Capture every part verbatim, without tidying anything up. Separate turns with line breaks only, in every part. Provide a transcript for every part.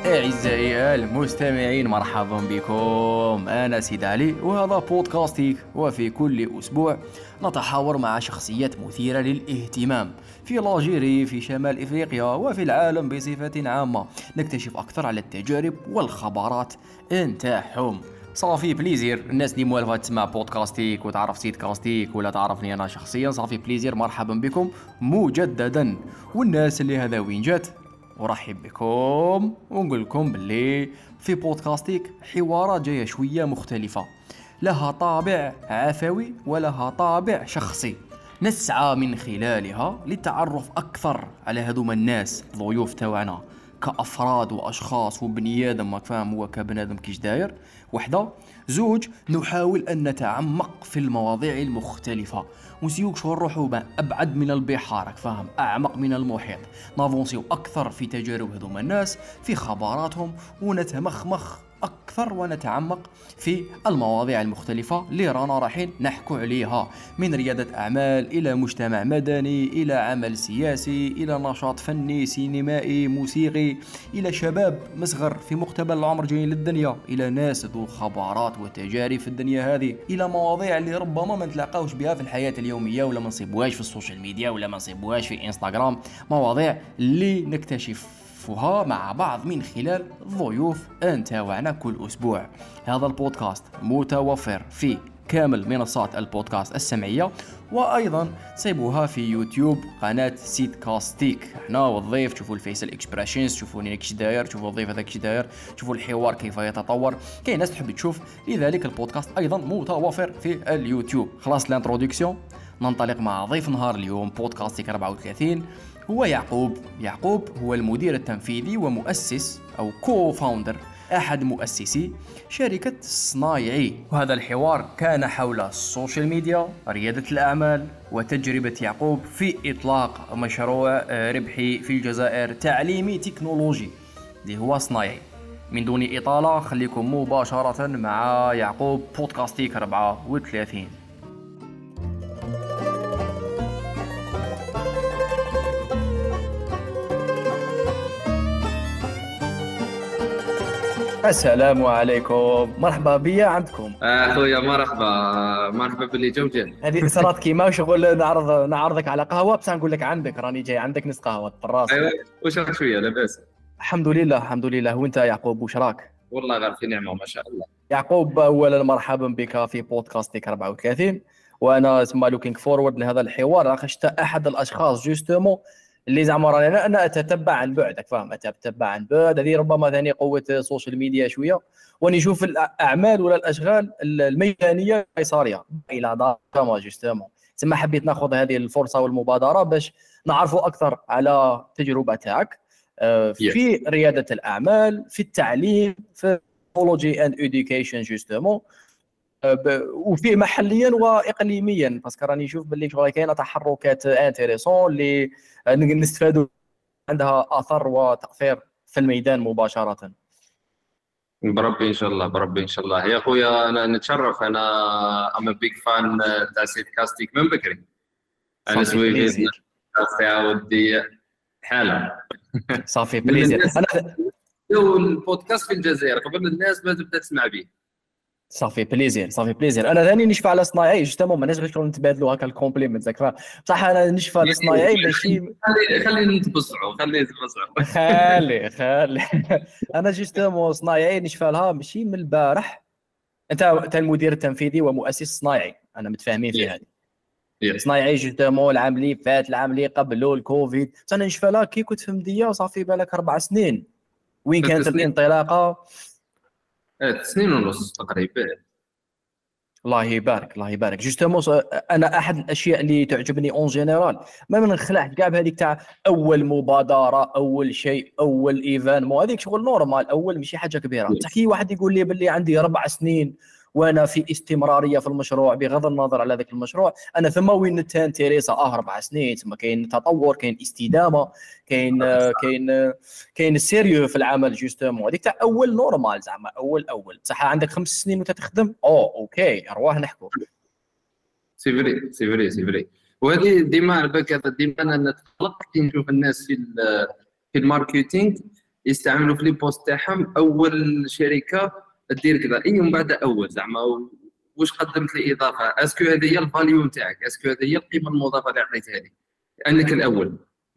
أعزائي المستمعين، مرحبا بكم. أنا سيد علي وهذا بودكاستي، وفي كل أسبوع نتحاور مع شخصيات مثيرة للاهتمام في لاجيري، في شمال إفريقيا، وفي العالم بصفة عامة. نكتشف أكثر على التجارب والخبرات نتاعهم. صافي بليزير الناس اللي موالفة تسمع بودكاستيك وتعرف سيد كاستيك ولا تعرفني أنا شخصيا، صافي بليزير، مرحبا بكم مجددا. والناس اللي هذا وين جات، ورحب بكم ونقول لكم باللي في بودكاستيك حوارات جايه شويه مختلفه، لها طابع عفوي ولها طابع شخصي، نسعى من خلالها للتعرف اكثر على هذوما الناس ضيوف تاعنا كافراد واشخاص وبني ادم، ما فاهم هو كبنادم كيش داير. وحده زوج، نحاول ان نتعمق في المواضيع المختلفه، ونسيوك شو نروحوا ابعد من البحار، فاهم، اعمق من المحيط، نافونسيو اكثر في تجارب هذوما الناس، في خبراتهم، ونتمخمخ اكثر ونتعمق في المواضيع المختلفه اللي رانا رايحين نحكوا عليها، من رياده اعمال الى مجتمع مدني الى عمل سياسي الى نشاط فني سينمائي موسيقي، الى شباب مصغر في مقتبل العمر جايين للدنيا، الى ناس ذو خبرات وتجارب في الدنيا هذه، الى مواضيع اللي ربما ما نتلاقاوش بها في الحياه اليوميه، ولا ما نصيبوهاش في السوشيال ميديا، ولا ما نصيبوهاش في انستغرام. مواضيع اللي نكتشف فها مع بعض من خلال ضيوف نتاوعنا كل أسبوع. هذا البودكاست متوفر في كامل منصات البودكاست السمعية، وأيضا تصيبوها في يوتيوب قناة سيد كاستيك. احنا والضيف تشوفوا الفيسل اكسبريشنز، تشوفوا كيش داير، تشوفوا الضيف هذا كيش داير، تشوفوا الحوار كيف يتطور. كاين ناس تحب تشوف، لذلك البودكاست أيضا متوفر في اليوتيوب. خلاص الانترودكسيون، ننطلق مع ضيف نهار اليوم. بودكاستيك أربعة وثلاثين هو يعقوب. يعقوب هو المدير التنفيذي ومؤسس أو كو فاوندر، أحد مؤسسي شركة صنايعي. وهذا الحوار كان حول السوشيال ميديا، ريادة الأعمال، وتجربة يعقوب في إطلاق مشروع ربحي في الجزائر تعليمي تكنولوجي اللي هو صنايعي. من دون إطالة خليكم مباشرة مع يعقوب، بودكاستيك أربعة وثلاثين. السلام عليكم، مرحبا بيا عندكم
اخويا. مرحبا مرحبا باللي جوجل.
هذه صارت كيما شغل نعرض نعرضك على قهوه، بس نقول لك عندك راني جاي عندك نص قهوه بالراس.
ايوه، وش راك شويه لاباس؟
الحمد لله الحمد لله. وانت يعقوب وش راك؟
والله غير في نعمه ما شاء الله.
يعقوب، اولا مرحبا بك في بودكاستك أربعة وثلاثين، وانا اسمع لوكينج فورورد لهذا الحوار، لاخاطش احد الاشخاص جوستومون اللي زعما راني انا انا اتتبع عن بعد، فاهم، اتتبع عن بعد. هذه ربما ثاني قوه السوشيال ميديا شويه، ونشوف الاعمال ولا الاشغال الميدانيه القيصريه الى دار جوستومون. ثم حبيت ناخذ هذه الفرصه والمبادره باش نعرفوا اكثر على التجربه تاعك في رياده الاعمال، في التعليم، في technology and education justement، وفي محليا واقليميا، باسكو راني نشوف باللي شغل كاينه تحركات انتريسون اللي نستفادوا عندها اثر وتاثير في الميدان مباشره.
بربي ان شاء الله، بربي ان شاء الله يا اخويا. انا نتشرف، انا ام بيج فان تاع سيد كاستيك من بكري. انا سوي في ودي حاله
صافي بليزير.
انا البودكاست في الجزائر قبل الناس ما تبدا تسمع به.
صافي بليزير صافي بليزير. انا ثاني نشفى على صنايعي جوستومون، ماناش باش نتبادلوا هكا الكومبليمنت زعما، بصح انا نشفى على صنايعي ماشي.
خلي خلي نتبصعوا خلي نتبصعوا
خلي خلي انا جوستومون صنايعي نشفى لها ماشي من البارح. انت انت المدير التنفيذي ومؤسس صنايعي، انا متفاهمين في هذه. صنايعي جوستومون العام اللي فات، العام اللي قبله الكوفيد، انا نشفى لها كي كنت في مديه صافي بالك اربع سنين. وين كانت الانطلاقه؟
ثلاث سنين ونص تقريبا.
الله يبارك الله يبارك. جوستومون انا احد الاشياء اللي تعجبني اون جينيرال ما من نخلعش كاع بهذيك تاع اول مبادره، اول شيء، اول ايفان، مو هذيك شغل نورمال، اول ماشي حاجه كبيره. تحكي واحد يقول لي باللي عندي اربع سنين وانا في استمراريه في المشروع، بغض النظر على ذاك المشروع، انا ثم وين تانتيريسا اه اربع سنين، ثم كاين تطور، كاين استدامه، كاين كاين كاين السيريو في العمل جوستومون. هذيك تاع اول نورمال زعما اول اول صح. عندك خمس سنين وانت تخدم، اوه اوكي ارواح نحكوا.
سي فري سي فري سي فري. وهذه ديما بالك ديما انا نتقلق كي نشوف الناس في في الماركتينغ يستعملوا في لي بوست تاعهم اول شركه دير كذا، اي من بعد اول زعما واش قدمت لي اضافه، اسكو هذه هي الفاليو نتاعك، اسكو هذه هي القيمه المضافه اللي عطيتها لي، انك الاول.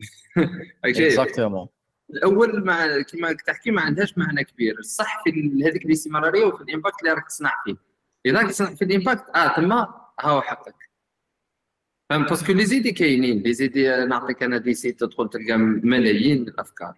اكزاكتومون.
الاول مع كما تحكي ما عندهاش معنى كبير، صح في هذيك الاستمراريه وفي الامباكت اللي راك تصنع فيه. اذا راك تصنع في الامباكت اه تما هاو حقك، فهمت؟ باسكو لي زيدي كاينين، لي زيدي نعطيك انا دي سيت تدخل تلقى ملايين الافكار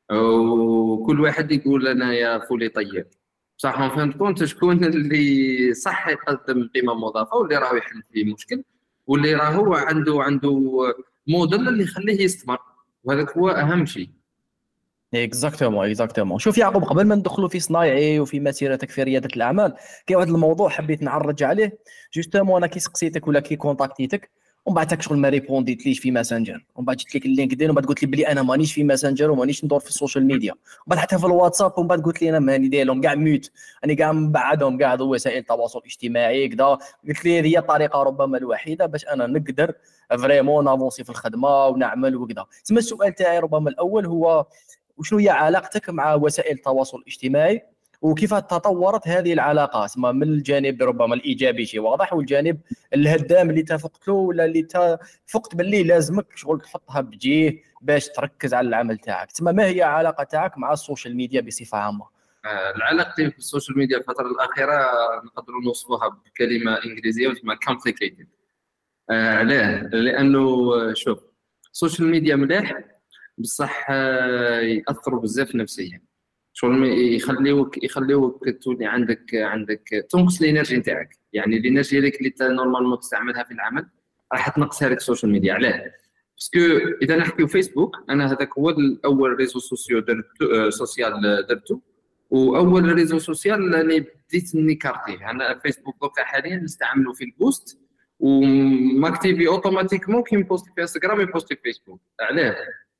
وكل واحد يقول انا يا فولي طيب، صح؟ ما فهمت كونت شكون اللي صح يقدم قيمه مضافه واللي راهو يحل في مشكل واللي راهو عنده عنده موديل اللي يخليه يستمر، وهذاك هو اهم شيء.
اكزاكتومون اكزاكتومون. شوف يعقوب، قبل ما ندخلوا في صنايعي وفي مسيرتك في رياده الاعمال، كاين واحد الموضوع حبيت نعرج عليه. جوستومون انا كي سقسيتك ولا كي كونتاكتيتك ومن بعد تاك شغل ما ريبونديتليش في ماسنجر، ومن بعد جيت لك اللينكدين ومن بعد قلت لي بلي انا مانيش في ماسنجر ومانيش ندور في السوشيال ميديا، ومن بعد حتى في الواتساب ومن بعد قلت لي انا ماني دايرهم كاع ميوت، انا كاع مبعدهم كاع ذو وسائل التواصل الاجتماعي كذا. قلت لي هذه هي الطريقه ربما الوحيده باش انا نقدر فريمون نافونسي في الخدمه ونعمل وكذا. تما السؤال تاعي ربما الاول هو وشنو هي علاقتك مع وسائل التواصل الاجتماعي وكيف تطورت هذه العلاقات من الجانب ربما الايجابي شيء واضح والجانب الهدام اللي تفقت له ولا اللي تفقت باللي لازمك شغل تحطها بجيه باش تركز على العمل تاعك. تما ما هي علاقه تاعك مع السوشيال ميديا بصفه عامه؟
العلاقه في السوشيال ميديا الفتره الاخيره نقدروا نوصفوها بكلمه انجليزيه اسمها complicated. علاه؟ لانه شوف السوشيال ميديا مليح بصح ياثروا بزاف نفسيا، شغل يخليوك يخليوك تولي عندك عندك تنقص الانرجي نتاعك، يعني الانرجي هذيك اللي نورمالمون تستعملها في العمل راح تنقصها لك السوشيال ميديا. علاه؟ باسكو اذا نحكيو فيسبوك، انا هذاك هو الاول ريزو سوسيو درت سوسيال درتو، واول ريزو سوسيال اللي بديت نيكارتيه. انا فيسبوك دوكا حاليا نستعملو في البوست وماكتيفي اوتوماتيكمون كي نبوست في انستغرام يبوست في فيسبوك. علاه؟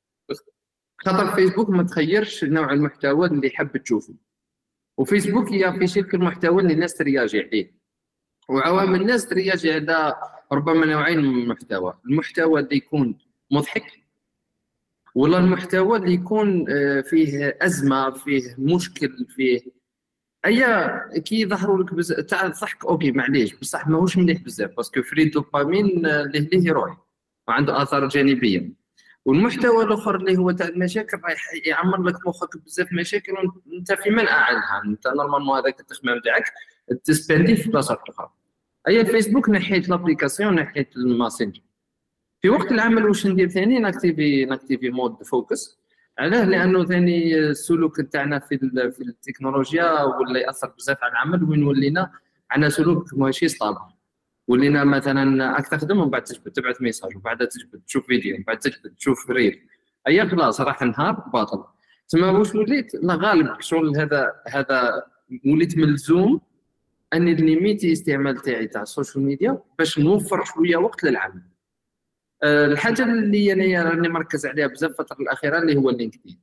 خاطر فيسبوك ما تخيرش نوع المحتوى اللي حاب تشوفه، وفيسبوك يافيشي لك المحتوى اللي الناس ترياجي عليه، وعوام الناس ترياجي على ربما نوعين من المحتوى، المحتوى اللي يكون مضحك ولا المحتوى اللي يكون فيه أزمة فيه مشكل فيه أيا كي يظهروا لك بزاف تاع الضحك اوكي معليش بصح ماهوش مليح بزاف باسكو فري دوبامين اللي ليه يروح وعنده آثار جانبية. والمحتوى الاخر اللي هو تاع المشاكل راح يعمر لك مخك بزاف مشاكل وانت في منع عنها، انت نورمالمون هذاك التخمام تاعك تسباندي في بلاصات اخرى. اي الفيسبوك نحيت لابليكاسيون نحيت الماسنجر. في وقت العمل واش ندير ثاني؟ ناكتيفي ناكتيفي مود فوكس. علاه؟ لانه ثاني السلوك تاعنا في في التكنولوجيا ولا ياثر بزاف على العمل، وين ولينا عندنا سلوك ماشي ستابل، ولينا مثلا راك تخدم ومن بعد تجبد تبعث ميساج وبعد تجبد تشوف فيديو ومن بعد تجبد تشوف ريل، اي خلاص راح نهار باطل. تما واش وليت؟ لا غالب شغل هذا هذا وليت ملزوم اني ليميتي استعمال تاعي تاع السوشيال ميديا باش نوفر شويه وقت للعمل. أه الحاجه اللي انا راني مركز عليها بزاف الفتره الاخيره اللي هو اللينكدين.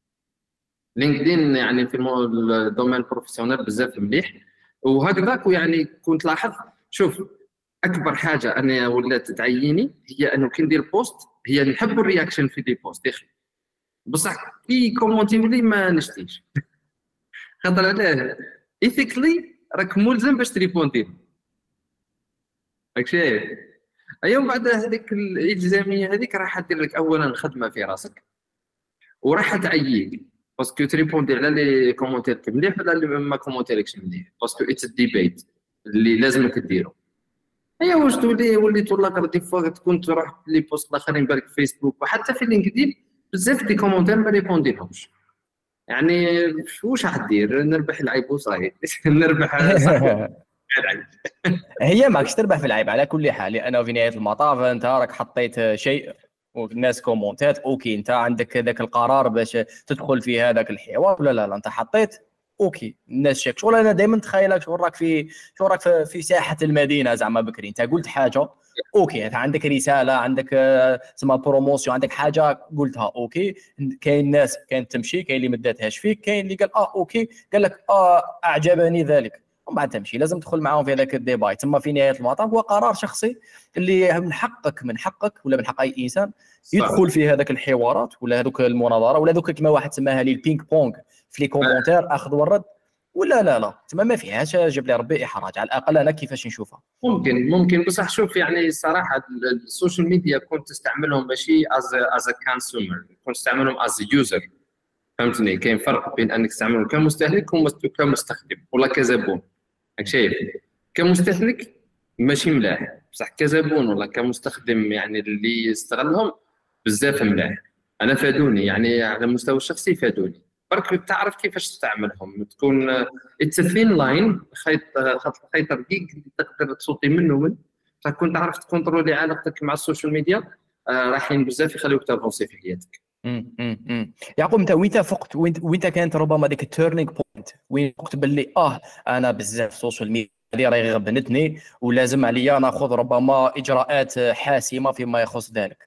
لينكدين يعني في الدومين البروفيسيونيل بزاف مليح وهكذاك، ويعني كنت لاحظ شوف اكبر حاجه انا ولات تعييني هي انه كي ندير بوست هي نحب الرياكشن في دي بوست يا اخي، بصح كي كومونتيو لي ما نشتيش خاطر علاه ايثيكلي راك ملزم باش تريبوندي داكشي. ايوم بعد هذيك الالزاميه هذيك راح دير لك اولا خدمه في راسك وراح تعييك باسكو تريبوندي على لي كومونتير مليح ولا اللي ما كومونتيركش مليح، باسكو اتس ديبيت اللي لازمك ديرو. هي واش تولي وليت ولا دي فوا تكون تروح لي بوست الاخرين بالك في فيسبوك وحتى في لينكدين بزاف دي كومونتير ما ريبونديلهمش، يعني واش راح دير؟ نربح العيب وصاي نربح
هي ماكش تربح في العيب على كل حال، لانه في نهايه المطاف انت راك حطيت شيء والناس كومونتات اوكي، انت عندك ذاك القرار باش تدخل في هذاك الحوار ولا لا لا انت حطيت اوكي الناس شاك شغل. انا دائما تخيلك شغل راك في شغل راك في, في ساحه المدينه زعما بكري، انت قلت حاجه اوكي، انت عندك رساله عندك تسمى بروموسيون عندك حاجه قلتها اوكي، كاين ناس كانت تمشي كاين اللي ما داتهاش فيك كاين اللي قال اه اوكي قال لك اه اعجبني ذلك ومن بعد تمشي. لازم تدخل معاهم في هذاك الديباي. تما في نهايه المطاف هو قرار شخصي اللي من حقك من حقك ولا من حق اي انسان يدخل في هذاك الحوارات ولا هذوك المناظره ولا هذوك كما واحد سماها لي البينغ بونغ في لي كومونتير، اخذ والرد. ولا لا لا تما ما فيهاش، جاب لي ربي احراج. على الاقل انا كيفاش نشوفها.
ممكن ممكن بصح شوف يعني الصراحه السوشيال ميديا كنت تستعملهم ماشي از از كونسيومر، كنت تستعملهم از يوزر. فهمتني؟ كاين فرق بين انك تستعمله كمستهلك وكمستخدم ولا كزبون. راك شايف؟ كمستهلك ماشي ملاح، بصح كزبون ولا كمستخدم يعني اللي يستغلهم بزاف ملاح. انا فادوني يعني على المستوى الشخصي، فادوني برك تعرف كيفاش تستعملهم. تكون اتس ثين لاين، خيط خط خيط رقيق تقدر تصوتي منه من تكون تعرف تكونترولي علاقتك مع السوشيال ميديا. آه رايحين بزاف يخليوك تافونسي في حياتك.
امم يعقوب انت وين فقت وين كانت ربما ديك التيرنينغ بوينت وين فقت باللي اه انا بزاف السوشيال ميديا هذه راهي غبنتني ولازم عليا ناخذ ربما اجراءات حاسمه فيما يخص ذلك؟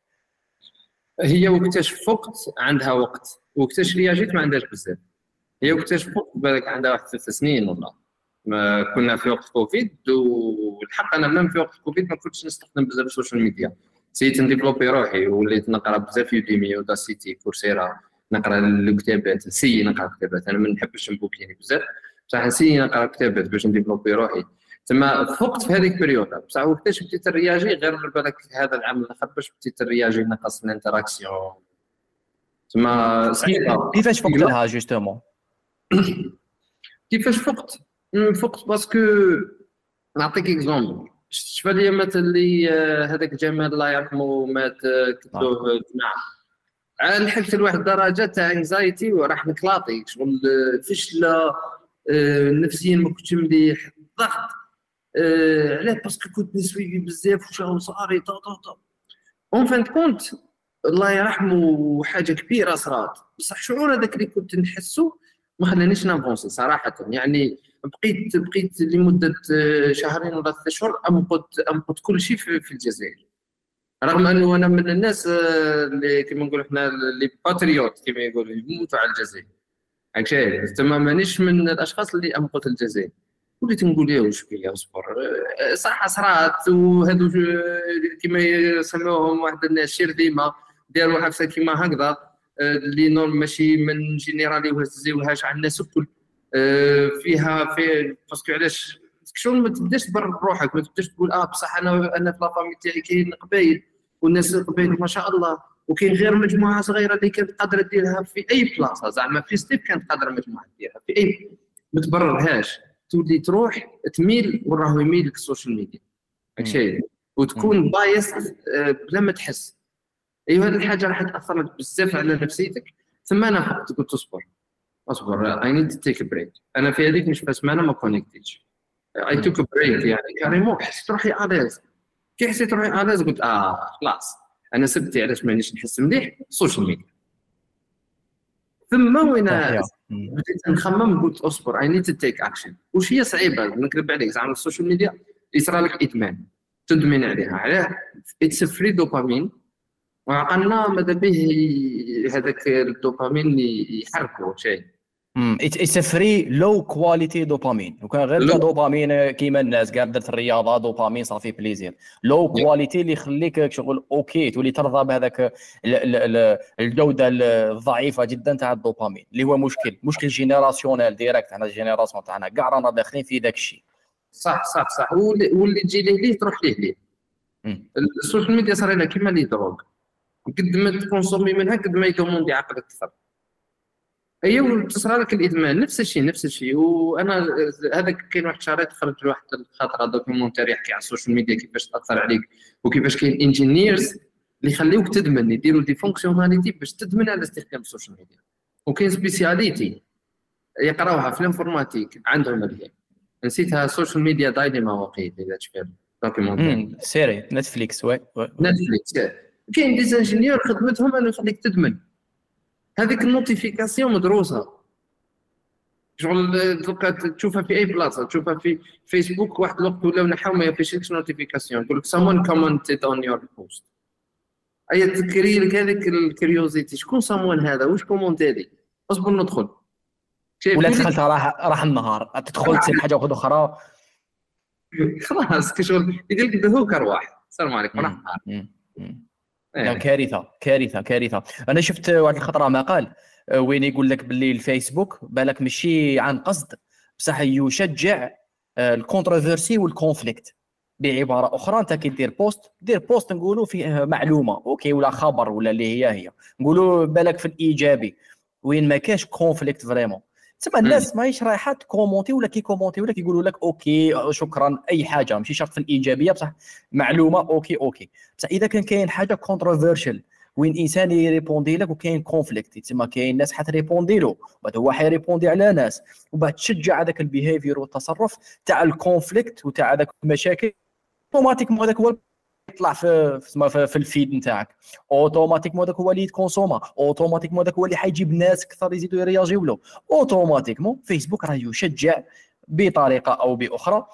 هي وقتاش فقت عندها وقت، وقتاش رياجيت ما عندهاش بزاف. هي وقتاش فقت بالك عندها واحد ثلاث سنين والله. ما كنا في وقت كوفيد، والحق انا مام في وقت كوفيد ما كنتش نستخدم بزاف السوشيال ميديا. سيت نديفلوبي روحي وليت نقرا بزاف يوديمي وداسيتي كورسيرا، نقرا الكتابات. سي نقرا كتابات، انا ما نحبش نبوكيني بزاف بصح سي نقرا كتابات باش نديفلوبي روحي. تما فقت في هذيك البريود بصح وقتاش بديت الرياجي غير بالك هذا العام الاخر باش بديت الرياجي نقص الانتراكسيون. تما صعيبه.
كيفاش فقت لها جوستومون؟
كيفاش فقت؟ فقت باسكو نعطيك اكزومبل. شفت لي مثل اللي هذاك جمال الله يرحمه مات كتبوه جماعه، لحقت لواحد الدرجه تاع انزايتي وراح نكلاطي شغل فشله نفسيا، ما كنتش مليح، ضغط علاه باسكو كنت نسوي بزاف وشغل صاري طا طا طا اون فان كونت الله يرحمه حاجه كبيره صارت. بصح الشعور هذاك اللي كنت نحسه ما خلانيش نافونسي صراحه. يعني بقيت بقيت لمده شهرين ولا ثلاث شهور امقت امقت كل شيء في, في الجزائر، رغم انه انا من الناس اللي كما نقولوا احنا اللي باتريوت كما يقولوا يموتوا على الجزائر. هاك شايف؟ تما مانيش من الاشخاص اللي امقت الجزائر. وليت نقول يا واش فيا اصبر صح صرات. وهذو كما يسموهم واحد الناس شرذمه داروا حفصه كما هكذا اللي نورم ماشي من جينيرالي وهزيوهاش على الناس الكل فيها في باسكو علاش شغل ما تبداش تبرر روحك، ما تبداش تقول اه بصح انا انا في لافامي تاعي كاين قبايل والناس قبايل ما شاء الله، وكاين غير مجموعه صغيره اللي كانت قادره ديرها في اي بلاصه. زعما في ستيب كانت قادره مجموعه ديرها في اي، ما تبررهاش. تولي تروح تميل وراهو يميل لك السوشيال ميديا هادشي، وتكون بايس بلا ما تحس. ايوا هذه الحاجه راح تاثر لك بزاف على نفسيتك. ثم انا فقط قلت اصبر اصبر اي نيد تو تيك بريك. انا في هذيك نشوف سمانه ما كونيكتيتش، اي توك بريك يعني كاريمون. حسيت روحي اليز. كي حسيت روحي اليز قلت اه خلاص انا سبتي علاش مانيش نحس مليح السوشيال ميديا. ثم وين بديت نخمم قلت اصبر اي نيد تو تيك اكشن. وش هي صعيبه نكذب عليك زعما السوشيال ميديا يصرى لك ادمان تدمن عليها. علاه؟ اتس فري دوبامين، وعقلنا ماذا به هذاك الدوبامين يحركوا شيء.
امم اتس فري لو كواليتي دوبامين. وكان غير دوبامين كيما الناس كاع درت الرياضه دوبامين صافي بليزير. لو كواليتي اللي يخليك شغل اوكي تولي ترضى بهذاك الجوده الضعيفه جدا تاع الدوبامين اللي هو مشكل مشكل جينيراسيونيل ديريكت. انا الجينيراسيون تاعنا كاع رانا داخلين في ذاك الشيء.
صح صح صح. واللي تجي ليه ليه تروح ليه ليه. السوشيال ميديا صار لها كيما لي دروغ، قد ما تكونسومي منها قد ما يكون عقلك اكثر. ايوا تصرى لك الادمان نفس الشيء نفس الشيء. وانا هذاك كاين واحد شريط خرج لواحد الخاطره دوكيومونتير يحكي على السوشيال ميديا كيفاش تاثر عليك وكيفاش كاين انجينيرز اللي يخليوك تدمن، يديروا دي فونكسيوناليتي باش تدمن على استخدام السوشيال ميديا. وكاين سبيسياليتي يقراوها في الانفورماتيك عندهم اللي نسيتها السوشيال ميديا دايليما وقيت اذا تشوف دوكيومونتير
سيري نتفليكس. وي
نتفليكس كاين دي انجينيور خدمتهم انه يخليك تدمن. هذيك النوتيفيكاسيون مدروسه شغل تلقى تشوفها في اي بلاصه، تشوفها في فيسبوك واحد الوقت ولاو نحاو ما يفيشلكش نوتيفيكاسيون يقول لك someone commented on your post. اي تذكري لك هذيك الكريوزيتي شكون someone هذا واش كومونتي لي. اصبر ندخل
ولا دخلتها راح راح النهار تدخل تصير حاجه واحده اخرى
خلاص كشغل يدير لك بهوكر واحد السلام عليكم راح
لا كارثه كارثه كارثه. انا شفت واحد الخطره مقال وين يقول لك باللي الفيسبوك بالك ماشي عن قصد بصح يشجع الكونتروفيرسي والكونفليكت. بعباره اخرى انت كدير بوست دير بوست نقولوا فيه معلومه اوكي ولا خبر ولا اللي هي هي نقولوا بالك في الايجابي وين ما كاش كونفليكت فريمون تسمى الناس ماهيش رايحه كومونتي ولا كي كومونتي ولا كيقولوا لك اوكي شكرا اي حاجه ماشي شرط في الايجابيه بصح معلومه اوكي اوكي بصح اذا كان كاين حاجه كونتروفيرشل وين انسان يريبوندي لك وكاين كونفليكت تسمى كاين ناس حتريبوندي له وبعد هو حيريبوندي على ناس وبعد تشجع هذاك البيهيفير والتصرف تاع الكونفليكت وتاع هذاك المشاكل اوتوماتيكمون هذاك هو يطلع في في, في الفيد نتاعك اوتوماتيكمون هذاك هو اللي يتكونسوما اوتوماتيكمون هذاك هو اللي حيجيب ناس اكثر يزيدوا يرياجيو له اوتوماتيكمون. فيسبوك راه يشجع بطريقه او باخرى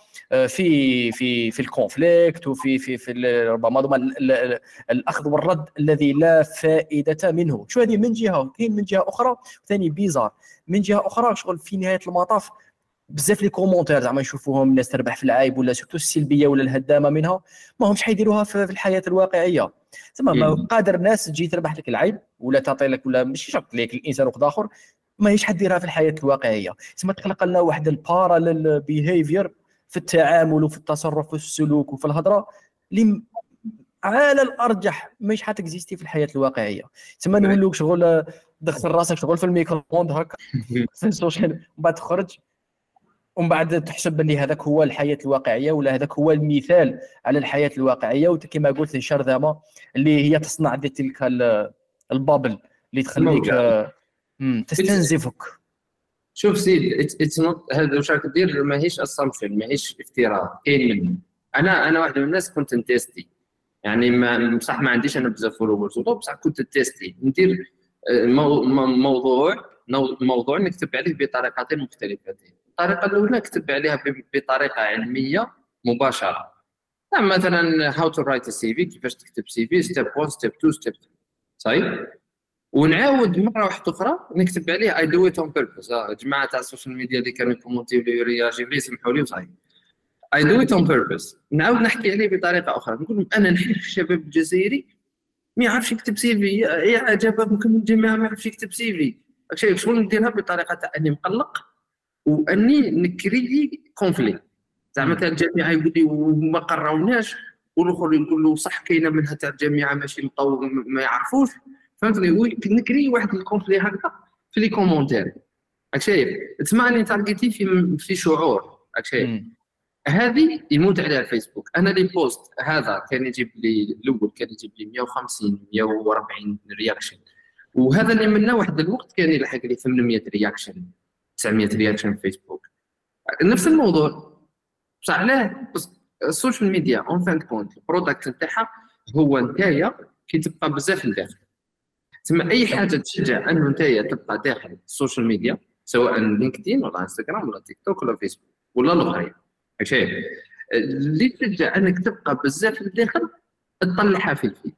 في في في الكونفليكت وفي في في ربما الاخذ والرد الذي لا فائده منه. شو هذه من جهه كاين من جهه اخرى ثاني بيزار من جهه اخرى شغل في نهايه المطاف بزاف لي كومونتير زعما نشوفوهم الناس تربح في العيب ولا سورتو السلبيه ولا الهدامه منها ما همش حيديروها في الحياه الواقعيه. تما ما قادر الناس تجي تربح لك العيب ولا تعطي لك ولا ماشي شرط لك الانسان واحد اخر ما هيش حديرها في الحياه الواقعيه. تما تخلق لنا واحد الباراليل بيهيفير في التعامل وفي التصرف وفي السلوك وفي الهضره اللي على الارجح مش حتكزيستي في الحياه الواقعيه. تما نقول لك شغل دخل راسك شغل في الميكروفون هكا في السوشيال ومن بعد تخرج ومن بعد تحسب باللي هذاك هو الحياه الواقعيه ولا هذاك هو المثال على الحياه الواقعيه وكما قلت الشرذمه اللي هي تصنع تلك البابل اللي تخليك امم تستنزفك.
شوف سيد اتس نوت هذا واش راك دير ماهيش اسامبشن ماهيش افتراء كاين منه. انا انا واحد من الناس كنت نتيستي يعني ما بصح ما عنديش انا بزاف فولورز بصح كنت تيستي ندير موضوع موضوع نكتب عليه بطريقتين مختلفتين. الطريقه الاولى نكتب عليها بطريقه علميه مباشره يعني مثلا how to write a سي في كيفاش تكتب سي في ستيب واحد ستيب اثنين ستيب ثلاثة صحيح. ونعاود مره واحده اخرى نكتب عليه I do it on purpose. اه جماعه تاع السوشيال ميديا اللي كانوا يكومونتيو لي رياجيو لي سمحوا لي صحيح I do it on purpose. نعاود نحكي عليه بطريقه اخرى نقول لهم انا نحب الشباب الجزائري ما يعرفش يكتب سي في يا عجبكم الجماعه ما يعرفش يكتب سي في هادشي شغل نديرها بطريقه تاع اني مقلق واني نكري كونفليكت زعما تاع الجامعه يقول لي وما قراوناش والاخر يقول له صح كاينه منها تاع الجامعه ماشي مطو ما يعرفوش فهمتني. نكري واحد الكونفلي هكذا في لي كومونتير راك شايف تسمعني تارجيتي في في شعور راك شايف. هذه يموت عليها الفيسبوك. انا لي بوست هذا كان يجيب لي الاول كان يجيب لي مية وخمسين مية وأربعين رياكشن وهذا اللي منه واحد الوقت كان يلحق لي ثمانمية رياكشن تسعمية رياكشن في فيسبوك نفس الموضوع بصح علاه السوشيال ميديا اون فان كونت البرودكت نتاعها هو نتايا كي تبقى بزاف لداخل. تسمى اي حاجه تشجع انه نتايا تبقى داخل السوشيال ميديا سواء لينكدين ولا انستغرام ولا تيك توك ولا فيسبوك ولا الاخرين شايف اللي تشجع انك تبقى بزاف لداخل تطلعها في الفيد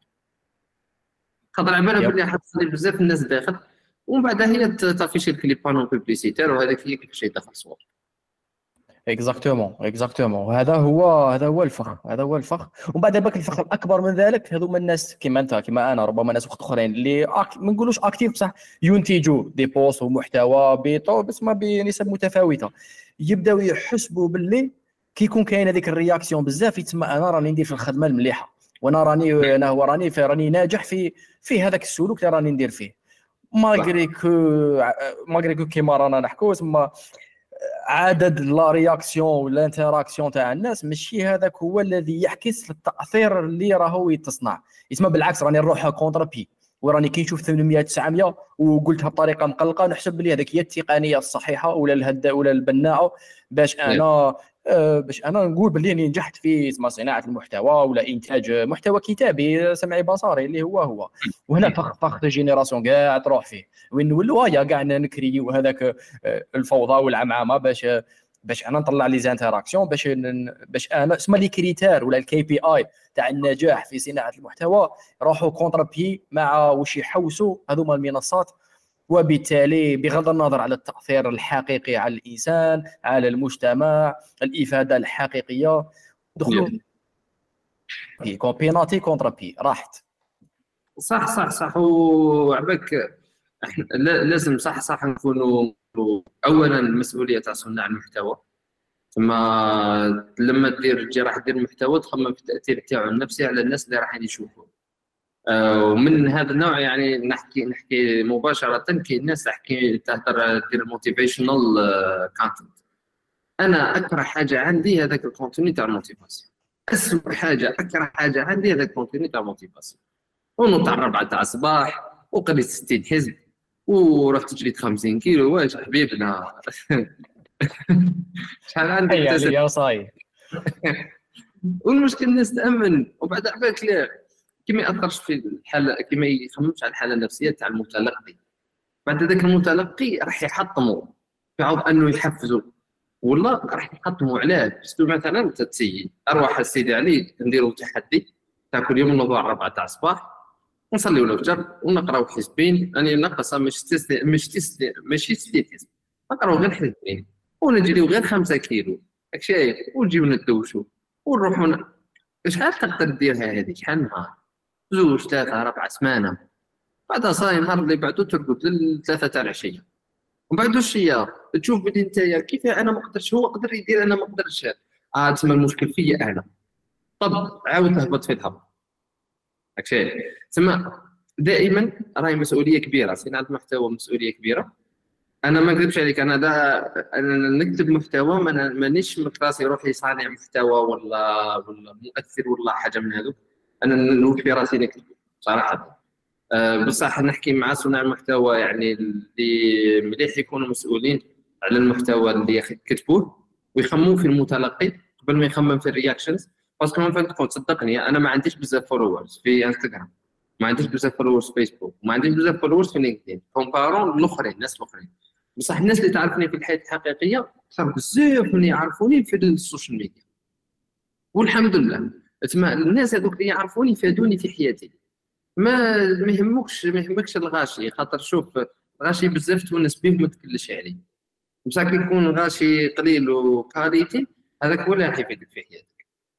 خاطر عباره بلي حتصلي بزاف الناس داخل ومن بعد هي تافيشي الكليبانو بوبليسيتير وهذاك هي كيفاش يدخل صور.
اكزاكتومون اكزاكتومون هذا هو هذا هو الفخ هذا هو الفخ. ومن بعد باك الفخ الاكبر من ذلك هذوما الناس كيما انت كيما انا ربما ناس اخرين اللي ما نقولوش اكتيف بصح ينتجوا دي بوست ومحتوى بطو بس ما بنسب متفاوته يبداو يحسبوا باللي كيكون كاين هذيك الرياكسيون بزاف يتسمى انا راني ندير في الخدمه المليحه وانا راني انا هو راني في راني ناجح في في هذاك السلوك اللي راني ندير فيه ماغري كو ماغري كو كيما رانا نحكوا تسمى عدد لا رياكسيون ولا انتراكسيون تاع الناس ماشي هذاك هو الذي يعكس التاثير اللي راهو يتصنع. يسمى بالعكس راني نروح كونتر بي وراني كي نشوف ثمانمية تسعمية وقلتها بطريقه مقلقه نحسب بلي هذيك هي التقنيه الصحيحه ولا الهداء ولا البناءه باش انا أه باش انا نقول بلي راني نجحت في صناعه المحتوى ولا انتاج محتوى كتابي سمعي بصري اللي هو هو. وهنا فخ فخ جينيراسيون كاع تروح فيه وين نولوا يا كاع نكريو هذاك الفوضى والعمعمه باش باش انا نطلع لي زانتراكسيون باش باش انا اسمها لي كريتير ولا الكي بي اي تاع النجاح في صناعه المحتوى راحوا كونتر بي مع واش يحوسوا هذوما المنصات وبالتالي بغض النظر على التأثير الحقيقي على الإنسان، على المجتمع، الإفادة الحقيقية، دخلوا بي كومبيناتي كونتر بي راحت.
صح صح صح. وعبك احنا لازم صح صح نكونوا اولا المسؤوليه تاع صناع المحتوى، ثم لما دير تجي راح دير محتوى تخمم في التاثير تاعو النفسي على الناس اللي راح يشوفوه. أه ومن هذا النوع يعني نحكي نحكي مباشره كي الناس تحكي تهدر دير موتيفيشنال كونتنت. انا اكره حاجه عندي هذاك الكونتوني تاع الموتيفاسيون، اسوء حاجه اكره حاجه عندي هذاك الكونتوني تاع الموتيفاسيون. ونوض على أربعة تاع الصباح وقريت ستين حزب ورحت جريت خمسين كيلو. واش حبيبنا شحال عندك
يعني يا صاي.
والمشكل الناس تامن وبعد عباك لا كيما ياثرش في الحاله، كيما يخممش على الحاله النفسيه تاع المتلقي. بعد ذاك المتلقي راح يحطموا يعاود انه يحفزوا والله راح يحطموا. علاه؟ باسكو مثلا انت تسيي اروح السيدي علي نديروا تحدي تاع كل يوم نوضوا على أربعة تاع الصباح نصليو الفجر ونقراو حزبين. راني ناقصه مش تست مش تست ماشي ستين حزب، نقراو غير حزبين ونجريو غير خمسة كيلو راك شايف، ونجيو ندوشو ونروحو. شحال تقدر ديرها هذه؟ شحال نهار؟ زوج ثلاثة أربعة سمانة. بعدها صاي النهار اللي بعدو ترقد للثلاثة تاع العشية، ومن بعد الشيا تشوف بلي نتايا كيف انا ما قدرتش هو قدر يدير انا ما قدرتش. اه تسمى المشكل فيا انا. طب عاود تهبط في الهبط راك شايف. تسمى دائما راهي مسؤوليه كبيره. صناعه المحتوى مسؤوليه كبيره. انا ما نكذبش عليك، انا دا انا نكتب محتوى مانيش مكراسي روحي صانع محتوى ولا ولا مؤثر ولا حاجه من هذوك. انا نوفي راسي نكتب صراحه. أه بصح نحكي مع صناع المحتوى يعني اللي مليح يكونوا مسؤولين على المحتوى اللي يكتبوه ويخمموا في المتلقي قبل ما يخمم في الرياكشنز. باسكو ما فهمتكم تصدقني انا ما عنديش بزاف فولورز في انستغرام، ما عنديش بزاف فولورز في فيسبوك، وما عنديش بزاف فولورز في لينكدين كومبارون الاخرين الناس الاخرين. بصح الناس اللي تعرفني في الحياه الحقيقيه اكثر بزاف من يعرفوني في السوشيال ميديا، والحمد لله. تسمى الناس هذوك اللي يعرفوني فادوني في حياتي. ما ما يهمكش ما يهمكش الغاشي، خاطر شوف الغاشي بزاف تونس به وما تكلش عليه. بصح كي يكون الغاشي قليل وكاليتي هذاك هو اللي راح يفيدك في حياتك.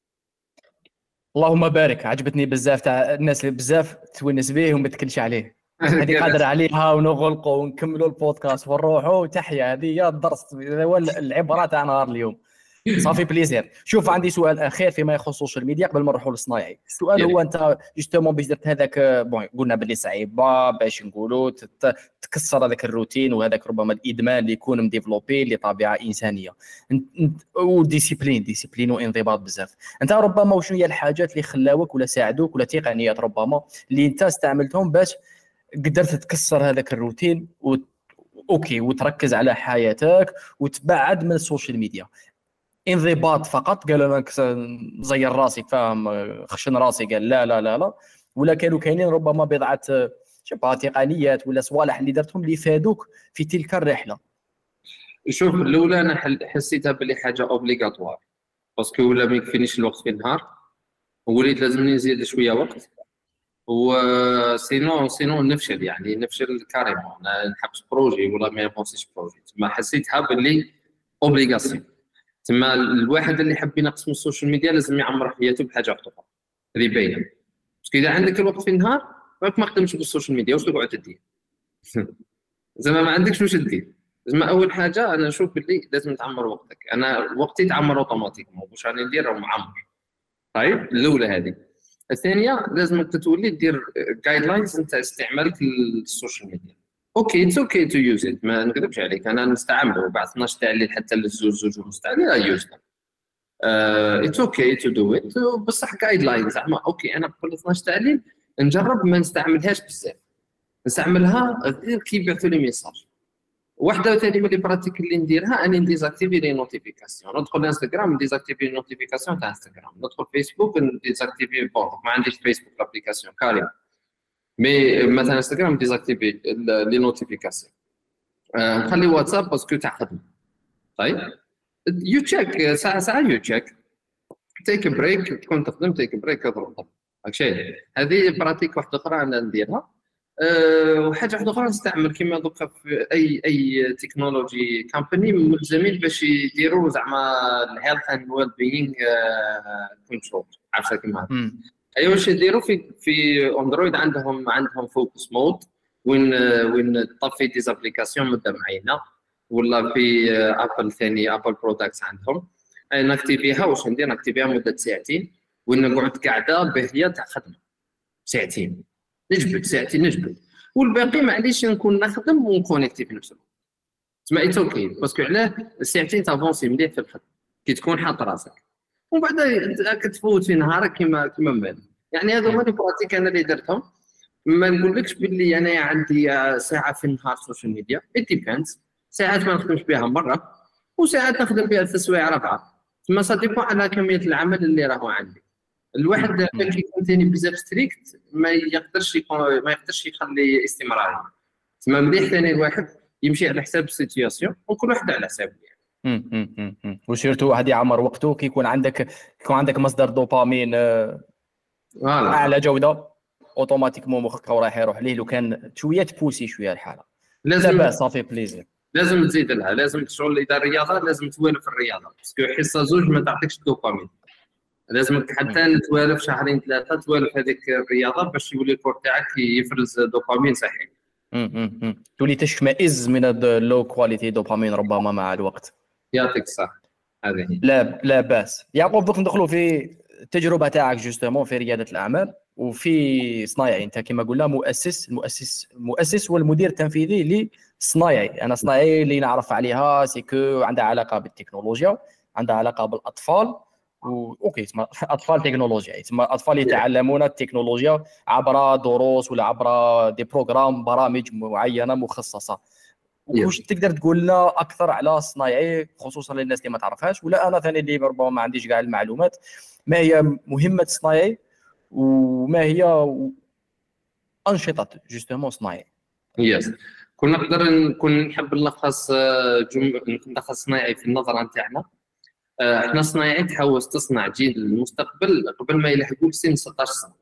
اللهم بارك. عجبتني بزاف تاع الناس اللي بزاف تونس به وما تكلش عليه. هذه قادر عليها ونغلقوا ونكملوا البودكاست ونروحوا. تحيه، هذه هي الدرس، هذا هو العبره تاع نهار اليوم. صافي بليزير. شوف عندي سؤال اخير فيما يخص السوشيال ميديا قبل ما نروحوا للصنايعي. السؤال هو انت جوستومون باش درت هذاك بون قلنا باللي صعيبه باش نقولوا تكسر هذاك الروتين وهذاك ربما الادمان اللي يكون مديفلوبي لطبيعه انسانيه وديسيبلين ديسيبلين وانضباط بزاف. انت ربما وشنو هي الحاجات اللي خلاوك ولا ساعدوك ولا تقنيات ربما اللي انت استعملتهم باش قدرت تكسر هذاك الروتين و اوكي وتركز على حياتك وتبعد من السوشيال ميديا؟ انضباط فقط قالوا لك زير راسك فاهم خشن راسي قال لا لا لا لا، ولا كانوا كاينين ربما بضعه شبه تقنيات ولا صوالح اللي درتهم اللي فادوك في تلك الرحله؟
شوف الاولى انا حسيتها بلي حاجه اوبليغاتوار باسكو ولا ما يكفينيش الوقت في النهار وليت لازمني نزيد شويه وقت وسينو سينو نفشل يعني نفشل كاريمون نحبس بروجي ولا ما يبونسيش بروجي. ما حسيتها بلي اوبليغاسيون. تما الواحد اللي يحب ينقص من السوشيال ميديا لازم يعمر حياته بحاجه اخرى اللي باينه. باسكو اذا عندك الوقت في النهار راك ما خدمتش بالسوشيال ميديا واش تقعد تدير؟ زعما ما عندكش واش تدير. زعما اول حاجه انا نشوف باللي لازم تعمر وقتك. انا وقتي تعمر اوتوماتيكمون واش راني ندير راه معمر. طيب الاولى هذه. الثانيه لازم تولي دير جايد لاينز انت استعمالك للسوشيال ميديا. اوكي اتس اوكي تو يوز ات، ما نكذبش عليك انا نستعمله بعد اثناش تاع الليل حتى للزوج زوج ونص تاع الليل يوز اتس اوكي تو دو ات بصح جايد لاين. زعما اوكي انا قبل اثناش تاع الليل نجرب ما نستعملهاش بزاف، نستعملها غير كي يبعثوا لي ميساج. واحده ثاني من لي براتيك اللي نديرها اني نديزاكتيفي لي نوتيفيكاسيون. ندخل انستغرام نديزاكتيفي نوتيفيكاسيون تاع انستغرام، ندخل فيسبوك نديزاكتيفي بون ما عنديش فيسبوك لابليكاسيون كاريم مي مثلا انستغرام ديزاكتيفي لي نوتيفيكاسيون. نخلي واتساب باسكو تاع خدمه. طيب يو تشيك ساعه ساعه يو تشيك تيك بريك تكون تخدم تيك بريك تضرب. هاك شيء هذه براتيك واحده اخرى انا نديرها أه وحاجه واحده اخرى نستعمل كما دوكا في اي اي تكنولوجي كامباني ملزمين باش يديروا زعما الهيلث اند ويل بينغ كنترول، عرفتها كيما هكا.
امم
ايوا واش يديروا في في اندرويد عندهم عندهم فوكس مود، وين وين طفي ديزابليكاسيون مده معينه، ولا في ابل ثاني ابل برودكتس عندهم نكتيفيها. واش ندير نكتيفيها مده ساعتين، وين نقعد قاعده باهيه تاع خدمه ساعتين، نجبد ساعتين نجبد، والباقي معليش نكون نخدم ونكونيكتي في نفس الوقت. تسمى ايت اوكي باسكو علاه الساعتين تافونسي مليح في الخدمه كي تكون حاط راسك، ومن بعد كتفوت في نهارك كيما كيما من يعني. هذو هما لي براتيك انا اللي درتهم. ما نقولكش باللي انا عندي ساعه في النهار سوشيال ميديا، ات ديبيندز. ساعات ما نخدمش بها مره، وساعات نخدم بها ثلاث سوايع اربعه. تما سا ديبون على كميه العمل اللي راهو عندي. الواحد كي يكون ثاني بزاف ستريكت ما يقدرش يكون ما يقدرش يخلي استمراريه. تما مليح ثاني الواحد يمشي على حساب السيتوياسيون، وكل واحد على حسابه يعني.
امم وسيرتو واحد يعمر وقته كي يكون عندك يكون عندك مصدر دوبامين اعلى جوده، اوتوماتيكمون مخك راح يروح ليه. لو كان شويه تبوسي شويه الحاله
لازم
لا صافي بليزير،
لازم تزيد لها. لازم شغل اذا الرياضه لازم توالف الرياضه، باسكو حصه زوج ما تعطيكش دوبامين. لازمك حتى توالف شهرين ثلاثه، توالف هذيك الرياضه باش يولي الكور تاعك يفرز دوبامين صحي.
امم تولي تشمئز من اللو كواليتي دوبامين ربما مع الوقت.
يعطيك الصحه. هذه
لا لا باس. يعقوب دوك ندخلوا في التجربه تاعك جوستومون في رياده الاعمال وفي صنايعي. انت كما قلنا مؤسس المؤسس المؤسس والمدير التنفيذي لصنايعي. انا صنايعي اللي نعرف عليها سيكو عندها علاقه بالتكنولوجيا، عندها علاقه بالاطفال و... اوكي تسمى اطفال تكنولوجيا، تسمى اطفال يتعلمون التكنولوجيا عبر دروس ولا عبر دي بروغرام برامج معينه مخصصه. واش تقدر تقول لنا اكثر على الصنايعي خصوصا للناس اللي ما تعرفهاش، ولا انا ثاني اللي ربما ما عنديش كاع المعلومات؟ ما هي مهمه الصنايعي وما هي انشطه جوستومون صنايعي؟
يس كنا نقدر نكون نحب نلخص جم... نلخص صنايعي في النظره نتاعنا. احنا صنايعي تحوس تصنع جيل المستقبل قبل ما يلحقوا سن ستة عشر سنه.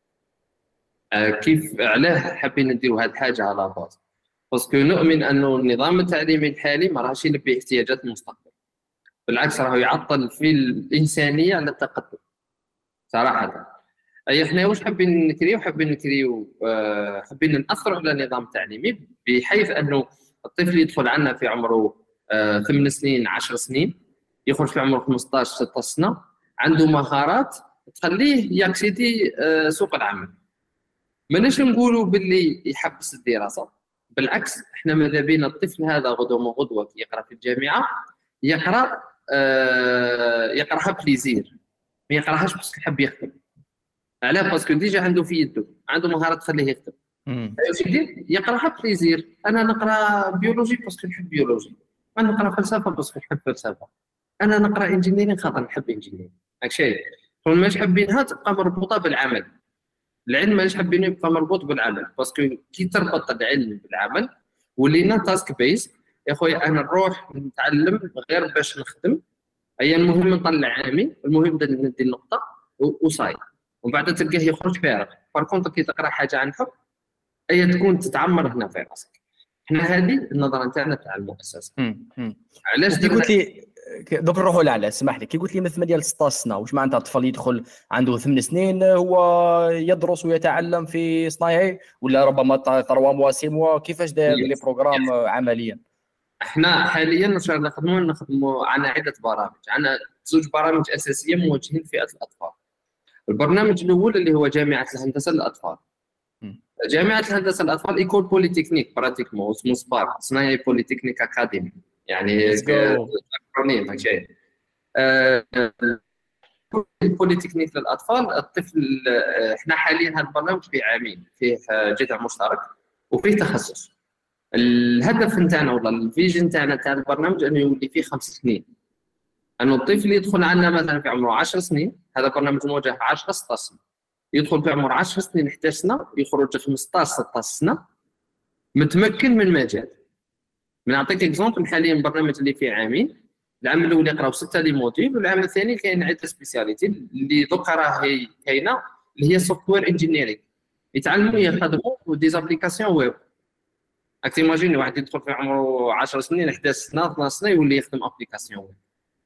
كيف علاه حابين نديروا هذه الحاجه على باز؟ باسكو نؤمن انه النظام التعليمي الحالي ما راهش يلبي احتياجات المستقبل، بالعكس راهو يعطل في الانسانيه على التقدم صراحه. اي احنا واش حابين نكريو؟ حابين نكريو أه حابين ناثروا على النظام التعليمي بحيث انه الطفل يدخل عندنا في عمره أه ثمان سنين عشر سنين، يخرج في عمره خمسطاش ستة سنه، عنده مهارات تخليه يكسيدي أه سوق العمل. ماناش نقولوا باللي يحبس الدراسه، بالعكس احنا ماذا بينا الطفل هذا غدوه من غدوه يقرا في الجامعه يقرا أه يقراها بليزير، ما يقراهاش باسكو يحب يخدم. علاه؟ باسكو ديجا عنده في يده عنده مهاره تخليه يخدم. واش يدير؟ يقراها بليزير. انا نقرا بيولوجي باسكو نحب بيولوجي، انا نقرا فلسفه باسكو نحب فلسفه، انا نقرا انجينيرين خاطر نحب انجينيرين. هاك شيء ماش حابينها تبقى مربوطه بالعمل. العلم ماش حابين يبقى مربوط بالعمل، باسكو كي تربط العلم بالعمل ولينا تاسك بيس. يا خويا انا نروح نتعلم غير باش نخدم، هي المهم نطلع عامي، المهم ندي النقطه وصاي، ومن بعد تلقاه يخرج فارغ. باركونت كي تقرا حاجه عن حب هي تكون تتعمر هنا في راسك. احنا هذه النظره نتاعنا تاع المؤسسه.
علاش كي قلت لي دوك نروحوا لعلى اسمح لي، كي قلت لي مثل ديال ستة عشر سنه، واش معناتها الطفل يدخل عنده ثمان سنين هو يدرس ويتعلم في صنايعي، ولا ربما ثلاثة موا ستة موا؟ كيفاش داير لي بروغرام عمليا؟
احنا حاليا نخدموا نخدموا على عده برامج. عندنا زوج برامج اساسيه موجهين لفئه الاطفال. البرنامج الاول اللي هو جامعه الهندسه للاطفال. جامعه الهندسه للاطفال ايكول بوليتكنيك براتيكمون، اسمه سبارك، صنايعي بوليتكنيك اكاديمي يعني اكرونيم هكا. بوليتكنيك للاطفال. الطفل احنا حاليا هذا البرنامج فيه عامين، فيه جذع مشترك وفيه تخصص. الهدف نتاعنا ولا الفيجن نتاعنا تاع البرنامج انه يولي فيه خمس سنين، انه الطفل يدخل عندنا مثلا في عمره عشر سنين. هذا برنامج موجه عشرة ستة عشر سنه، يدخل في عمر عشر سنين إحدى عشر سنه، يخرج خمسطاش ستة عشر سنه متمكن من مجال. نعطيك اكزومبل، حاليا البرنامج اللي فيه عامين، العام الاول يقراو سته لي موديل، والعام الثاني كاين عده سبيسياليتي اللي دوكا راهي كاينه اللي هي سوفتوير انجينيرينغ. يتعلموا يخدموا دي زابليكاسيون ويب. راك تيماجيني واحد يدخل في عمره عشر سنين احداث سنه اثناش سنه يولي يخدم ابليكاسيون ويب.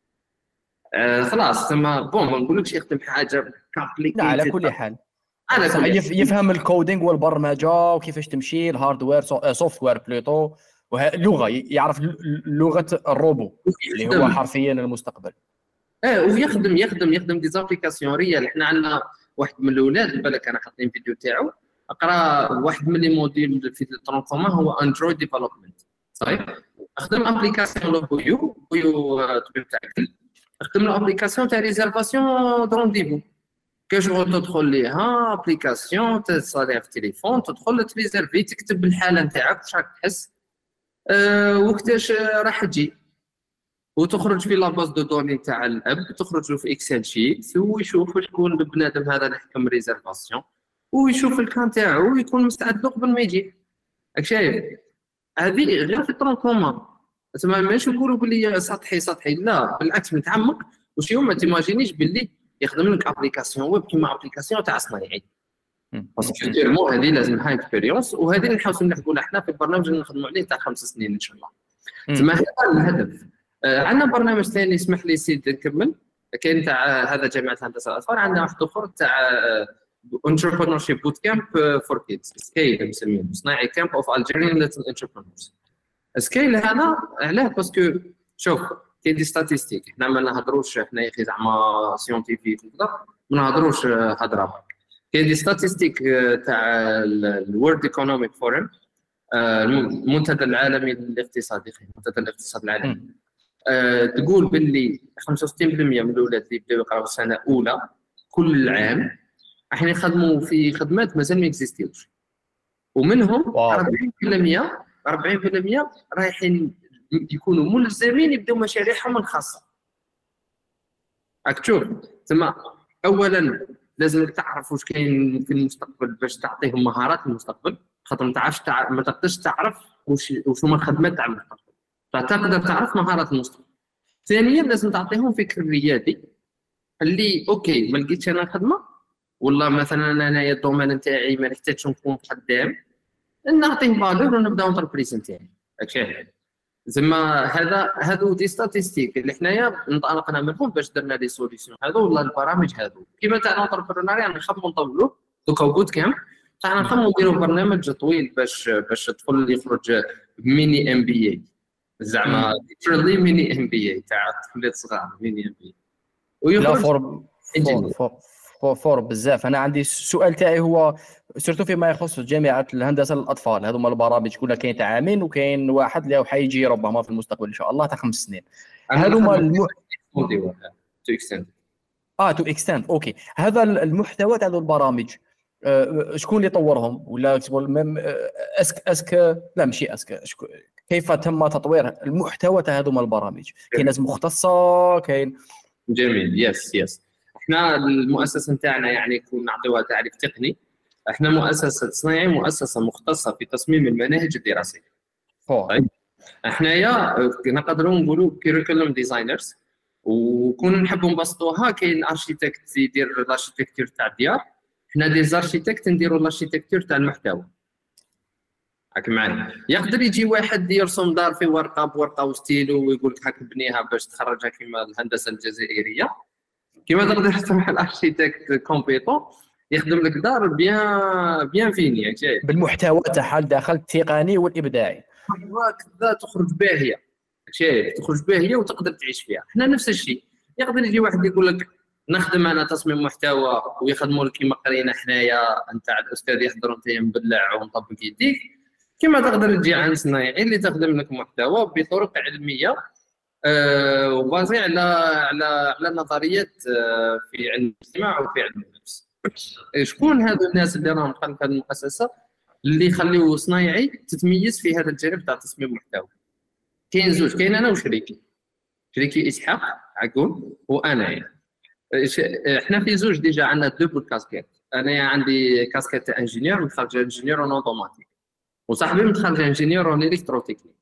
آه خلاص تما بون ما نقولكش يخدم حاجه كومبليكيتد.
لا على كل حال
على
صح،
كل
يف- يفهم الكودينغ والبرمجه وكيفاش تمشي الهاردوير سوفت وير بلوتو، واللغه يعرف ل- لغه الروبو اللي هو
يخدم.
حرفيا المستقبل.
اه ويخدم يخدم يخدم دي زابليكاسيون ريال. احنا عندنا واحد من الاولاد بالك انا حاطين فيديو تاعو اقرا واحد من لي موديل في الترونكوما هو اندرويد ديفلوبمنت صحيح. خدم ابليكاسيون لو بويو بويو طبيب تاع الكل. خدم له ابليكاسيون تاع ريزيرفاسيون دو رونديفو كي جو تدخل ليها ابليكاسيون تصاليها في التليفون تدخل تريزيرفي تكتب الحاله نتاعك واش راك تحس أه وقتاش راح تجي وتخرج في لاباز دو دوني تاع الاب تخرج له في اكسل شيت ويشوف شكون البنادم هذا اللي حكم ريزيرفاسيون ويشوف الكان تاعو ويكون مستعد له قبل ما يجي. راك شايف هذه غير في الترونكوما تما ماشي نقولوا بلي سطحي سطحي لا بالعكس متعمق. واش يوم ما تيماجينيش باللي يخدم لك ابليكاسيون ويب كيما ابليكاسيون تاع صناعي باسكو ديرمو هذه لازم هاي اكسبيريونس وهذه اللي نحاولوا نحكوا احنا في البرنامج اللي نخدموا عليه تاع خمس سنين ان شاء الله. تما هذا الهدف. آه عندنا برنامج ثاني اسمح لي سيد نكمل كاين تاع هذا جامعه هندسه الاطفال. عندنا واحد اخر تاع انتربرونور شيب بوت كامب فور كيدز سكيل مسمينه صناعي كامب اوف الجيريان ليتل انتربرونورز. سكيل هذا علاه باسكو شوف كاين دي ستاتيستيك احنا ما نهضروش احنا يا اخي زعما سيونتيفيك وكذا ما نهضروش هضره. كاين دي ستاتيستيك تاع الورد ايكونوميك فورم المنتدى العالمي للاقتصاد المنتدى الاقتصاد العالمي أه تقول باللي خمسة وستين بالمئة من الاولاد اللي يبداو يقراو سنه اولى كل عام راح يخدموا في خدمات مازال ما اكزيستيوش ومنهم أربعين بالمئة أربعين بالمئة رايحين يكونوا ملزمين يبداو مشاريعهم الخاصه. راك تشوف تما اولا لازم تعرف واش كاين في المستقبل باش تعطيهم مهارات المستقبل خاطر ما تعرفش تع... ما تقدرش تعرف واش واش هما الخدمات تاع المستقبل فتقدر تعرف مهارات المستقبل. ثانيا لازم تعطيهم فكر ريادي اللي اوكي ما لقيتش انا خدمه والله مثلا انايا الدومين نتاعي ما نحتاجش نكون خدام نعطيه فالور ونبدا انتربريز نتاعي. هكا زعما هذا هذو دي ستاتيستيك اللي حنايا انطلقنا منهم باش درنا لي سوليسيون هذو ولا البرامج هذو كيما تاع الانتربرونيا نخدموا نطولوا دوكا بوت كامب تاع نخدموا نديروا برنامج طويل باش باش الطفل يخرج ميني ام بي اي زعما ليترالي ميني ام بي اي تاع الطفلات الصغار ميني ام بي اي
ويخرج فور فور فور, فور بزاف. انا عندي السؤال تاعي هو سورتو فيما يخص جامعه الهندسه للاطفال هذوما البرامج كلها كاين تاع عامين وكاين واحد اللي حيجي ربما في المستقبل ان شاء الله تاع خمس سنين هذوما الم...
تو اكستند
اه تو اكستند اوكي. هذا المحتوى تاع البرامج أه شكون اللي طورهم ولا اسك اسك لا ماشي اسك كيف تم تطوير المحتوى تاع هذوما البرامج؟ كاين ناس مختصه كاين
جميل يس يس. احنا المؤسسه نتاعنا يعني كون نعطيوها تعريف تقني احنا مؤسسه صناعي مؤسسه مختصه في تصميم المناهج الدراسيه. طيب احنايا نقدروا نقولوا كيريكولوم ديزاينرز وكون نحبوا نبسطوها كاين اركيتكت يدير الاركيتكتور تاع الديار احنا دي زاركيتكت نديروا الاركيتكتور تاع المحتوى. راك معايا يقدر يجي واحد يرسم دار في ورقه بورقه وستيلو ويقول لك هاك بنيها باش تخرجها كيما الهندسه الجزائريه كيما تقدر تسمح الاركيتكت كومبيتون يخدم لك دار بيان بيان فيني
بالمحتوى تاعها الداخل التقني والابداعي
هكذا تخرج باهيه شايف تخرج باهيه وتقدر تعيش فيها. احنا نفس الشيء يقدر يجي واحد يقول لك نخدم انا تصميم محتوى ويخدموا لك كيما قرينا حنايا نتاع الاستاذ يحضر انت مبلع ونطبق يديك كيما تقدر تجي عند صنايعي اللي تخدم لك محتوى بطرق علميه أه وبازي على على على نظريات أه في علم الاجتماع وفي علم النفس. شكون هذو الناس اللي راهم خلف هذه المؤسسه اللي يخليو صنايعي تتميز في هذا الجانب تاع تصميم المحتوى؟ كاين زوج كاين انا وشريكي شريكي اسحاق عقول وانا يعني. احنا في زوج ديجا عندنا دوبل كاسكيت. انا عندي كاسكيت تاع انجينيور متخرج انجينيور اون اوتوماتيك وصاحبي متخرج انجينيور اون الكتروتكنيك.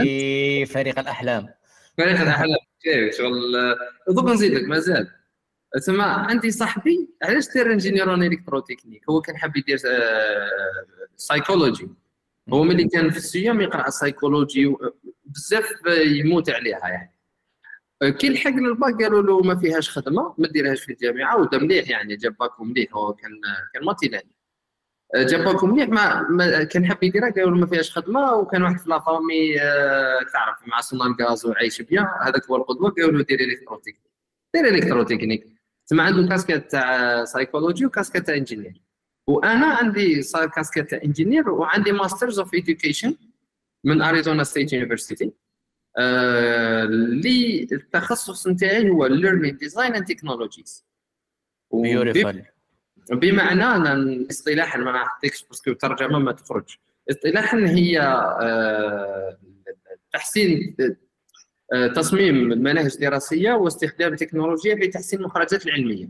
حي فريق الاحلام
فريق الاحلام كيف شغل دوك نزيد لك مازال تسمى عندي صاحبي علاش دار انجينيرون الكتروتكنيك، هو كان حاب يدير سايكولوجي. هو ملي كان في السيام يقرا السايكولوجي بزاف يموت عليها يعني. كي لحق الباك قالوا له ما فيهاش خدمه، ما ديرهاش في الجامعه، ودا مليح يعني جاب باكو مليح، هو كان كان ماتيلاني جاب باكو مليح، ما, ما كان حاب يديرها، قالوا له ما فيهاش خدمه، وكان واحد في لافامي آه تعرف مع صنع الغاز وعايش بيان، هذاك هو القدوه، قالوا له دير الكتروتكنيك دير الكتروتكنيك. تسمى عنده كاسكيت تاع سايكولوجي وكاسكيت تاع انجينير، وانا عندي كاسكيت تاع انجينير وعندي ماسترز اوف ايديوكيشن من اريزونا ستيت يونيفرسيتي. اللي التخصص نتاعي هو learning design and technologies.
بيوريفال.
بمعنى أن اصطلاحا ما نعطيكش باسكو الترجمه ما تخرج، اصطلاحا هي تحسين تصميم المناهج الدراسيه واستخدام التكنولوجيا في تحسين المخرجات العلميه.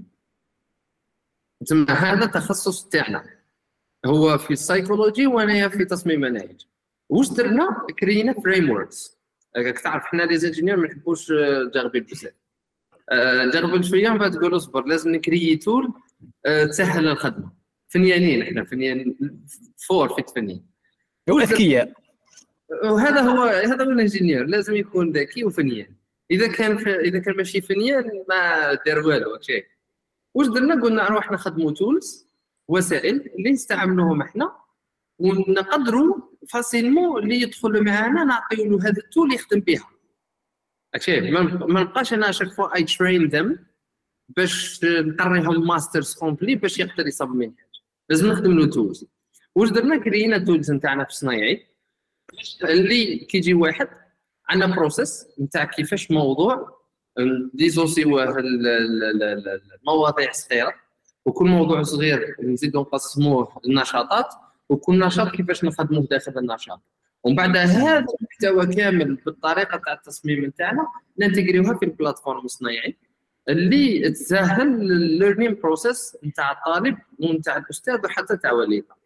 ثم هذا التخصص تاعنا هو في السايكولوجي وانا في تصميم مناهج. واش درنا؟ كرينا فريم وركس. راك تعرف حنا لي زانجينيور ما نحبوش نجربوا بزاف، نجربوا شويه من بعد تقولوا اصبر لازم نكري تول تسهل الخدمه. فنيانين احنا فنيان فور في التفنين
واذكياء،
وهذا هو هذا هو الانجينير، لازم يكون ذكي وفنيان. اذا كان ف... اذا كان ماشي فنيان ما دار والو شيء. واش درنا؟ قلنا نروح نخدموا تولز، وسائل اللي نستعملوهم احنا ونقدروا فاسيلمون اللي يدخل معنا نعطيو له هذا التول يخدم بها. هادشي ما نبقاش انا شاك فوا اي ترين ذم باش نقريهم ماسترز كومبلي باش يقدر يصمم حاجه، لازم نخدم له تولز. واش درنا؟ كرينا تولز نتاعنا في الصنايعي اللي كيجي واحد عندنا بروسيس نتاع كيفاش موضوع ديزوسيوه المواضيع صغيره، وكل موضوع صغير نزيدو نقسموه لنشاطات، وكل نشاط كيفاش نخدموه داخل النشاط، ومن بعد هذا المحتوى كامل بالطريقه تاع التصميم نتاعنا ننتجريوها في البلاتفورم الصناعي اللي تسهل الليرنينغ بروسيس نتاع الطالب ونتاع الاستاذ وحتى تاع ولي الامر.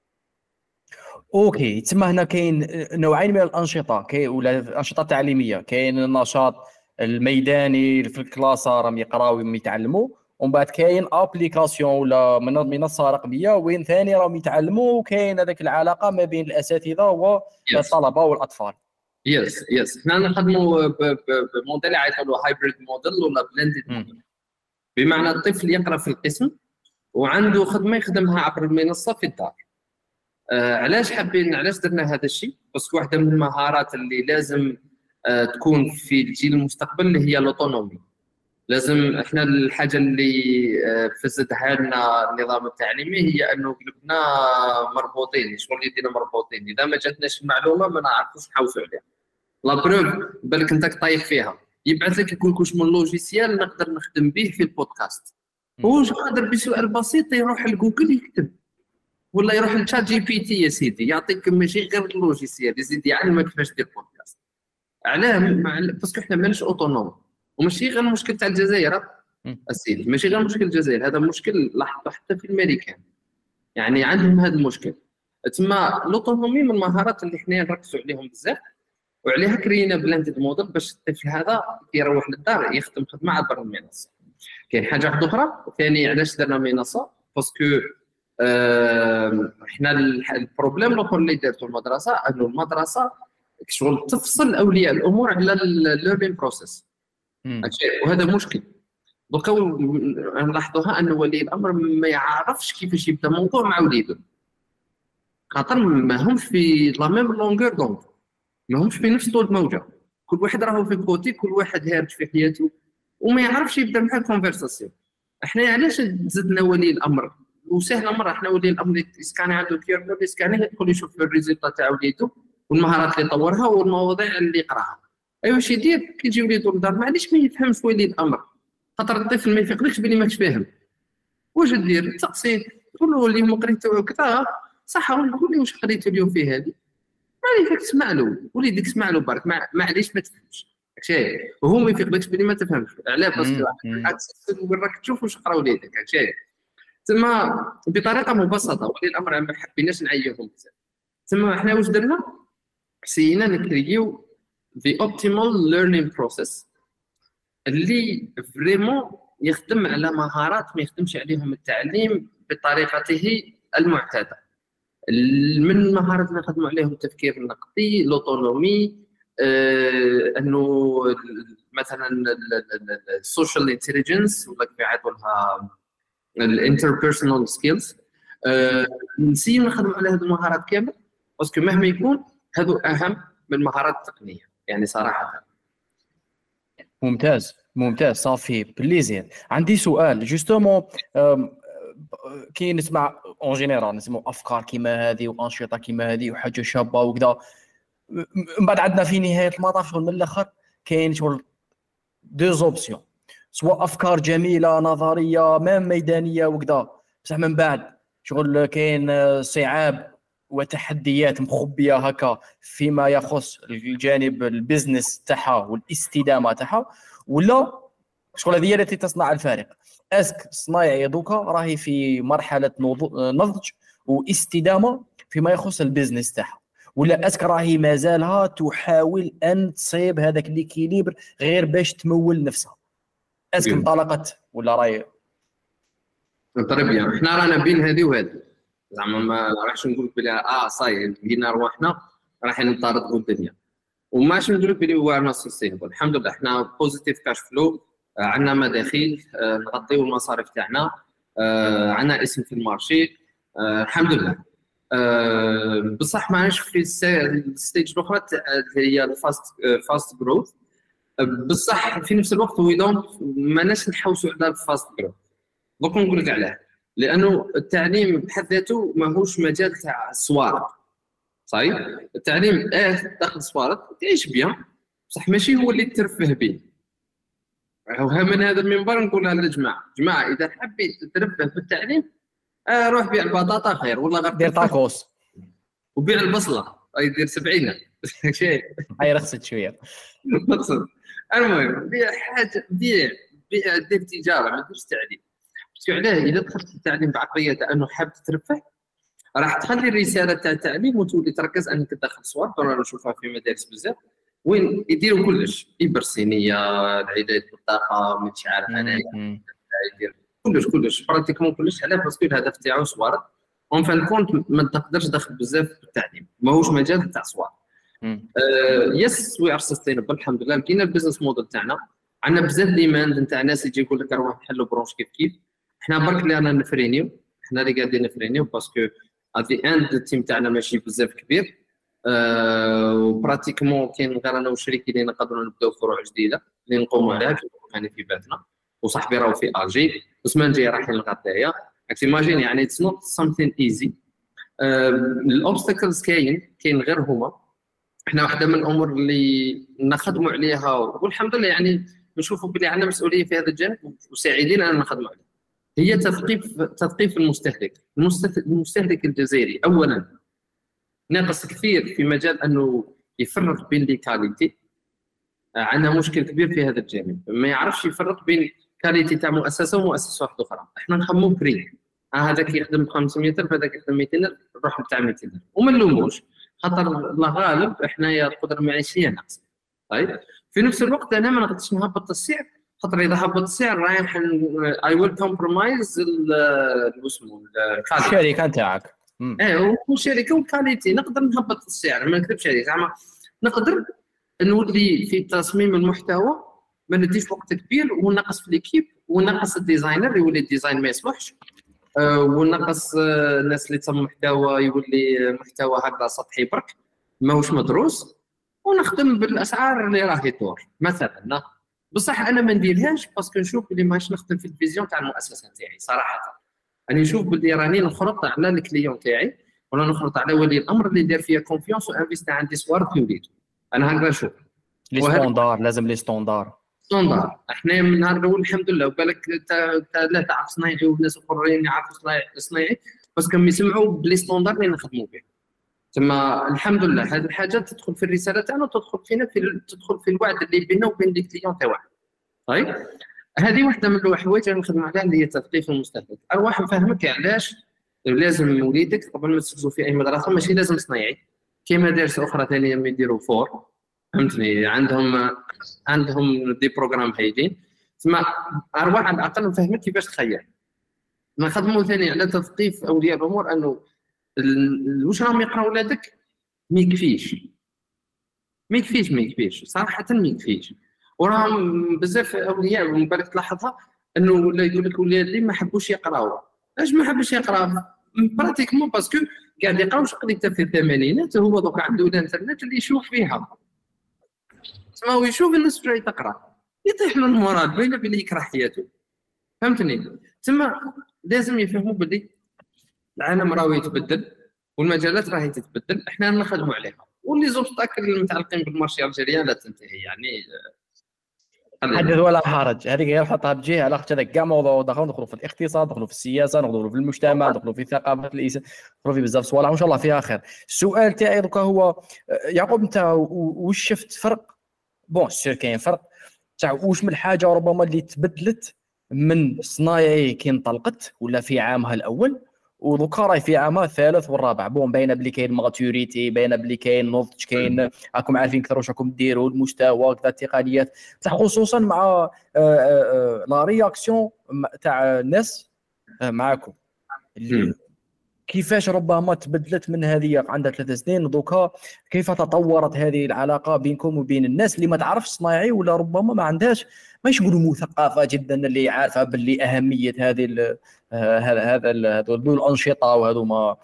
اوكي، تما هنا كاين نوعين من الانشطه، كاين ولا الانشطه التعليميه، كاين النشاط الميداني في الكلاس راهم يقراو ويتعلموا، ومن بعد كاين ابليكاسيون ولا منصه رقميه وين ثاني راهم يتعلموا، وكاين هذاك العلاقه ما بين الاساتذه والطلبه والاطفال.
يس يس حنا نخدموا بموديل عيطوا له هايبريد موديل ولا بلندد موديل، بمعنى الطفل يقرا في القسم وعنده خدمه يخدمها عبر المنصه في الدار. آه علاش حابين علاش درنا هذا الشيء؟ بس واحده من المهارات اللي لازم آه تكون في الجيل المستقبل اللي هي الاوتونومي. لازم احنا الحاجه اللي آه فسدها لنا النظام التعليمي هي انه قلبنا مربوطين، شغل يدينا مربوطين، اذا ما جاتناش المعلومه ما نعرفوش نحوسوا عليها. لا بروف بالك انت طايح فيها، يبعث لك يقول لك واش من لوجيسيال نقدر نخدم به في البودكاست، هو قادر بسؤال بسيط يروح لجوجل يكتب، ولا يروح لتشات جي بي تي يا سيدي يعطيك ماشي غير اللوجيسيال يزيد يعلمك كيفاش دير بودكاست. علاه؟ باسكو حنا ماناش اوتونوم، وماشي غير المشكل تاع الجزائر السيدي، ماشي غير مشكل الجزائر، هذا مشكل لاحظته حتى في الامريكان، يعني عندهم هذا المشكل. تما الاوتونومي من المهارات اللي حنا نركزوا عليهم بزاف، وعليها كرينا بلندد موديل باش الطفل هذا يروح للدار يخدم خدمه عبر المنصه. كاين حاجه واحده اخرى ثاني علاش درنا منصه، باسكو أه احنا البروبليم الاخر اللي دارته المدرسه انه المدرسه شغل تفصل اولياء الامور على الليرنينغ بروسيس، وهذا مشكل. دوكا نلاحظوها ان ولي الامر ما يعرفش كيفاش يبدا موضوع مع وليده، خاطر ما همش في لا ميم لونغور دونك، ما همش في نفس طول الموجه، كل واحد راهو في كوتي، كل واحد هارج في حياته وما يعرفش يبدا معاه كونفرساسيون. احنا علاش زدنا ولي الامر؟ وسهله مره، احنا ولي الامر يسكاني عنده كير كود يسكاني يدخل يشوف في الريزلت تاع وليده والمهارات اللي طورها والمواضيع اللي يقراها. ايوا واش يدير؟ كيجي وليده للدار معليش ما يفهمش ولي الامر، خاطر الطفل ما يفيقلكش بلي ماكش فاهم. واش دير؟ تقصيه تقول له اللي هما قريتو كذا صح، قول لي واش قريتو اليوم في هذه، معليش تسمع له وليدك اسمع له برك، معليش ما تفهمش هادشي، وهو ما يفيقلكش بلي ما تفهمش. علاه؟ باسكو راك تشوف واش قرا وليدك هادشي. تما بطريقه مبسطه ولي الامر ما حبيناش نعيوهم بزاف. تما حنا واش درنا؟ سينا نكريو the optimal learning process اللي فريمون يخدم على مهارات ما يخدمش عليهم التعليم بطريقته المعتاده. من مهارات اللي نخدموا عليهم التفكير النقدي، الاوتونومي، آه انه مثلا السوشيال انتليجنس ولا كيف يعيطوا لها الانتربيرسونال سكيلز. نسيو نخدموا على هذه المهارات كامل باسكو مهما يكون هذو اهم من المهارات التقنيه يعني صراحه.
ممتاز ممتاز صافي بليزير. عندي سؤال جوستومون، كي نسمع اون جينيرال نسمع افكار كيما هذه وانشطه كيما هذه وحاجه شابه وكذا، من بعد عندنا في نهايه المطاف شغل من الاخر كاين شغل دو زوبسيون، سواء افكار جميله نظريه مام ميدانيه وكذا، بصح من بعد شغل كاين صعاب وتحديات مخبيه هكا فيما يخص الجانب البيزنس تاعها والاستدامه تاعها، ولا شغل هذه هي التي تصنع الفارق. اسك صنايعي دوكا راهي في مرحله نضج واستدامه فيما يخص البيزنس تاعها، ولا اسك راهي مازالها تحاول ان تصيب هذاك ليكيليبر غير باش تمول نفسها؟ اسك انطلقت ولا راهي
طيب؟ يعني احنا رانا بين هذه وهذه، زعما ما راحش نقول بلي اه صاي لقينا رواحنا راح نطاردوا الدنيا، وماش نقول بلي هو انا سستينبل. الحمد لله احنا بوزيتيف كاش فلو، عندنا مداخيل آه نغطيو المصاريف تاعنا، آه عندنا اسم في المارشي، آه الحمد لله. آه بصح ماش في الستيج الاخرى هي الفاست فاست جروث، بصح في نفس الوقت وي دونت ماناش نحوسوا على الفاست جروث. دوك نقول لك علاه، لانه التعليم بحد ذاته ماهوش مجال تاع الصوارد. صحيح التعليم اه تاخذ صوارد تعيش بيان، بصح ماشي هو اللي ترفه به. وها من هذا المنبر نقولها للجماعه، جماعه اذا حبيت ترفه بالتعليم آه روح بيع البطاطا خير، ولا غير
دير طاكوس
وبيع البصله اي دير سبعين شيء
هاي رخصت شويه
مقصود. المهم بيع حاجه، بيع بيع دير تجاره ما ديرش تعليم. بس علاه اذا دخلت التعليم بعقليه انه حاب ترفه راح تخلي الرساله تاع التعليم وتولي تركز انك تدخل صوارد. انا نشوفها في مدارس بزاف وين يديروا كلش، ابر صينيه، العداد بالطاقه مش عارف انا يدير كلش كلش براتيكمون كلش. علاه باسكو الهدف تاعو صوارد، اون فان كونت ما تقدرش تدخل بزاف في التعليم، ماهوش مجال تاع صوارد. يس وي ار سستينبل الحمد لله. لقينا البيزنس موديل تاعنا، عندنا بزاف ديماند نتاع ناس يجي يقول لك روح نحلوا برونش كيف كيف. احنا برك اللي رانا نفرينيو، احنا اللي قاعدين نفرينيو باسكو ات ذا اند التيم تاعنا ماشي بزاف كبير، أه وبراتيكمون كاين غير انا وشريكي اللي نقدروا نبداو فروع جديده اللي نقوموا عليها كان في بالنا. وصاحبي راهو في الجي السمان الجايه رايحين لغدايا. اكتيماجين يعني اتس نوت سامثين ايزي. الاوبستكلز كاين كاين غير هما. احنا واحده من الامور اللي نخدموا عليها والحمد لله يعني نشوفوا بلي عندنا مسؤوليه في هذا الجانب وسعيدين ان نخدموا عليها، هي تثقيف تثقيف المستهلك. المستهلك الجزائري اولا ناقص كثير في مجال انه يفرق بين لي كاليتي. عندنا مشكل كبير في هذا الجانب، ما يعرفش يفرق بين كاليتي تاع مؤسسه ومؤسسه واحده اخرى. احنا نخمو بري، اه هذاك يخدم خمسمية ألف هذاك يخدم مئتين ألف نروح نتاع مئتين ألف وما نلوموش، خاطر الغالب حنايا القدره المعيشيه ناقصه. طيب في نفس الوقت انا ما نقدرش نهبط السعر، خاطر اذا هبط السعر رايح اي ويل كومبرومايز اسمه
الشركه نتاعك.
ايه والشركه والكاليتي. نقدر نهبط السعر ما نكذبش عليك، زعما نقدر نولي في تصميم المحتوى ما نديش وقت كبير ونقص في ليكيب ونقص الديزاينر يولي الديزاين ما يصلحش، أه ونقص الناس اللي تصمم محتوى يولي محتوى هكذا سطحي برك ماهوش مدروس، ونخدم بالاسعار اللي راهي تدور مثلا. بصح انا ما نديرهاش باسكو نشوف بلي ماش نخدم في الفيزيون تاع المؤسسه تاعي صراحه. انا نشوف بلي راني نخرط على الكليون تاعي ولا نخرط على ولي الامر اللي دار فيا كونفيونس وانفيستي عندي صوارد في وليدو. انا هكذا نشوف
لي ستوندار، لازم لي ستوندار
ستوندار. احنا من نهار الاول الحمد لله، وبالك لا تعرف صنايعي والناس اخرين يعرفوا صنايعي بس كانوا يسمعوا بلي ستوندار اللي نخدموا به. ثم الحمد لله هذه الحاجه تدخل في الرساله تاعنا وتدخل فينا في تدخل في الوعد اللي بيننا وبين لي كليون تاعنا. طيب هذه واحده من الحوايج اللي نخدم عليها اللي هي تثقيف المستهلك. اروح نفهمك علاش لازم وليدك قبل ما تسجلوا في اي مدرسه ماشي لازم صنايعي، كاين مدارس اخرى ثانيه يديروا فور فهمتني، عندهم عندهم دي بروغرام هايلين تسمى ارواح على الاقل نفهمك كيفاش تخيل. نخدموا ثاني على تثقيف اولياء الامور انه واش راهم يقراو ولادك ما يكفيش ما يكفيش ما يكفيش صراحه ما يكفيش. وراهم بزاف اولياء من بالك تلاحظها انه ولا يقول لك ولادي ما حبوش يقراو. علاش ما حبوش يقراو؟ براتيكمون باسكو قاعد يقراو واش قريت في الثمانينات، هو دوك عنده الانترنت اللي يشوف فيها تسمى ويشوف الناس جاي تقرا يطيح من المراد باينه بلي يكره حياته. فهمتني؟ تما لازم يفهموا بلي العالم راهو يتبدل والمجالات راهي تتبدل، احنا نخدموا عليها واللي زوبستاكل المتعلقين بالمارشي الجزائري لا تنتهي يعني.
حدث ولا حرج، هذيك غير حطها بجهه على خاطر هذاك كاع موضوع دخلوا ندخلوا في الاقتصاد، ندخلوا في السياسه، ندخلوا في المجتمع، ندخلوا في ثقافه الانسان، ندخلوا في بزاف صوالح وان شاء الله فيها خير. السؤال تاعي دوكا هو يعقوب انت واش شفت فرق؟ بون سير كاين فرق تاع واش من الحاجه ربما اللي تبدلت من صنايعي كي انطلقت ولا في عامها الاول ودوكا راهي في عامها الثالث والرابع. بون باينه بلي كاين ماتوريتي، باينه بلي كاين نضج، كاين راكم عارفين كثر واش راكم ديروا المستوى كذا التقنيات بصح خصوصا مع لا رياكسيون تاع الناس معاكم كيفاش ربما تبدلت من هذه عندها ثلاث سنين ودوكا كيف تطورت هذه العلاقه بينكم وبين الناس اللي ما تعرفش صنايعي ولا ربما ما عندهاش ماشي نقولوا مثقفه جدا اللي عارفه باللي اهميه هذه هذا هذا هذو الانشطه وهذو ما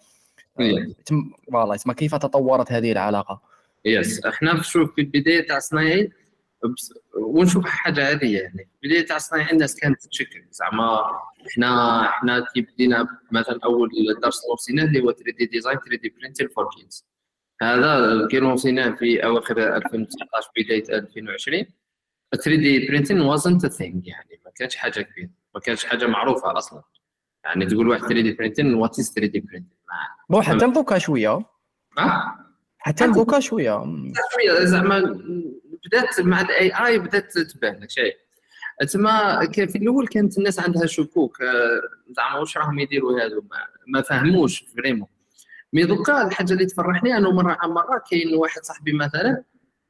والله اسمع كيف تطورت هذه العلاقه.
يس احنا نشوف في البدايه تاع صنايعي ونشوف حاجه عاديه يعني بدايه تاع صنايعي الناس كانت تشكل زعما احنا احنا كي بدينا مثلا اول درس لونسيناه اللي هو ثري دي ديزاين ثري دي برينتين فور كيدز. هذا كي لونسيناه في اواخر ألفين وتسعطاش بدايه ألفين وعشرين. ثري دي برينتين وازنت ثينج يعني ما كانتش حاجه كبيره، ما كانتش حاجه معروفه اصلا. يعني تقول واحد ثري دي برينتين وات از ثري دي برينتين
بون حتى دوكا شويه
اه
حتى دوكا شويه
شويه زعما بدات مع الاي اي بدات تبان لك شيء. تما في الاول كانت الناس عندها شكوك زعما واش راهم يديروا هذو ما فهموش فريمون. مي دوكا الحاجه اللي تفرحني انه مره على مره كاين واحد صاحبي مثلا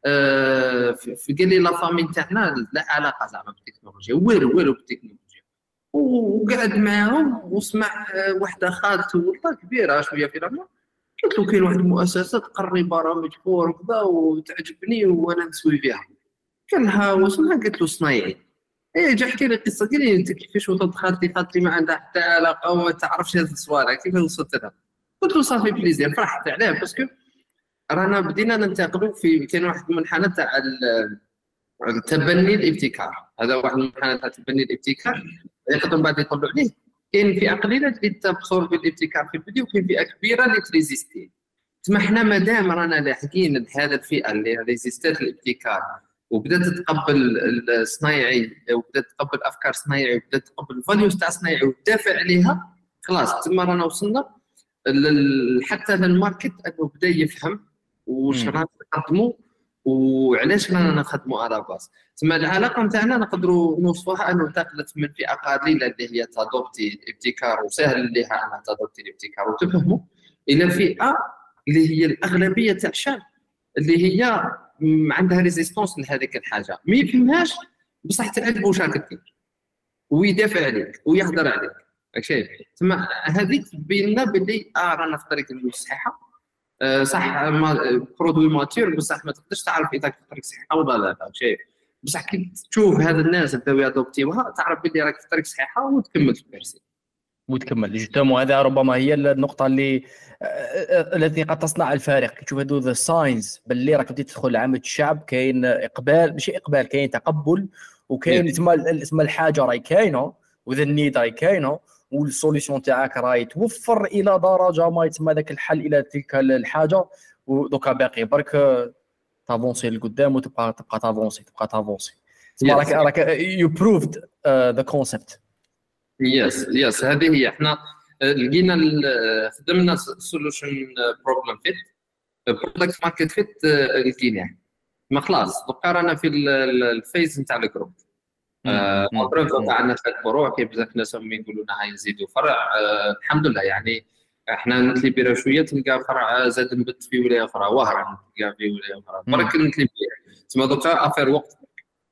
في قال لي لا فامي تاعنا لا علاقه زعما بالتكنولوجيا والو والو بالتكنولوجيا وقعد معاهم وسمع وحده خالته والله كبيره شويه في العمر قلت له كاين واحد المؤسسه تقري برامج فور وكذا وتعجبني وانا نسوي فيها. قال لها واسمها؟ قلت له صنايعي. ايه جا حكي لي قصه قال لي انت كيفاش وصلت خالتي خالتي ما عندها حتى علاقه وما تعرفش هذه الصوالح كيف وصلت لها؟ قلت له صافي بليزير فرحت عليه باسكو رانا بدينا ننتقلوا في كاين واحد المنحنى تاع التبني الابتكار. هذا واحد المنحنى تاع تبني الابتكار يقدر بعد يطلعوا عليه. كاين فئه قليله اللي تبصر بالابتكار في الفيديو وكاين فئه كبيره اللي تريزيستي. تما حنا مادام رانا لاحقين لهذا الفئه اللي ريزيستات الابتكار وبدات تتقبل الصنايعي وبدات تتقبل افكار صنايعي وبدات تتقبل الفاليوز تاع الصنايعي وتدافع عليها خلاص تما رانا وصلنا حتى للماركت انه بدا يفهم واش رانا نقدموا وعلاش رانا نخدموا على باس. تما العلاقه نتاعنا نقدروا نوصفوها انه انتقلت من فئه قليله اللي هي تادوبتي الابتكار وسهل لها انها تادوبتي الابتكار وتفهموا الى فئه اللي هي الاغلبيه تاع الشعب اللي هي عندها ريزيستونس لهذيك الحاجه ما يفهمهاش بصح تعجبو واش راك دير ويدافع عليك ويهضر عليك هكشي. تما هذيك تبين لنا باللي اه رانا في الطريق الصحيحه. أه صح برودوي ماتير بصح ما تقدرش تعرف اذا في الطريق صحيحه ولا لا هكشي. بصح كي تشوف هذا الناس بداو يادوبتيوها تعرف باللي راك في الطريق صحيحه وتكمل في البيرسي
وتكمل جوستومون. هذا ربما هي النقطه اللي التي قد تصنع الفارق. كي تشوف هذو ذا ساينز باللي راك بديت تدخل لعامه الشعب كاين اقبال ماشي اقبال كاين تقبل وكاين تما اسم الحاجه راهي كاينه وذا النيد راهي كاينه والسوليسيون تاعك راهي توفر الى درجه ما يتسمى ذاك الحل الى تلك الحاجه ودوكا باقي برك تافونسي لقدام وتبقى تبقى تافونسي تبقى تافونسي تما راك راك يو بروفد ذا كونسيبت.
يس يس هذه هي. احنا لقينا خدمنا سولوشن بروبلم فيت برودكت ماركت فيت لقيناه ما خلاص دوكا رانا في الفيز نتاع الجروب. البروف تاعنا ثلاث فروع كاين بزاف ناس هم يقولوا لنا هاي نزيدوا فرع. أه الحمد لله يعني احنا نتليبيرا شويه تلقى فرع زاد نبت في ولايه اخرى وهران تلقى في ولايه اخرى برك نتليبيرا. تما دوكا افير وقت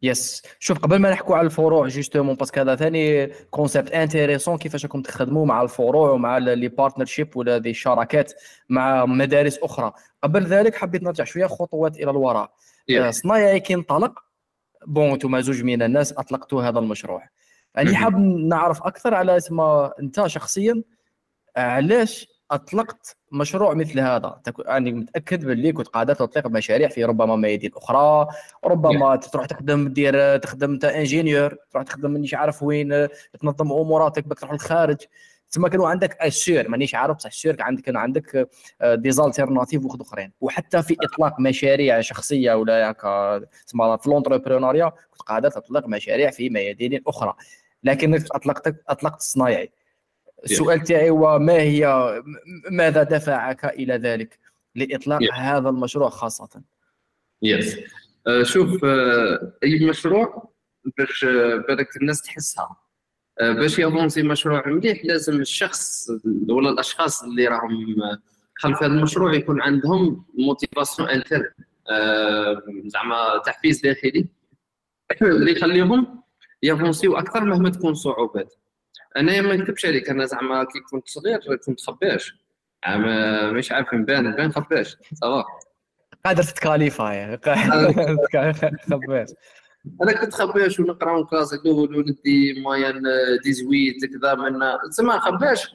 يس شوف، قبل ما نحكوا على الفروع جوستومون باسكو هذا ثاني كونسيبت انتريسون، كيفاش راكم تخدموا مع الفروع ومع لي بارتنرشيب ولا دي شراكات مع مدارس اخرى. قبل ذلك حبيت نرجع شويه خطوات الى الوراء.
yeah.
صنايعي كي انطلق، بون انتم زوج من الناس اطلقتوا هذا المشروع، يعني حاب نعرف اكثر على اسمه انت شخصيا، علاش اطلقت مشروع مثل هذا؟ يعني متاكد باللي كنت قادر تطلق مشاريع في ربما ميادين اخرى، ربما yeah. تروح تخدم دير تخدم انت انجينيور، تروح تخدم مانيش عارف وين، تنظم اموراتك بك تروح للخارج. تما كانوا عندك اشير مانيش عارف بصح الشير عندك كان عندك ديزالتيرناتيف واحد اخرين. وحتى في اطلاق مشاريع شخصيه ولا هكا تسمى في لونتربرونيا كنت قادر تطلق مشاريع في ميادين اخرى، لكن اطلقت اطلقت الصنايعي. السؤال تاعي هو ما هي ماذا دفعك الى ذلك لاطلاق yeah. هذا المشروع خاصه؟
يس yes. uh, شوف uh, اي مشروع باش بالك الناس تحسها uh, باش يفونسي مشروع مليح لازم الشخص ولا الاشخاص اللي راهم خلف هذا المشروع يكون عندهم موتيفاسيون انتر uh, زعما تحفيز داخلي اللي يخليهم يفونسيو اكثر مهما تكون صعوبات. انا ما نكتبش عليك، انا زعما كي كنت صغير كنت خباش، مش عارف نبان نبان خباش صراحه
قادر تتكاليفاي قادر خباش.
انا كنت خباش ونقرا ونكلاس الاول وندي موين ديزويت كذا من تسمى خباش،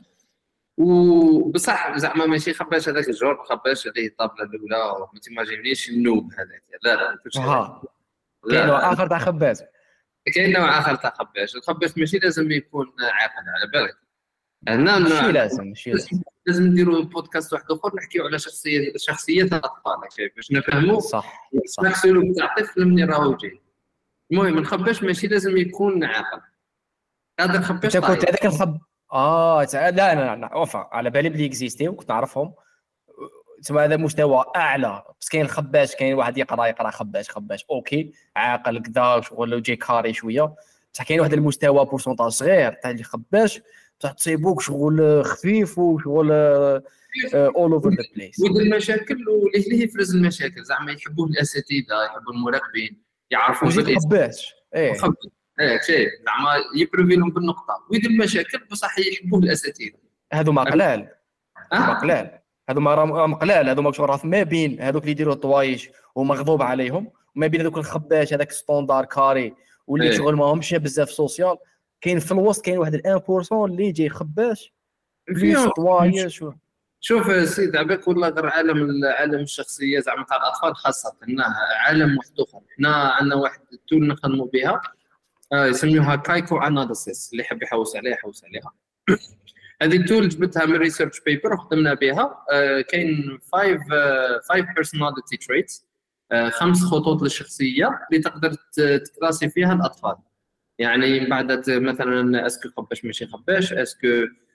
وبصح زعما ماشي خباش هذاك الجور خباش اللي الطابله الاولى ما تيماجينيش النوب هذاك، لا لا كلشي
كاين اخر تاع خباش،
كاين نوع اخر تاع خباش. الخباش ماشي لازم يكون عاقل على بالك، هنا
ماشي لازم ماشي لازم
لازم نديروا بودكاست واحد اخر نحكيو على شخصيه شخصيات الاطفال باش نفهموا
صح
صح السلوك تاع الطفل من راهو جاي. المهم الخباش ماشي لازم يكون عاقل، هذا الخباش
انت كنت هذاك الخب اه لا لا لا اوفا على بالي بلي اكزيستي وكنت نعرفهم، تسمى هذا مستوى اعلى. بس كاين الخباش، كاين واحد يقرا يقرا خباش خباش اوكي عاقل كذا شغل جاي كاري شويه، بصح كاين واحد المستوى بورسونتاج صغير تاع اللي خباش بصح تصيبوك شغل خفيف وشغل اول اوفر ذا بليس
ودير المشاكل واللي يفرز المشاكل زعما يحبوه الاساتذه يحبوا المراقبين يعرفوا
باللي خباش ايه
ايه شيء زعما يبروفي لهم بالنقطه ويدير المشاكل بصح يحبوه الاساتذه.
هذو ما قلال ما قلال هذو ما قلال هذو ما شغل ما بين هذوك اللي يديروا الطوايش ومغضوب عليهم وما بين هذوك الخباش هذاك ستوندار كاري واللي شغل ما همش بزاف سوسيال. كاين في الوسط كاين واحد واحد بالمئة اللي يجي خباش في طوايش.
شوف سيد عباك والله غير عالم عالم الشخصيه زعما تاع الاطفال خاصه انه عالم واحد اخر. حنا عندنا واحد التول نخدموا بها آه يسميوها كايكو اناليسيس، اللي يحب يحوس عليها يحوس عليها. هذه التول جبتها من ريسيرش بيبر وخدمنا بها. آه كاين خمسة خمسة بيرسوناليتي تريتس، آه خمس خطوط للشخصيه اللي تقدر تكلاسي فيها الاطفال. يعني بعد مثلا اسكو خباش ماشي خباش، اسكو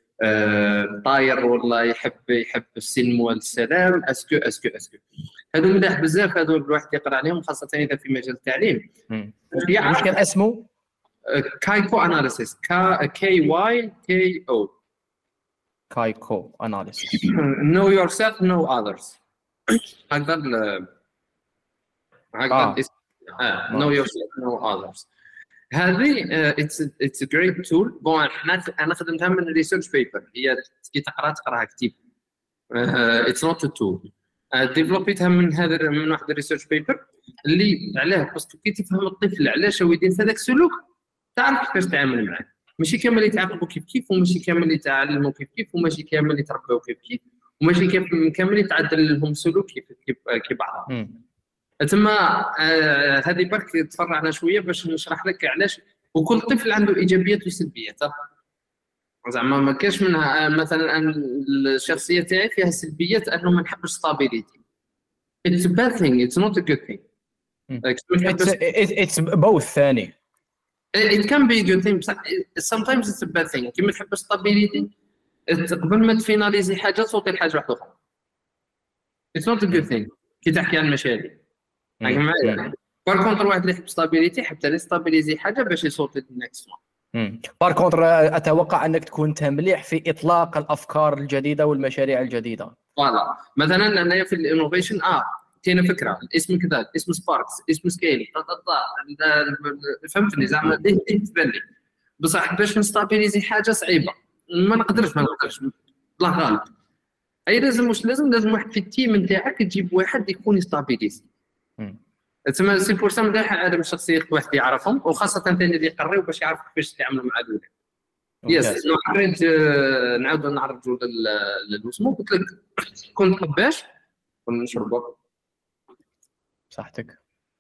آه طاير والله يحب يحب السلم والسلام، اسكو اسكو اسكو هذو ملاح بزاف. هذو الواحد يقرا عليهم خاصه اذا في مجال التعليم.
واش كان اسمه؟
كايكو اناليسيس كي واي كي او
كايكو اناليسيس.
know yourself know others. هكذا هكذا اه know yourself know others. هذه اتس اتس جريت تول. بون احنا انا خدمتها من ريسيرش بيبر، هي كي تقرا تقراها كتيب. اتس نوت ا تول ديفلوبيتها من هذا من واحد الريسيرش بيبر اللي علاه باسكو كي تفهم الطفل علاش هو يدير هذاك السلوك تعرف كيفاش تتعامل معاه. ماشي كامل يتعاقبوا كيف كيف، وماشي كامل يتعلموا كيف كيف، وماشي كامل يتربوا كيف كيف، وماشي كامل يتعدل لهم سلوك كيف كيف كيف بعضهم. تما آه هذه برك تفرعنا شويه باش نشرح لك علاش. وكل طفل عنده ايجابيات وسلبيات زعما ما كاش منها. مثلا الشخصيه تاعي فيها سلبيات انه ما نحبش ستابيليتي. it's a bad thing it's not a good thing.
it's, it's both ثاني.
it can be a good thing but sometimes it's a bad thing. كيما تحب ستابيليتي قبل ما تفيناليزي حاجه تصوتي لحاجه واحده اخرى. it's not a good thing كي تحكي عن المشاريع. معايا بار كونتر واحد اللي يحب ستابيليتي حتى يستابيليزي حاجه باش يصوت للنكست وان.
بار كونتر اتوقع انك تكون انت مليح في اطلاق الافكار الجديده والمشاريع الجديده.
فوالا مثلا انا في الانوفيشن اه كاينه فكره، الاسم كذا، الاسم سباركس، اسم سكيل، فهمتني زعما ديه تبان لي. بصح باش نستابيليزي حاجه صعيبه، ما نقدرش ما نقدرش الله غالب. اي لازم واش لازم لازم واحد في التيم نتاعك تجيب واحد يكون يستابيليزي. تسمى سي بور سا مليح عالم الشخصيه واحد يعرفهم، وخاصه ثاني اللي يقريو باش يعرف كيفاش يتعاملوا مع الاولاد. يس نعرض نعاود نعرضوا للوسمو. قلت لك كنت طباش كنا نشربوا
صحتك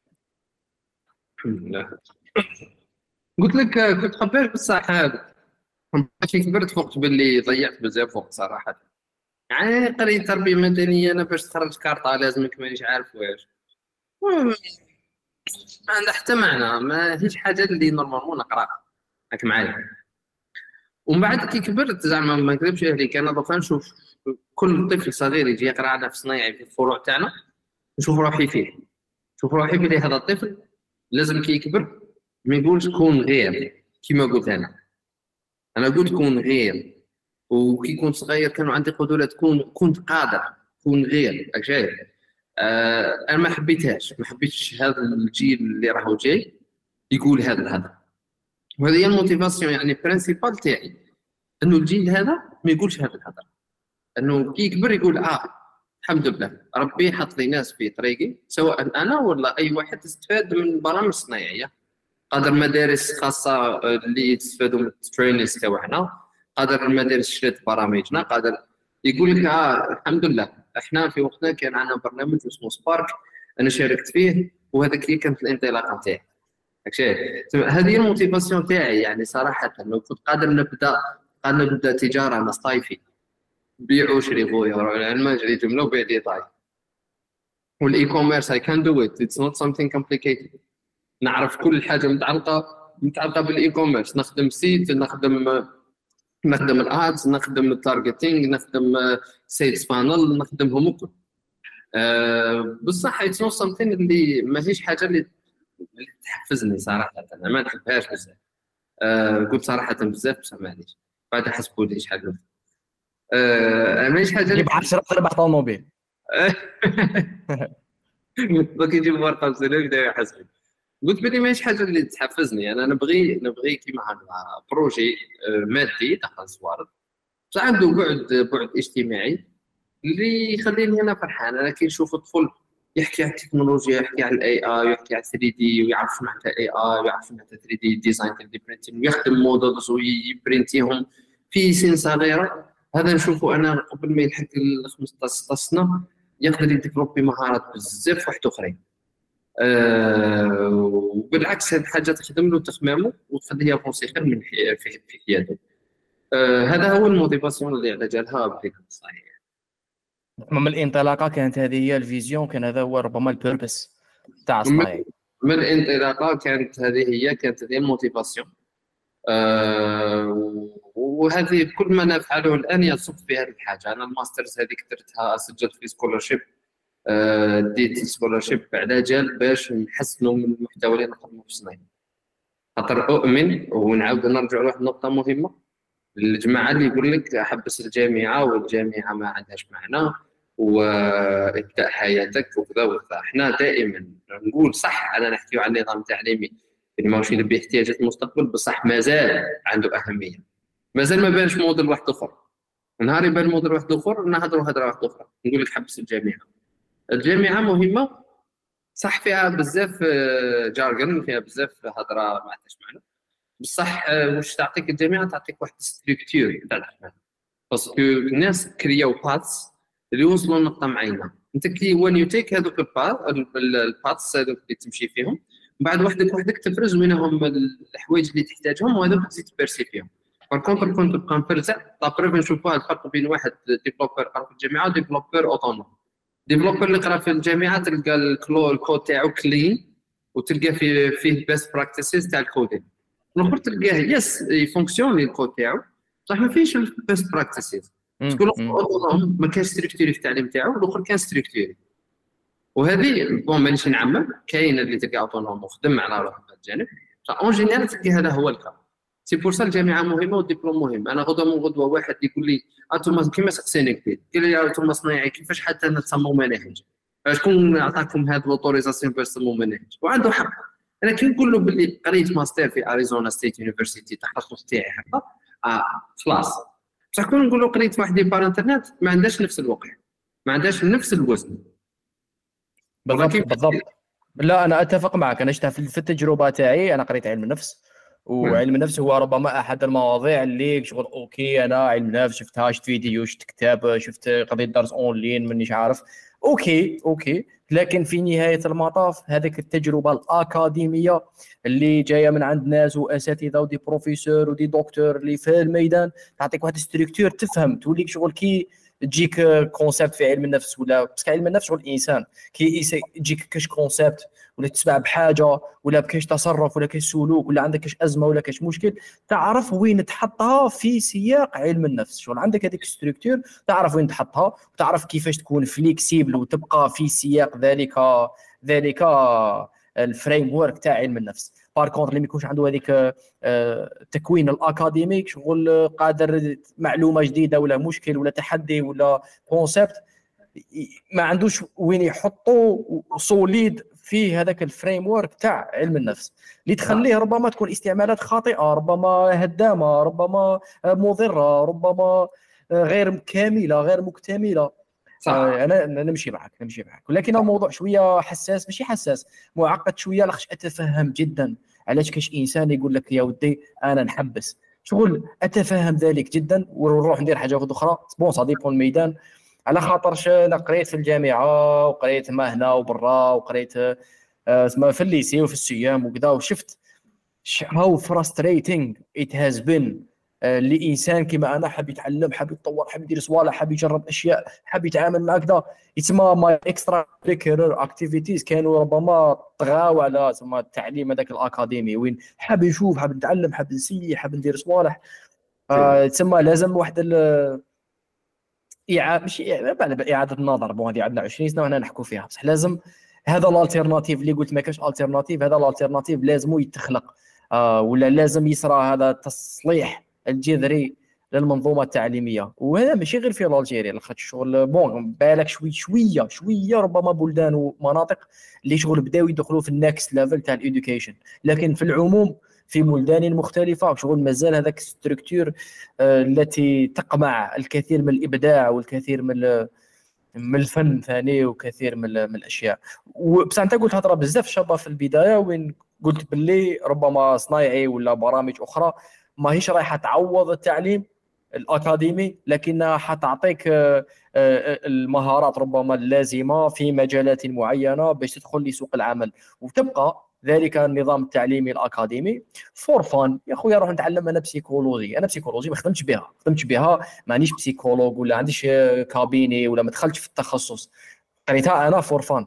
الحمد لله. قلت لك كنت طباش بصح هذا ماشي كبرت فوقت باللي ضيعت بزاف وقت صراحه. يعني قريت تربيه مدنيه انا باش تخرج كارطه لازمك مانيش عارف واش ما عندها حتى معنى، ما هيش حاجه اللي نورمالمون نقراها راك معايا. ومن بعد كي كبرت زعما ما نكذبش عليك انا دوكا نشوف كل طفل صغير يجي يقرا عنا في صنايعي في الفروع تاعنا نشوف روحي فيه، نشوف روحي بلي هذا الطفل لازم كي يكبر ما يقولش كون غير كيما قلت انا. انا قلت كون غير، وكي كنت صغير كانوا عندي قدره تكون كنت قادر كون غير راك شايف. آه انا ما حبيتهاش، ما حبيتش هذا الجيل اللي راهو جاي يقول هذا هذا. وهذه هي الموتيفاسيون يعني برينسيبال تاعي، انه الجيل هذا ما يقولش هذا الهضره، انه كي يكبر يقول اه الحمد لله ربي حط لي ناس في طريقي سواء انا ولا اي واحد يستفاد من البرامج الصناعيه. قادر مدارس خاصه اللي يستفادوا من الترينرز تاعنا، قادر المدارس شريت برامجنا، قادر يقول لك اه الحمد لله احنا في وقتنا كان عندنا برنامج اسمه سبارك انا شاركت فيه، وهذاك هي كانت الانطلاقه تاعي. هذه هي الموتيفاسيون تاعي يعني صراحه. لو كنت قادر نبدا قادر نبدا تجاره انا صايفي بيع وشري خويا يعني ما نجري جمله وبيع لي طاي. والاي كوميرس اي كان دو ات اتس نوت سمثينغ كومبليكيتد. نعرف كل حاجه متعلقه متعلقه بالاي كوميرس، نخدم سيت، نخدم نخدم الادز، نخدم التارجتينغ، نخدم سيلز فانل، نخدمهم الكل. أه بصح اتس نوت سمثينغ اللي ماهيش حاجه اللي تحفزني صراحه، انا ما نحبهاش بزاف. أه قلت صراحه بزاف بصح معليش بعد حسبوا لي شحال قلت. أه ماهيش حاجه
جيب عشرة ربح طوموبيل
دوك يجيب ورقه بزاف يبدا يحسب. قلت بلي ماهيش حاجه اللي تحفزني، انا نبغي نبغي كيما هكا بروجي مادي دخل صوارد بصح عنده بعد بعد اجتماعي اللي يخليني انا فرحان. انا كي نشوف الطفل يحكي على التكنولوجيا، يحكي على الاي اي، يحكي على ثري دي، ويعرف شنو معناتها اي اي، ويعرف شنو معناتها ثري دي ديزاين ثري دي برينتينغ، ويخدم مودلز ويبرينتيهم في سن صغيره. هذا نشوفه انا قبل ما يلحق ال خمسطاش ستاش سنه يقدر يديفلوبي مهارات بزاف واحد اخرين. أه وبالعكس هذه حاجه تخدم له تخمامه وتخليه يفونسي خير من في في حياته. أه هذا هو الموتيفاسيون اللي على جالها بهذيك الصحيح.
من الانطلاقه كانت هذه هي الفيزيون، كان هذا هو ربما البيربس تاع الصناعي.
من الانطلاقه كانت هذه هي كانت هذه الموتيفاسيون. أه وهذه كل ما نفعله الان يصب في هذه الحاجه. انا الماسترز هذيك درتها سجلت في سكولرشيب، أه ديت سكولرشيب على جال باش نحسنوا من المحتوى اللي نقدموه في الصناعي. خاطر اؤمن ونعاود نرجع لواحد النقطه مهمه، الجماعه اللي يقول لك حبس الجامعه والجامعه ما عندهاش معنى وابدا حياتك وكذا وكذا. احنا دائما نقول صح انا نحكي على النظام التعليمي اللي ماشي يلبي احتياجات المستقبل بصح مازال عنده اهميه، مازال ما بانش موديل واحد اخر. نهار يبان موديل واحد اخر نهضروا هضره واحده اخرى نقول لك حبس الجامعه. الجامعه مهمه صح، فيها بزاف جارجن، فيها بزاف هضره ما عندهاش معنى، بصح واش تعطيك الجامعه؟ تعطيك واحد ستركتور تاع الفهم، باسكو الناس كرياو باث اللي وصلوا لنقطه معينه. انت كي وين يو تيك هذوك الباث هذوك اللي تمشي فيهم، من بعد وحدك وحدك تفرز منهم الحوايج اللي تحتاجهم وهذوك تزيد تبيرسي فيهم. باركونتر كنت تبقى نفرزع لابريف نشوفوها الفرق بين واحد ديفلوبر قرا في الجامعه وديفلوبر اوتونوم. ديفلوبر اللي قرا في الجامعه تلقى الكود تاعو كلين وتلقى فيه فيه بيست براكتيسز تاع الكودين، الاخر تلقاه يس يفونكسيوني الكود تاعو صح ما فيش البيست براكتيسز باسكو الاوتونوم ما كانش ستركتوري في التعليم تاعو والاخر كان ستركتوري. وهذه بون مانيش نعمم كاين اللي تلقى اوتونوم وخدم على روحه في الجانب اون جينيرال تلقى هذا هو الكا. سي بور سا الجامعه مهمه والدبلوم مهم. انا غدوه من غدوه واحد يقول لي انتم كيما سقسيني قبيل قال لي انتم صنايعي كيفاش حتى نتصمموا مناهج؟ شكون عطاكم هاد لوتوريزاسيون باش تسموا منهج؟ وعنده حق. انا كي نقول له باللي قريت ماستر في اريزونا ستيت يونيفرسيتي التخصص تاعي هذا، اه خلاص. بصح كون نقول له قريت واحد بار انترنت ما عندهاش نفس الوقع، ما عندهاش نفس الوزن.
بالضبط بالضبط. لا انا اتفق معك. انا شفتها في التجربه تاعي. انا قريت علم النفس، وعلم النفس هو ربما احد المواضيع اللي شغل اوكي انا علم نفس شفتها، شفت فيديو، شفت كتاب، شفت قضيه درس اونلاين مانيش عارف، اوكي اوكي لكن في نهايه المطاف هذيك التجربه الاكاديميه اللي جايه من عند ناس واساتذه ودي بروفيسور ودي دكتور اللي في الميدان تعطيك واحد ستركتور تفهم توليك شغل كي تجيك كونسيبت في علم النفس، ولا بس علم النفس شغل الانسان كي يجيك كاش كونسيبت ولا تسمع بحاجه ولا بكاش تصرف ولا كاش سلوك ولا عندك كاش ازمه ولا كاش مشكل تعرف وين تحطها في سياق علم النفس. شغل عندك هذيك ستركتور تعرف وين تحطها وتعرف كيفاش تكون فليكسيبل وتبقى في سياق ذلك ذلك الفريم ورك تاع علم النفس. بار كونتر اللي ما يكونش عنده هذيك التكوين الاكاديميك شغل قادر معلومه جديده ولا مشكل ولا تحدي ولا كونسيبت ما عندوش وين يحطوا سوليد في هذاك الفريم ورك تاع علم النفس اللي تخليه ربما تكون استعمالات خاطئه، ربما هدامه، ربما مضره، ربما غير كامله غير مكتمله. صح. انا نمشي معك نمشي معك ولكن الموضوع شويه حساس، ماشي حساس، معقد شويه لاخش اتفهم جدا علاش كاش انسان يقول لك يا ودي انا نحبس شغل. اتفهم ذلك جدا ونروح ندير حاجه اخرى بون صديق الميدان على خاطرش انا قريت في الجامعه وقريت ما هنا وبرا وقريت اسمها في الليسي وفي السيام وكذا وشفت how frustrating it has been لإنسان كما أنا حاب يتعلم، حاب يتطور، حاب يدير صوالح، حاب يجرب أشياء، حاب يتعامل مع كذا. يتسمى ماي اكسترا كريكولر اكتيفيتيز كانوا ربما طغاو على تسمى التعليم هذاك الأكاديمي وين حاب يشوف، حاب نتعلم، حاب نسيي، حاب ندير صوالح. آه تسمى لازم واحد ال إعادة مش إعادة النظر. بون هذه عندنا عشرين سنة وهنا نحكوا فيها، بصح لازم هذا الالتيرناتيف اللي قلت ما كاش التيرناتيف، هذا الالتيرناتيف لازم يتخلق آه ولا لازم يصرى هذا التصليح الجذري للمنظومه التعليميه. وهذا ماشي غير في الجيريا لاخاطش شغل بون بالك شوي شويه شويه ربما بلدان ومناطق اللي شغل بداو يدخلوا في النكست ليفل تاع الاديوكيشن، لكن في العموم في بلدان مختلفه شغل مازال هذاك الستركتور آه التي تقمع الكثير من الابداع والكثير من من الفن ثاني وكثير من, من الاشياء. وبصح انت قلت هضره بزاف شابه في البدايه وين قلت باللي ربما صنايعي ولا برامج اخرى ماهيش رايحه تعوض التعليم الاكاديمي، لكنها حتعطيك المهارات ربما اللازمه في مجالات معينه باش تدخل لسوق العمل وتبقى ذلك النظام التعليمي الاكاديمي فور فان. يا خويا روح نتعلم انا بسيكولوجي، انا بسيكولوجي ما خدمتش بها ما خدمتش بها مانيش بسيكولوج ولا عنديش كابيني ولا ما دخلتش في التخصص، قريتها انا فور فان.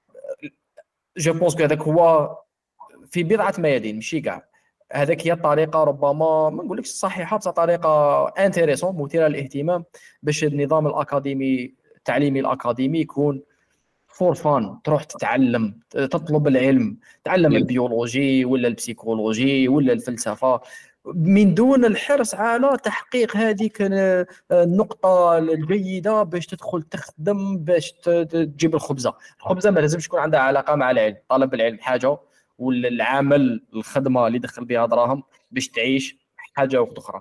جو بونس كو هذاك هو في بضعه ميادين ماشي كاع هذاك هي الطريقه ربما ما نقولكش صحيحه بصح طريقه انتريسون مثيره للاهتمام باش النظام الاكاديمي التعليمي الاكاديمي يكون فور فان. تروح تتعلم تطلب العلم، تعلم البيولوجي ولا البسيكولوجي ولا الفلسفه من دون الحرص على تحقيق هذيك النقطه الجيده باش تدخل تخدم باش تجيب الخبزه. الخبزه ما لازمش يكون عندها علاقه مع العلم، طلب العلم حاجه ولا العمل الخدمه اللي دخل بها دراهم باش تعيش حاجه اخرى.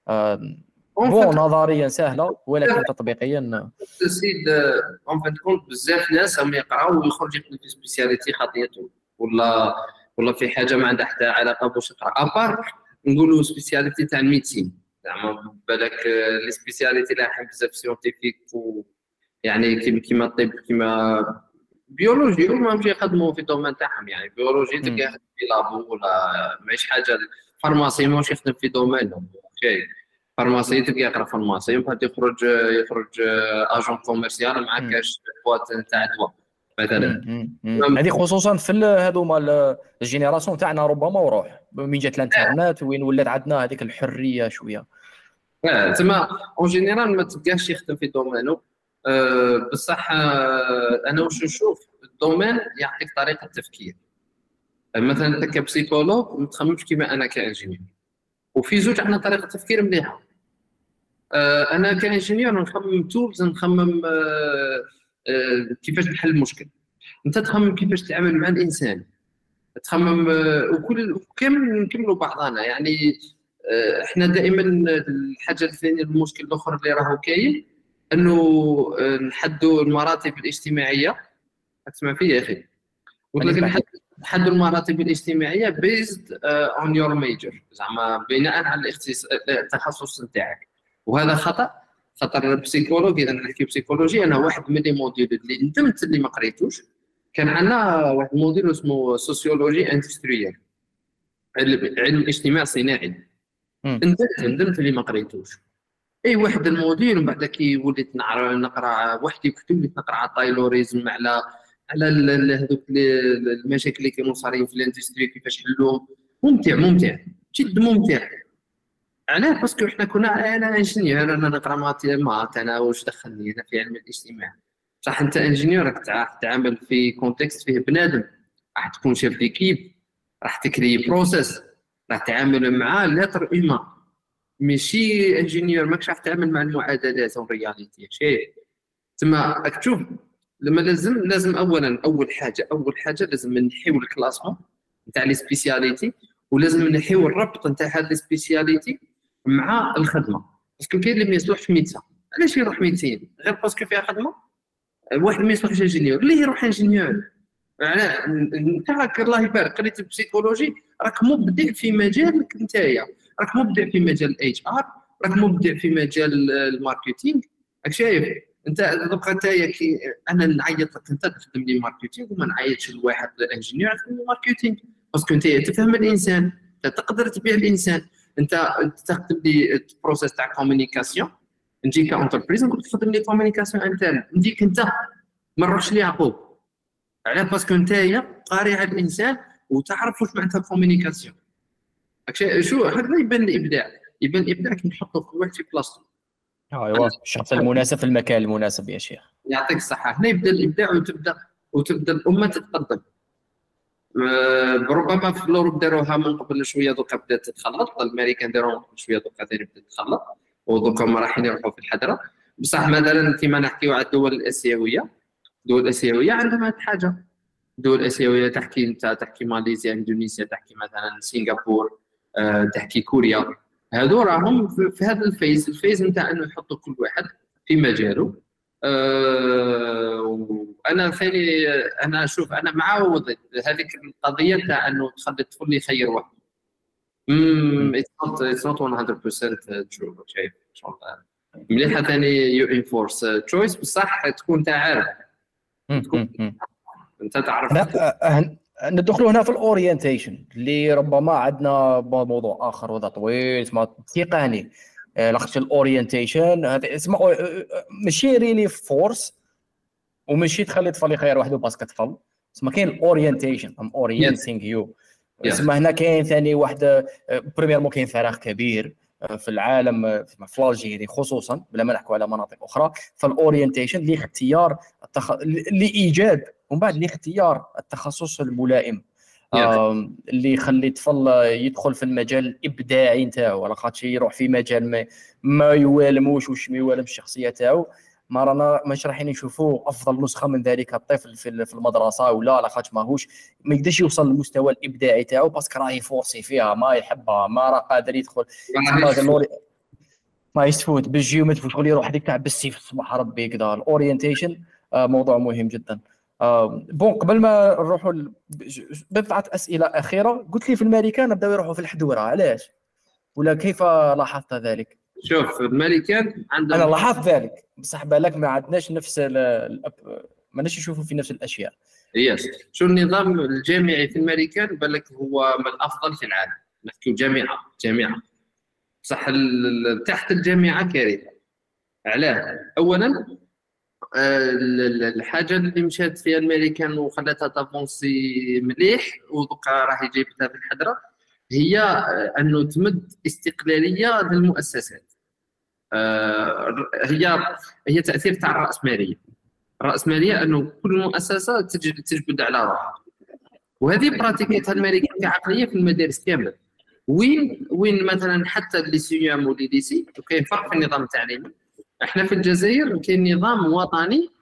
بون نظريا سهله ولكن تطبيقيا
السيد اون فان كونت بزاف ناس هم يقراو ويخرج يخدم في سبيسياليتي خاطيته ولا ولا في حاجه ما عندها حتى علاقه باش يقرا ابار نقولوا سبيسياليتي تاع الميديسين. زعما بالك لي سبيسياليتي اللي رايحين بزاف سيونتيفيك و يعني كيما كيما الطب كيما بيولوجي وما مشي يخدموا في الدومين تاعهم. يعني بيولوجي تلقى يخدم في لابو ولا ماهيش حاجه. فارماسي ماهوش يخدم في دومين اوكي، فارماسي تلقى يقرا فارماسي ومن بعد يخرج يخرج اجون كوميرسيال مع كاش بواط تاع دواء مثلا.
هذه خصوصا في هذوما الجينيراسيون تاعنا ربما وروح من جات الانترنت وين ولات عندنا هذيك الحريه شويه.
اه تما اون جينيرال ما تلقاش يخدم في دومينو. أه بصح أه انا واش نشوف الدومين يعطيك طريقه تفكير. مثلا انت كبسيكولوج ما تخممش كيما انا كانجينيور وفي زوج عندنا طريقه تفكير مليحه. أه انا كانجينيور نخمم تولز نخمم أه آه، كيفاش نحل المشكل. انت تخمم كيفاش تتعامل مع الانسان، تخمم آه، وكل كامل نكملوا بعضنا يعني. آه، احنا دائما الحاجه الثانيه المشكل الاخر اللي راهو كاين انه آه، نحدوا المراتب الاجتماعيه. تسمع فيا يا اخي؟ قلت لك نحد نحدوا المراتب الاجتماعيه بيزد اون يور ميجر، زعما بناء على الاختصاص التخصص نتاعك. وهذا خطا. خاطر البسيكولوجي اذا نحكي بسيكولوجي، انا واحد من لي موديول اللي ندمت اللي ما قريتوش. كان عندنا واحد الموديل اسمه سوسيولوجي اندستريال، علم اجتماع صناعي. ندمت ندمت اللي ما قريتوش. اي واحد الموديل، ومن بعد كي وليت نقرا نقرا وحدي وحدي، وليت نقرا على تايلوريزم، على على هذوك المشاكل اللي كانوا صارين في الاندستري كيفاش حلوهم. ممتع ممتع جد ممتع. علاه؟ باسكو احنا كنا انا انجينيور، انا نقرا ماتي مات، انا واش دخلني انا في علم الاجتماع؟ صح انت انجينيور راك تتعامل في كونتكست فيه بنادم، راح تكون شيف ديكيب، راح تكري بروسيس، راح تتعامل مع لاتر ايمان. ماشي انجينيور ماكش راح تتعامل مع المعادلات والرياليتي شيء. تما راك تشوف لما لازم لازم اولا اول حاجه اول حاجه لازم نحيو الكلاسمون نتاع لي سبيسياليتي، ولازم نحيو الربط نتاع هاد لي سبيسياليتي مع الخدمه. باسكو كاين اللي ما يصلحش ميدسان، علاش يروح ميدسين؟ غير باسكو فيها خدمه. واحد ما يصلحش انجينيور، ليه يروح انجينيور؟ على انت راك الله يبارك قريت بسيكولوجي، راك مبدع في مجالك نتايا، راك مبدع في مجال الاتش ار، راك مبدع في مجال الماركتينغ. راك شايف انت دوكا نتايا كي انا نعيط لك انت تخدم لي ماركتينغ، وما نعيطش لواحد انجينيور يخدم لي ماركتينغ. باسكو انت تفهم الانسان، انت تقدر تبيع الانسان. انت تخدم لي بروسيس تاع كومونيكاسيون، نجي كونتربريز نقول لك خدم لي كومونيكاسيون انترن، نديك انت ما نروحش ليعقوب. علاه؟ باسكو نتايا قاري على الانسان وتعرف واش معناتها كومونيكاسيون. شو هكذا يبان الابداع. يبان الابداع كي نحطو كل واحد في بلاصتو.
ايوا الشخص المناسب في المكان المناسب يا شيخ.
يعطيك الصحه. هنا يبدا الابداع وتبدا وتبدا الامه تتقدم. ربما في الاوروب داروها من قبل شويه، دوكا بدات تتخلط. الامريكان داروها من قبل شويه، دوكا ثاني بدات تتخلط، ودوكا هما رايحين يروحوا في الحضره. بصح مثلا كيما نحكيو على الدول الاسيويه، الدول الاسيويه عندهم هاد الحاجه. الدول الاسيويه تحكي انت تحكي ماليزيا، اندونيسيا، تحكي مثلا سنغافور، أه تحكي كوريا. هادو راهم في هذا الفيز الفيز نتاع انه يحطوا كل واحد في مجاله. أه وانا ثاني انا اشوف انا مع وضد هذيك القضيه تاع انه تخلي الطفل يخير واحد. امم اتس نوت مية بالمية ترو. شايف مليحه ثاني يو انفورس تشويس، بصح تكون انت عارف، تكون انت تعرف.
ندخلوا هنا في الاورينتيشن اللي ربما عندنا موضوع اخر وهذا طويل اسمه تقني. لاخاطش الاورينتيشن هذا اسمه ماشي ريلي فورس، وماشي تخلي طفل يخير وحده باسكو طفل. اسمه كاين الاورينتيشن ام اورينتينغ يو. اسمه هنا كاين ثاني واحد بريميرمون كاين فراغ كبير في العالم في الجيري خصوصا، بلا ما نحكوا على مناطق اخرى. فالاورينتيشن لاختيار التخ... لايجاد ومن بعد لاختيار التخصص الملائم اللي يخلي الطفل يدخل في المجال الابداعي نتاعو، على خاطر يروح في مجال ما, ما يوالموش واش ما يوالمش الشخصيه تاعو. ما رانا مش رايحين نشوفوا افضل نسخه من ذلك الطفل في المدرسه ولا، على خاطر ماهوش ما يقدرش يوصل للمستوى الابداعي تاعو باسكو راه يفورسي فيها، ما يحبها، ما راه قادر يدخل ما يستفود بالجيومتري شغل يروح هذيك تاع بالسيف صباح ربي كذا. الاورينتيشن موضوع مهم جدا. بون قبل ما نروحوا بضعه اسئله اخيره، قلت لي في الامريكان بداو يروحوا في الحدوره، علاش ولا كيف لاحظت ذلك؟
شوف الامريكان عندهم،
انا لاحظت ذلك بصح بالك ما عندناش نفس ما نش نشوفوا في نفس الاشياء.
يس شو النظام الجامعي في الامريكان بالك هو من الافضل في العالم. نحكي جامعه جامعه صح. تحت الجامعه كارثه. علاه؟ اولا الحاجه اللي مشات فيها الامريكان وخلاتها تافونسي مليح ودوكا راهي جايبتها في الحضره، هي انه تمد استقلاليه للمؤسسات. هي هي تاثير تاع الراسماليه. الراسماليه انه كل مؤسسه تجبد على روحها، وهذه براتيكتها الامريكان كعقليه في المدارس كامله. وين وين مثلا حتى اللي سيام ولي ليسي، وكاين فرق في النظام التعليمي. احنا في الجزائر كاين نظام وطني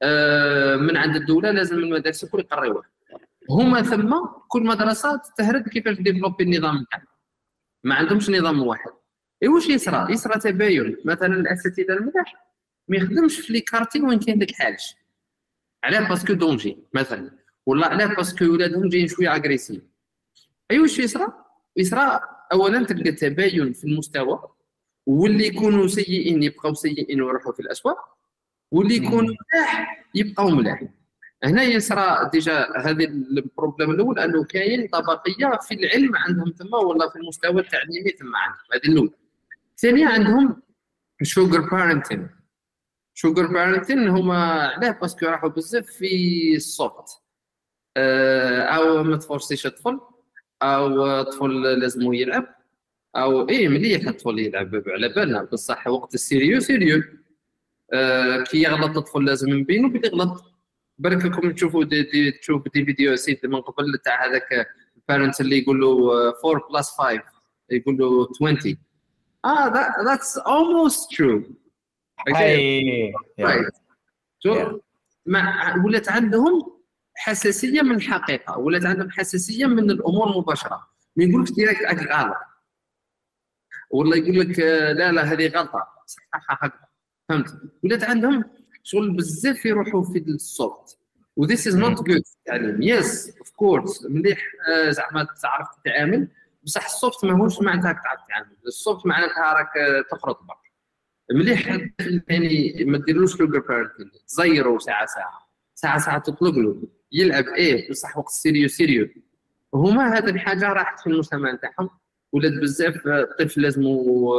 آه من عند الدوله لازم المدارس الكل يقريوها. هما ثم كل مدرسه تستهرد كيفاش ديفلوبي النظام تاعها، ما عندهمش نظام واحد. اي واش يصرى؟ يصرى تباين. مثلا الاساتذه الملاح ما يخدمش في لي كارتين وين كاين داك الحاج، علاه باسكو دونجي مثلا، ولا علاه باسكو ولادهم جايين شويه اغريسيف. اي واش يصرى؟ يصرى اولا تلقى تباين في المستوى، واللي يكونوا سيئين يبقاو سيئين ويروحوا في الاسواق، واللي يكونوا ملاح يبقاو ملاح. هنا يصرى ديجا هذه البروبليم الاول، انه كاين طبقيه في العلم عندهم تما، ولا في المستوى التعليمي تما عندهم. هذه الاولى. الثانيه عندهم شوغر بارنتين. شوغر بارنتين هما علاه باسكو راحوا بزاف في السوفت، او ما تفورسيش الطفل، او الطفل لازم يلعب، او ايه مليح الطفل يلعب على بالنا، بصح وقت السيريو سيريو. آه كي يغلط الطفل لازم نبينو بلي غلط. برككم تشوفوا دي, دي تشوف دي فيديو سيت من قبل تاع هذاك البارنت اللي يقول له four plus five يقول له twenty. اه that, that's almost true.
okay.
right. so yeah. مع ولات عندهم حساسيه من الحقيقه، ولات عندهم حساسيه من الامور المباشره. ما يقولكش ديريكت راك غلط، ولا يقول لك لا لا هذه غلطه صححها هكذا. فهمت؟ ولات عندهم شغل بزاف يروحوا في السوفت، و this is not good. يعني يس اوف كورس مليح زعما تعرف تتعامل، بصح السوفت ماهوش معناتها تعرف تتعامل. السوفت معناتها راك تخرط برك. مليح يعني ما ديروش لوغر بارنتين، تزيروا ساعه ساعه ساعه ساعه تطلق له يلعب ايه، بصح وقت سيريو سيريو. هما هذه الحاجه راحت في المجتمع تاعهم، ولاد بزاف طفل لازمو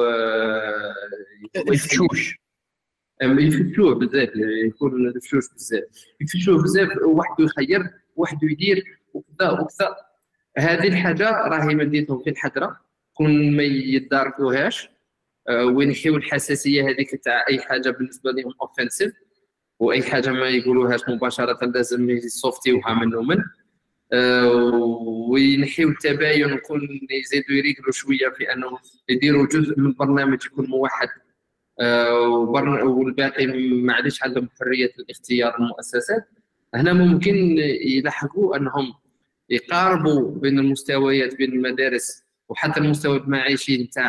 يفتشوش
يفتشوه بزاف، يكون يفتشوش بزاف يفتشوه بزاف وحده يخير وحده يدير وكذا وكذا. هذه الحاجه راهي مديتهم في الحضره، كون ما يداركوهاش وينحيوا الحساسيه هذيك تاع اي حاجه بالنسبه لهم اوفنسيف، واي حاجه ما يقولوهاش مباشره لازم يصوفتيوها منه من وينحيوا التباين، وكون يزيدوا يريقلوا شويه في انه يديروا جزء من البرنامج يكون موحد، والباقي معليش عندهم حريه الاختيار المؤسسات. هنا ممكن يلحقوا انهم يقاربوا بين المستويات بين المدارس، وحتى المستوى المعيشي نتاع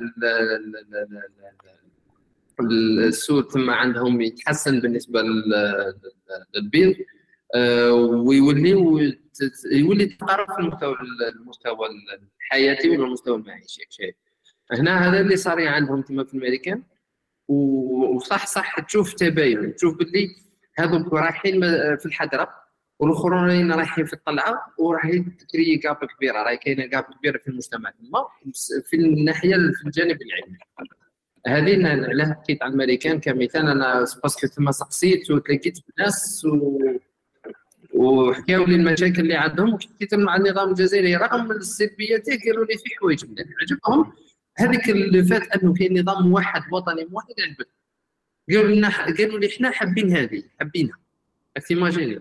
السوق ثم عندهم يتحسن بالنسبه للبيض، ويولي يولي تقارب في المستوى المستوى الحياتي ولا المستوى المعيشي. هنا هذا اللي صار عندهم تما في الامريكان. وصح صح تشوف تباين، تشوف باللي هذوك رايحين في الحضره والاخرين رايحين في الطلعه، وراهي تكري كاب كبيره، راهي كاينه كاب كبيره في المجتمع تما في الناحيه في الجانب العلمي. هذه علاه حكيت على الامريكان كمثال، انا باسكو تما سقسيت وتلاقيت بناس و وحكاو لي المشاكل اللي عندهم، وحكيت مع النظام الجزائري رغم السلبيات قالوا لي في حوايج مليح عجبهم. هذيك اللي فات انه كاين نظام موحد وطني موحد عجبت، قالوا لنا قالوا لي احنا حابين هذه حابينها. اكتيماجيني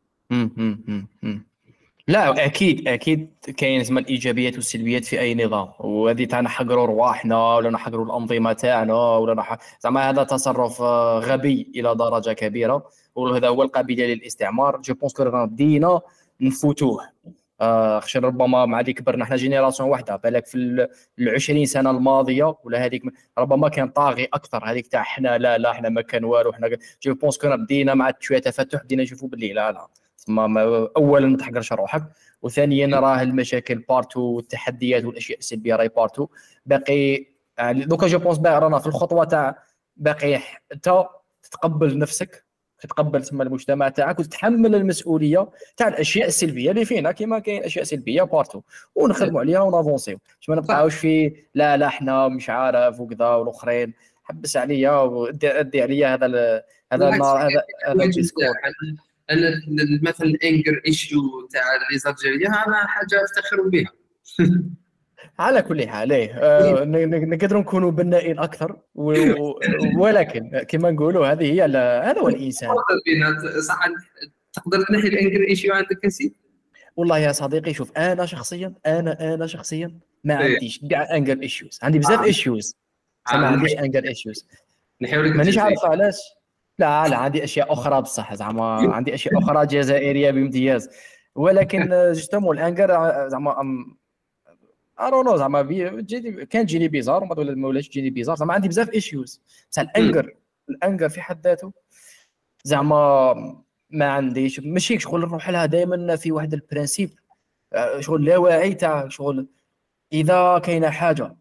لا اكيد اكيد كاين زعما الايجابيات والسلبيات في اي نظام، وهذه تاع نحقروا رواحنا ولا نحقروا الانظمه تاعنا ولا نح... زعما هذا تصرف غبي الى درجه كبيره، وهذا هو القابليه للاستعمار. جو بونس كو غادينا نفوتوه آه خشن ربما مع اللي كبرنا حنا جينيراسيون واحده، بالك في العشرين سنه الماضيه ولا هذيك ربما كان طاغي اكثر، هذيك تاع حنا لا لا حنا ما كان والو حنا. جو بونس كو بدينا مع شويه تفتح بدينا نشوفوا باللي لا لا اولا ما تحقرش روحك، وثانيا راه المشاكل بارتو والتحديات والاشياء السلبيه راهي بارتو. باقي دوكا جو بونس رانا في الخطوه تاع باقي انت تتقبل نفسك، تتقبل ثم المجتمع تاعك، وتتحمل المسؤوليه تاع الاشياء السلبيه اللي فينا كما كاين اشياء سلبيه بارتو، ونخدموا عليها ونافونسيو. باش ما نبقاوش في لا لا حنا مش عارف وكذا والاخرين حبس عليا ودي عليا هذا هذا هذا هذا الديسكور.
انا مثلا الانجر ايشيو تاع الريزالجيريا انا حاجه افتخر بها.
على كل حال آه نقدروا نكونوا بنائين اكثر، ولكن كما نقولوا هذه هي هذا هو الانسان.
صح تقدر تنحي الانجر ايشيو عندك نسيت؟
والله يا صديقي شوف، انا شخصيا انا انا شخصيا ما عنديش كاع انجر ايشيوز، عندي بزاف ايشيوز ما عنديش انجر ايشيوز. مانيش عارف علاش لا لا، عندي اشياء اخرى بصح، زعما عندي اشياء اخرى جزائريه بامتياز. ولكن جوستومون الانكر زعما أم- ارونو زعما بي- تجيني- كان تجيني بيزار وما ولا- ما ولاش تجيني بيزار، زعما عندي بزاف ايشوز. بصح
مم.
الانكر، الانكر في حد ذاته زعما ما عنديش، ماشي شغل نروح لها دائما في واحد البرانسيب، آه، شغل لا واعي تاع شغل. اذا كاينه حاجه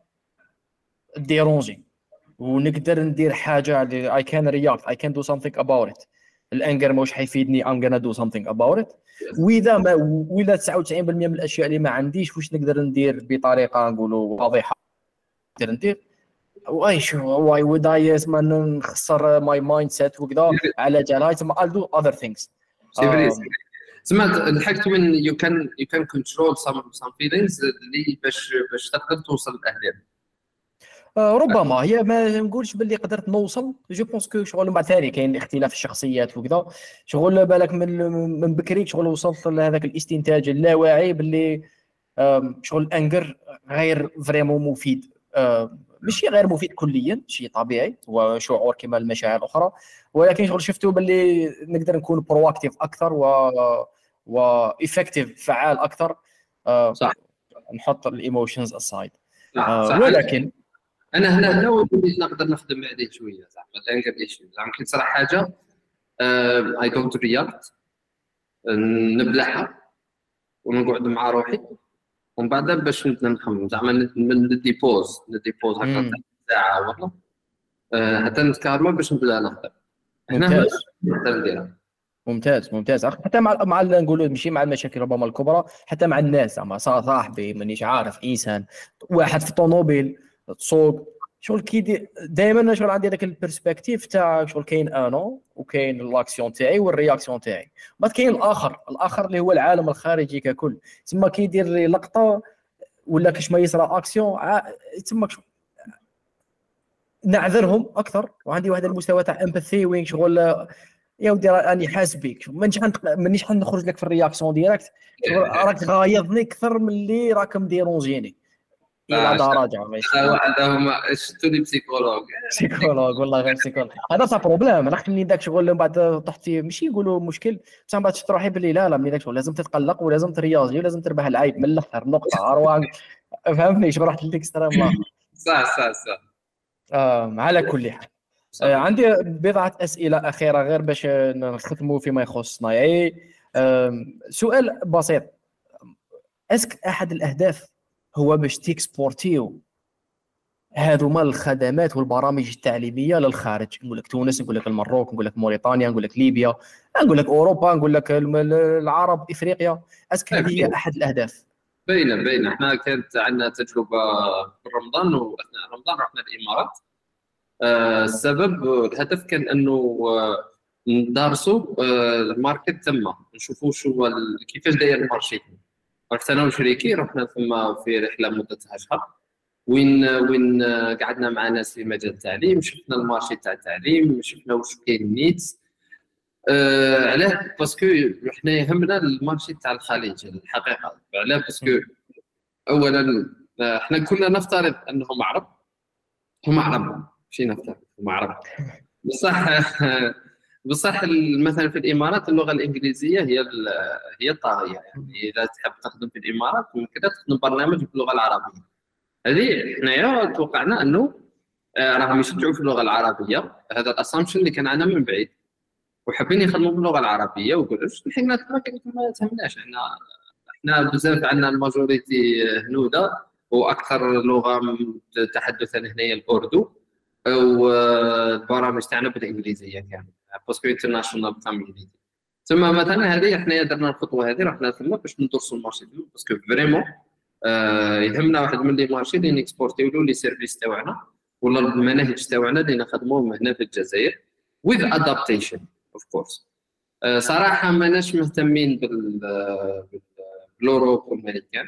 ديرونجي ونقدر ندير حاجه اي كان رياكت، اي كان دو سامثينغ اباوت ات، الانجر موش حيفيدني، ام غانا دو سامثينغ اباوت ات.
Yes.
واذا ما ولا تسعة وتسعين بالمئة من الاشياء اللي ما عنديش واش نقدر ندير بطريقه نقولوا واضحه، نقدر ندير واي شو واي وود اي ما نخسر ماي مايند سيت وكذا على جال تما I'll do other things.
سي فري سي فري. سمعت ضحكت من يو كان يو كان كنترول سام سام فيلينغز اللي باش باش تقدر توصل للاهداف.
آه، ربما هي ما نقولش باللي قدرت نوصل، جو بونس كو شغل من بعد ثاني كاين اختلاف الشخصيات وكذا، شغل بالك من من بكري شغل وصلت لهذاك الاستنتاج اللاواعي باللي آم، شغل الانجر غير فريمون مفيد، آم، ماشي غير مفيد كليا، شيء طبيعي هو شعور كما المشاعر الاخرى، ولكن شغل شفتوا باللي نقدر نكون برو اكتيف اكثر و و افكتيف فعال اكثر، آه،
صح
نحط الايموشنز اسايد.
صح صح.
ولكن
انا هنا هنا وليت نقدر نخدم عليه شويه زعما الانكر ايشو، زعما كي تصرا حاجه اي دونت رياكت، نبلعها ونقعد مع روحي ومن بعد باش نبدا نخمم زعما ندي بوز ندي بوز هكا تاع ساعه والله أه حتى نتكارما باش نبدا نخدم. هنا هنا
ممتاز
نقدر نديرها.
ممتاز ممتاز أخ- حتى مع مع نقولوا ماشي مع المشاكل ربما الكبرى، حتى مع الناس زعما صا- صاحبي مانيش عارف انسان واحد في الطوموبيل تسوق، شغل كي دائما شغل عندي هذاك البرسبكتيف تاع شغل كاين انا وكاين الاكسيون تاعي والرياكسيون تاعي، بعد كاين الاخر، الاخر اللي هو العالم الخارجي ككل. تما كيدير لي لقطه ولا كاش ما يصرى اكسيون ع- تما كش- نعذرهم اكثر، وعندي واحد المستوى تاع امباثي وين شغل يا ودي راني حاس بك، مانيش حنق... مانيش حنخرج لك في الرياكسيون ديريكت، راك غايظني اكثر من اللي راك مديرونجيني الى درجه ماشي.
هذا هما شفتوا لي بسيكولوج
سيكولوج والله غير سيكولوج، هذا صح بروبليم. انا خليني ذاك شغل من بعد طحت فيه ماشي يقولوا مشكل، بصح من بعد شفت روحي باللي لا لا ملي ذاك شغل لازم تتقلق ولازم ترياضي ولازم تربح العيب من الاخر نقطه اروان. فهمتني شو رحت للاكستريم الاخر.
صح صح صح
آه على كل حال، آه،
صح.
عندي بضعة أسئلة أخيرة غير باش نختموا فيما يخصنا. يعني آم، سؤال بسيط، اسك أحد الأهداف هو باش تيكسبورتيو هذوما الخدمات والبرامج التعليمية للخارج، نقول لك تونس، نقول لك المغرب، نقول لك موريتانيا، نقول لك ليبيا، نقول لك أوروبا، نقول لك الم- العرب، إفريقيا، اسك هذه هي أحد الأهداف؟
باينه باينه. احنا كانت عندنا تجربه في رمضان، واثناء رمضان رحنا الامارات. آه، السبب الهدف كان انه آه، ندرسوا آه، الماركت تما، نشوفوا شو هو ال- كيفاش داير المارشي. رحت انا وشريكي رحنا ثم في رحله مدتها شهر، وين وين آه، قعدنا مع ناس في مجال التعليم، شفنا المارشي تاع التعليم، شفنا واش كاين نيتس. آه علاه باسكو احنا يهمنا المارشي تاع الخليج الحقيقه. علاه باسكو اولا آه، احنا كنا نفترض انهم عرب، هم عرب ماشي نفترض هم عرب بصح. بصح مثلا في الامارات اللغه الانجليزيه هي ال- هي الطاغيه، يعني اذا تحب تخدم في الامارات ممكن تخدم برنامج باللغه العربيه. هذه حنايا توقعنا انه آه، راهم يشجعوا في اللغه العربيه، هذا الاسامبشن اللي كان عندنا من بعيد، وحابين يخدموا باللغه العربيه وكلش. الحين ما ما تهمناش، احنا احنا بزاف عندنا الماجوريتي هنوده، واكثر لغه تحدثا هنا هي الاردو، والبرامج تاعنا بالانجليزيه كامل باسكو انترناشونال كوميونيتي. ثم مثلا هذه احنا درنا الخطوه هذه، رحنا ثم باش ندرسوا المارشي تما، باسكو فريمون آه يهمنا واحد من لي مارشي اللي نكسبورتيو له لي سيرفيس تاعنا ولا المناهج تاعنا اللي نخدموهم هنا في الجزائر with adaptation of course. آه صراحه ماناش مهتمين بال بالاوروب والامريكان.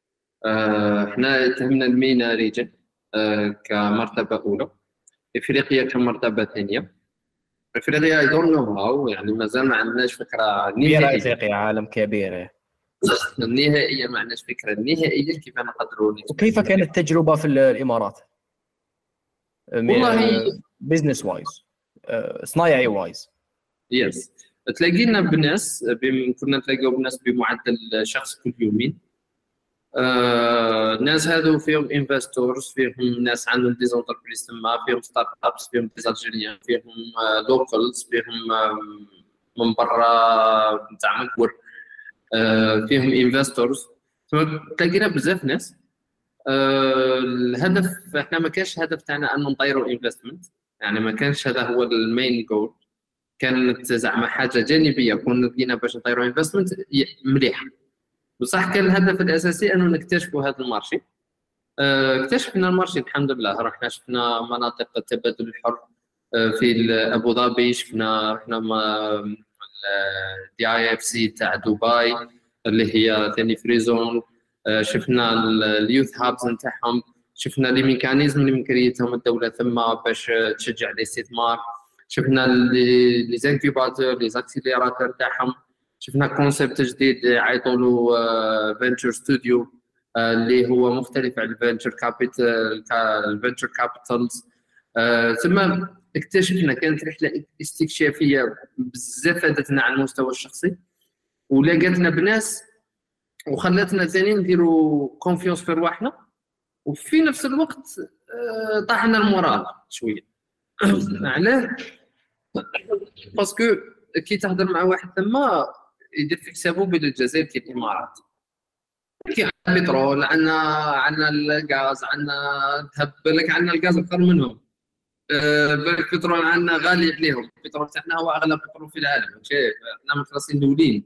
آه احنا تهمنا المينا ريجن آه كمرتبه اولى، افريقيا كمرتبه ثانيه. افريقيا اي دونت نو هاو، يعني مازال ما عندناش فكره
كبيرة
نهائيه.
إفريقيا عالم كبير.
النهائيه ما عندناش فكره نهائيه كيف نقدروا.
وكيف كانت التجربة في الإمارات
والله
بزنس وايز؟ صنايعي وايز.
يس تلاقينا بناس بم... كنا نتلاقوا بناس بمعدل شخص كل يومين. آه... الناس هذو فيهم انفستورز، فيهم ناس عندهم دي زونتربريز تما، فيهم ستارت ابس، فيهم دي الجيريان، فيهم آه... لوكالز، فيهم آه... من برا نتاع مكور، آه... فيهم انفستورز. تلاقينا بزاف ناس. آه... الهدف احنا ما كانش الهدف تاعنا انه نطيروا انفستمنت، يعني ما كانش هذا هو المين جول، كانت زعما حاجه جانبيه كنا لقينا باش نطيروا انفستمنت مليح. بصح كان الهدف الاساسي انه نكتشفوا هذا المارشي. اه اكتشفنا المارشي الحمد لله، رحنا شفنا مناطق التبادل الحر اه في ابو ظبي، شفنا رحنا دي اي اف سي تاع دبي اللي هي ثاني فريزون، اه شفنا اليوث هابز نتاعهم، شفنا لي ميكانيزم اللي مكريتهم الدوله ثم باش تشجع الاستثمار، شفنا لي زانكيباتور لي زاكسيليراتور تاعهم، شفنا كونسيبت جديد عيطوا له فينتشر ستوديو اللي هو مختلف عن الفينتشر كابيتال الفينتشر كابيتالز. ثم اكتشفنا كانت رحله استكشافيه بزاف فادتنا على المستوى الشخصي، ولقيتنا بناس وخلتنا ثاني نديروا كونفيونس في رواحنا، وفي نفس الوقت طاحنا المورال شويه. علاه؟ باسكو كي تهضر مع واحد ثما يدير في حسابه بين الجزائر كي الامارات، كي عندنا بترول، عندنا عندنا الغاز، عندنا ذهب، بالك عندنا الغاز اكثر منهم، بالك البترول عندنا غالي عليهم، البترول تاعنا هو اغلى بترول في العالم، شايف احنا مخلصين دولين،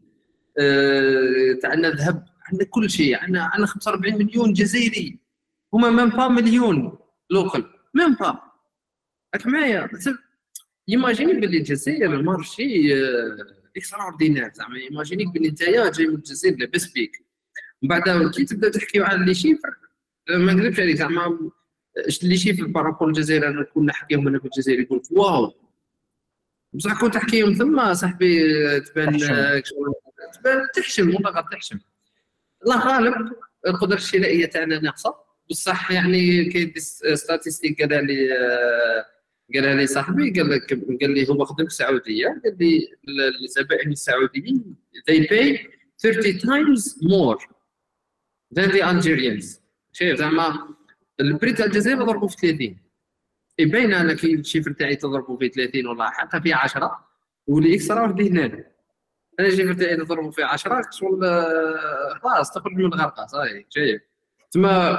عندنا ذهب، عندنا كل شيء، عندنا عندنا خمسة وأربعين مليون جزائري، هما ميم با مليون لوكال، ميم با راك معايا. يماجيني باللي الجزائر المارشي اكسترا اوردينير، زعما يماجينيك باللي نتايا جاي من الجزائر لاباس بيك، من بعد كي تبدا تحكيو على لي شيفر ما نكذبش عليك، زعما لي شيفر بارابول الجزائر انا كنا نحكيهم انا في الجزائر يقول واو، بصح كنت تحكيهم ثم صاحبي تبان تبان تحشم والله غير تحشم. الله غالب القدره الشرائيه تاعنا ناقصه، بصح يعني كاين ستاتستيك قال لي قال لي صاحبي، قال لك قال لي هو خدم في السعوديه، قال لي الزبائن السعوديين they pay thirty times more than the Algerians. شايف زعما البري تاع الجزائر ضربوا في ثلاثين، يبين انا كي الشيفر تاعي تضربوا في ثلاثين ولا حتى في عشرة، واللي اكسترا اوردينير انا الشيفر تاعي تضربوا في عشرة شغل خلاص تخرج من الغرقه صاي. شايف تما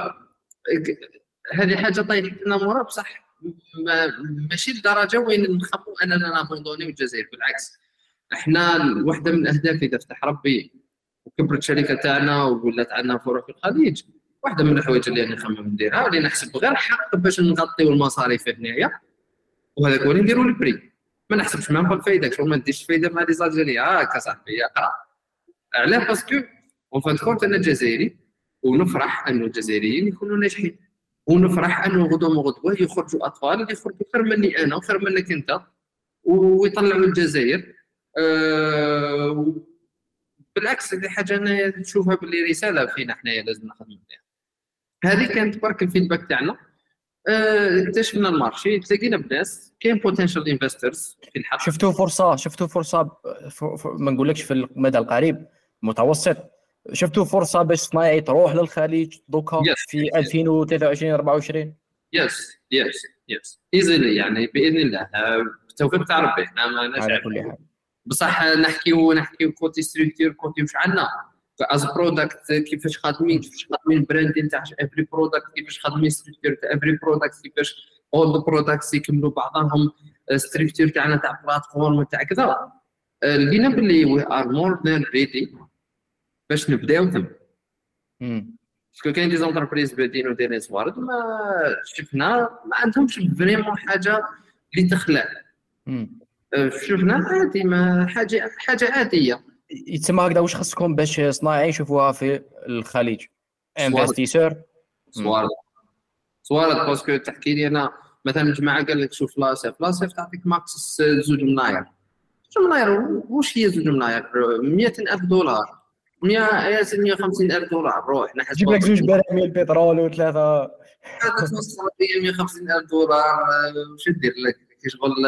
هذه حاجه طيحت لنا مورا، بصح ماشي لدرجه وين نخافوا اننا نابوندونيو الجزائر، بالعكس احنا واحده من الاهداف اذا فتح ربي وكبرت الشركه تاعنا وولات عندنا فروع في الخليج، واحده من الحوايج اللي انا نخمم نديرها واللي نحسب غير حق باش نغطيو المصاريف هنايا، وهذاك هو اللي نديرو البري، ما نحسبش ما بالفايده، شغل ما نديرش فايده مع لي زالجيريا هاكا صاحبي اقرا. علاه؟ باسكو اون فان كونت انا جزائري ونفرح انه الجزائريين يكونوا ناجحين، ونفرح انه غدوه غدوه يخرجوا اطفال اللي يخرجوا خير مني انا وخير منك انت ويطلعوا الجزائر. أه بالعكس هذه حاجه انا نشوفها باللي رساله فينا حنايا لازم نخدموا عليها. هذه كانت برك الفيدباك تاعنا. اكتشفنا المارشي، تلاقينا بناس كاين بوتنشال انفسترز في الحق،
شفتوا فرصه شفتوا فرصه ما نقولكش في المدى القريب المتوسط، شفتوا فرصه باش صنايعي تروح للخليج دوكا yes. في yes. ألفين وثلاثة وعشرين أربعة وعشرين؟
يس يس يس ايزلي يعني باذن الله بالتوفيق تاع ربي. احنا ما نجعل كل حاجه، بصح نحكيو نحكيو كوتي ستركتور، كوتي واش عندنا از برودكت، كيفاش خادمين كيفاش خادمين البراندين تاع افري برودكت، كيفاش خادمين ستركتور تاع افري برودكت، كيفاش اول برودكتس يكملوا بعضهم، ستركتور تاعنا تاع بلاتفورم تاع كذا. لقينا باللي وي ار مور ذان ريدي باش نبداو ثم. امم باسكو كاين دي زونتربريز بادين ودايرين صوارد ما شفنا ما عندهمش فريمون حاجه اللي تخلع. امم شفنا عادي، ما حاجه حاجه عاديه
يتسمى هكذا. واش خصكم باش صناعي يشوفوها في الخليج؟ انفستيسور
صوارد صوارد باسكو تحكي لي انا مثلا جماعه قال لك شوف لاسيف لاسيف تعطيك ماكس زوج ملاير، زوج ملاير واش هي زوج ملاير؟ مئة ألف دولار، مئة مئة وخمسين ألف دولار روح نحسب
جيب لك زوج براميل البترول وثلاثه
هذا توصل مئة وخمسين ألف دولار. واش ندير لك؟ شغل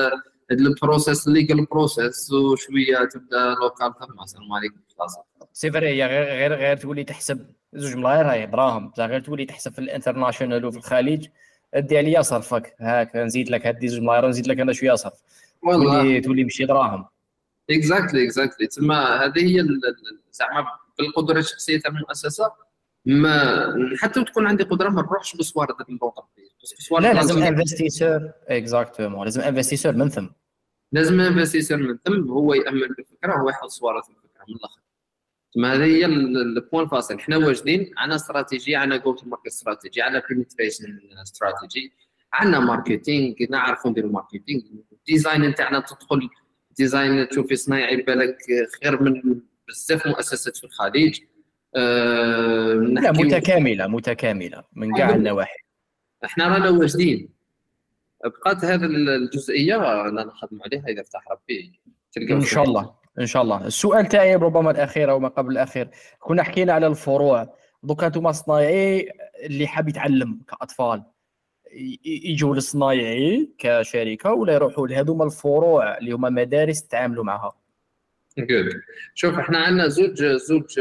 البروسيس ليجل بروسيس وشويه تبدا لوكال ثم السلام عليكم خلاص.
سي فري، هي غير غير غير تولي تحسب زوج ملاير هاي دراهم، بصح غير تولي تحسب في الانترناشونال وفي الخليج ادي عليا صرفك هاك نزيد لك هدي زوج ملاير نزيد لك انا شويه صرف، تولي تولي ماشي دراهم.
اكزاكتلي اكزاكتلي تما هذه هي زعما بالقدره الشخصيه تاع المؤسسه. ما حتى تكون عندي قدره ما نروحش بصوار ذاك البونطربريز،
لا لازم انفستيسور اكزاكتومون، لازم انفستيسور من ثم
لازم انفستيسور من ثم هو يامن بالفكره، هو يحط صوره في الفكره من الاخر. ما هذه هي البوان الفاصل. حنا واجدين عندنا استراتيجيه، عندنا جو تو ماركت استراتيجي، عندنا بينيتريشن استراتيجي، عندنا ماركتينغ، نعرفوا نديروا ماركتينغ. الديزاين نتاعنا تدخل ديزاين تشوفي صنايعي بالك خير من بزاف مؤسسات في الخليج.
أه لا متكامله متكامله من كاع النواحي.
احنا رانا واجدين. بقات هذه الجزئيه انا نخدم عليها اذا فتح ربي
تلقى ان شاء الله ان شاء الله. السؤال تاعي ربما الاخير او ما قبل الاخير، كنا حكينا على الفروع، دوكا انتم صنايعي اللي حاب يتعلم كاطفال يجوا للصنايعي كشركه ولا يروحوا لهذوما الفروع اللي هما مدارس تعاملوا معها؟
جود. شوف احنا عندنا زوج زوج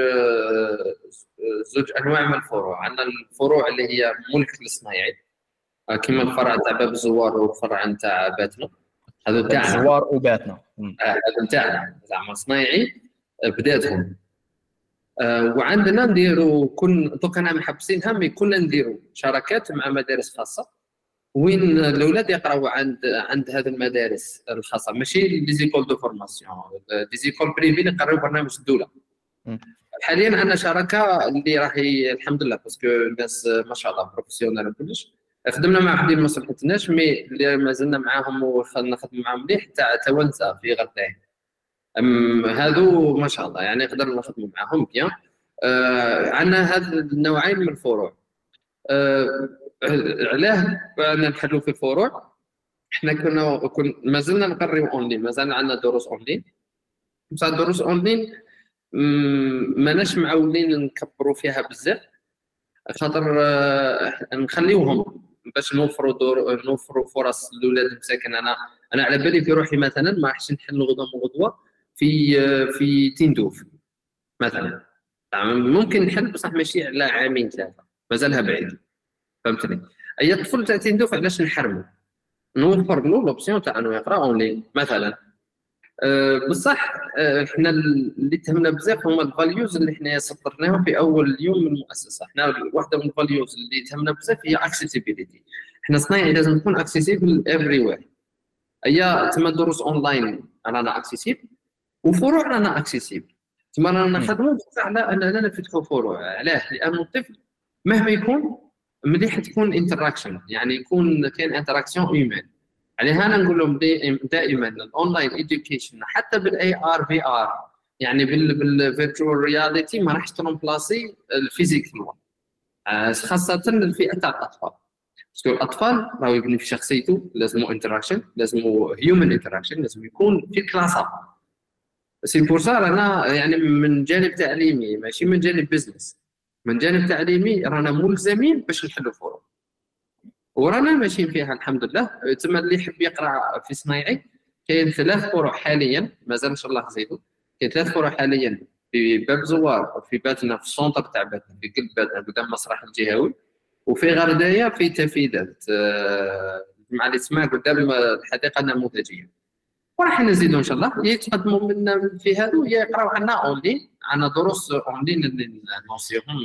زوج انواع من الفروع. عندنا الفروع اللي هي ملك للصنايعي كما الفرع تاع باب الزوار والفرع نتاع باتنا، هذو تاعنا
الزوار وباتنا
هذو نتاعنا زعما صنايعي بداتهم. أه وعندنا نديروا كل دوك انا محبسينها مي كنا نديروا شراكات مع مدارس خاصه وين الاولاد يقراوا عند عند هذه المدارس الخاصه، ماشي لي زيكول دو فورماسيون، دي زيكول بريفي اللي قراو برنامج الدوله. حاليا عندنا شراكه اللي راهي الحمد لله باسكو الناس ما شاء الله بروفيسيونال وكلش. خدمنا مع وحدين ما صلحتناش مي اللي مازلنا معاهم وخلنا نخدم معاهم مليح تاع توانسه في غردان. هذو ما شاء الله يعني قدرنا نخدموا معاهم بيان. آه عندنا هذا النوعين من الفروع. آه علاه انا نحلوا في الفروع؟ احنا كنا كنا مازلنا نقريو اونلاين، مازال عندنا دروس اونلاين، بصح الدروس اونلاين ماناش معولين نكبروا فيها بزاف خاطر آه نخليوهم باش نوفروا دور نوفروا فرص للاولاد مساكن. انا انا على بالي في روحي مثلا ما راحش نحل غدوه وغدوه في في تندوف مثلا، ممكن نحل بصح ماشي على عامين ثلاثه مازالها بعيد، فهمتني؟ اي طفل تاع تندوف علاش نحرمه؟ نوفر له لوبسيون تاع انه يقرا اونلاين مثلا. أه بصح أه احنا اللي تهمنا بزاف هما الفاليوز اللي حنا سطرناهم في اول يوم من المؤسسه. احنا واحده من الفاليوز اللي تهمنا بزاف هي اكسيسيبيليتي. احنا صنايعي لازم نكون اكسيسيبل افري وير. اي تما دروس اونلاين رانا اكسيسيبل وفروع رانا اكسيسيبل. تما رانا نخدموا بصح على اننا نفتحوا فروع. علاه؟ لان الطفل مهما يكون مليح تكون انتراكشن، يعني يكون كاين انتراكسيون هيومان. عليها انا نقول لهم دائما الاونلاين ايديوكيشن حتى بالاي ار في ار يعني بالفيرتشوال رياليتي ما راحش ترومبلاسي الفيزيكال، خاصه الفئه تاع الاطفال. باسكو الاطفال راهو يبني في شخصيته، لازمو انتراكشن، لازمو هيومن انتراكشن، لازم يكون في الكلاسه. سي بور سا رانا يعني من جانب تعليمي ماشي من جانب بزنس، من جانب تعليمي رانا ملزمين باش نحلوا فروع ورانا ماشيين فيها الحمد لله. تما اللي يحب يقرا في صنايعي كاين ثلاث فروع حاليا، مازال ان شاء الله زيدوا. كاين ثلاث فروع حاليا في باب زوار، في باتنا في السونتر تاع باتنا في قلب باتنا قدام مسرح الجهوي، وفي غردايه في تفيدات مع اللي تسمع قدام الحديقه النموذجيه. وراح نزيدوا ان شاء الله يتقدموا منا في هذا ويقراو عندنا اونلاين. عندنا دروس اونلاين اللي نوصيهم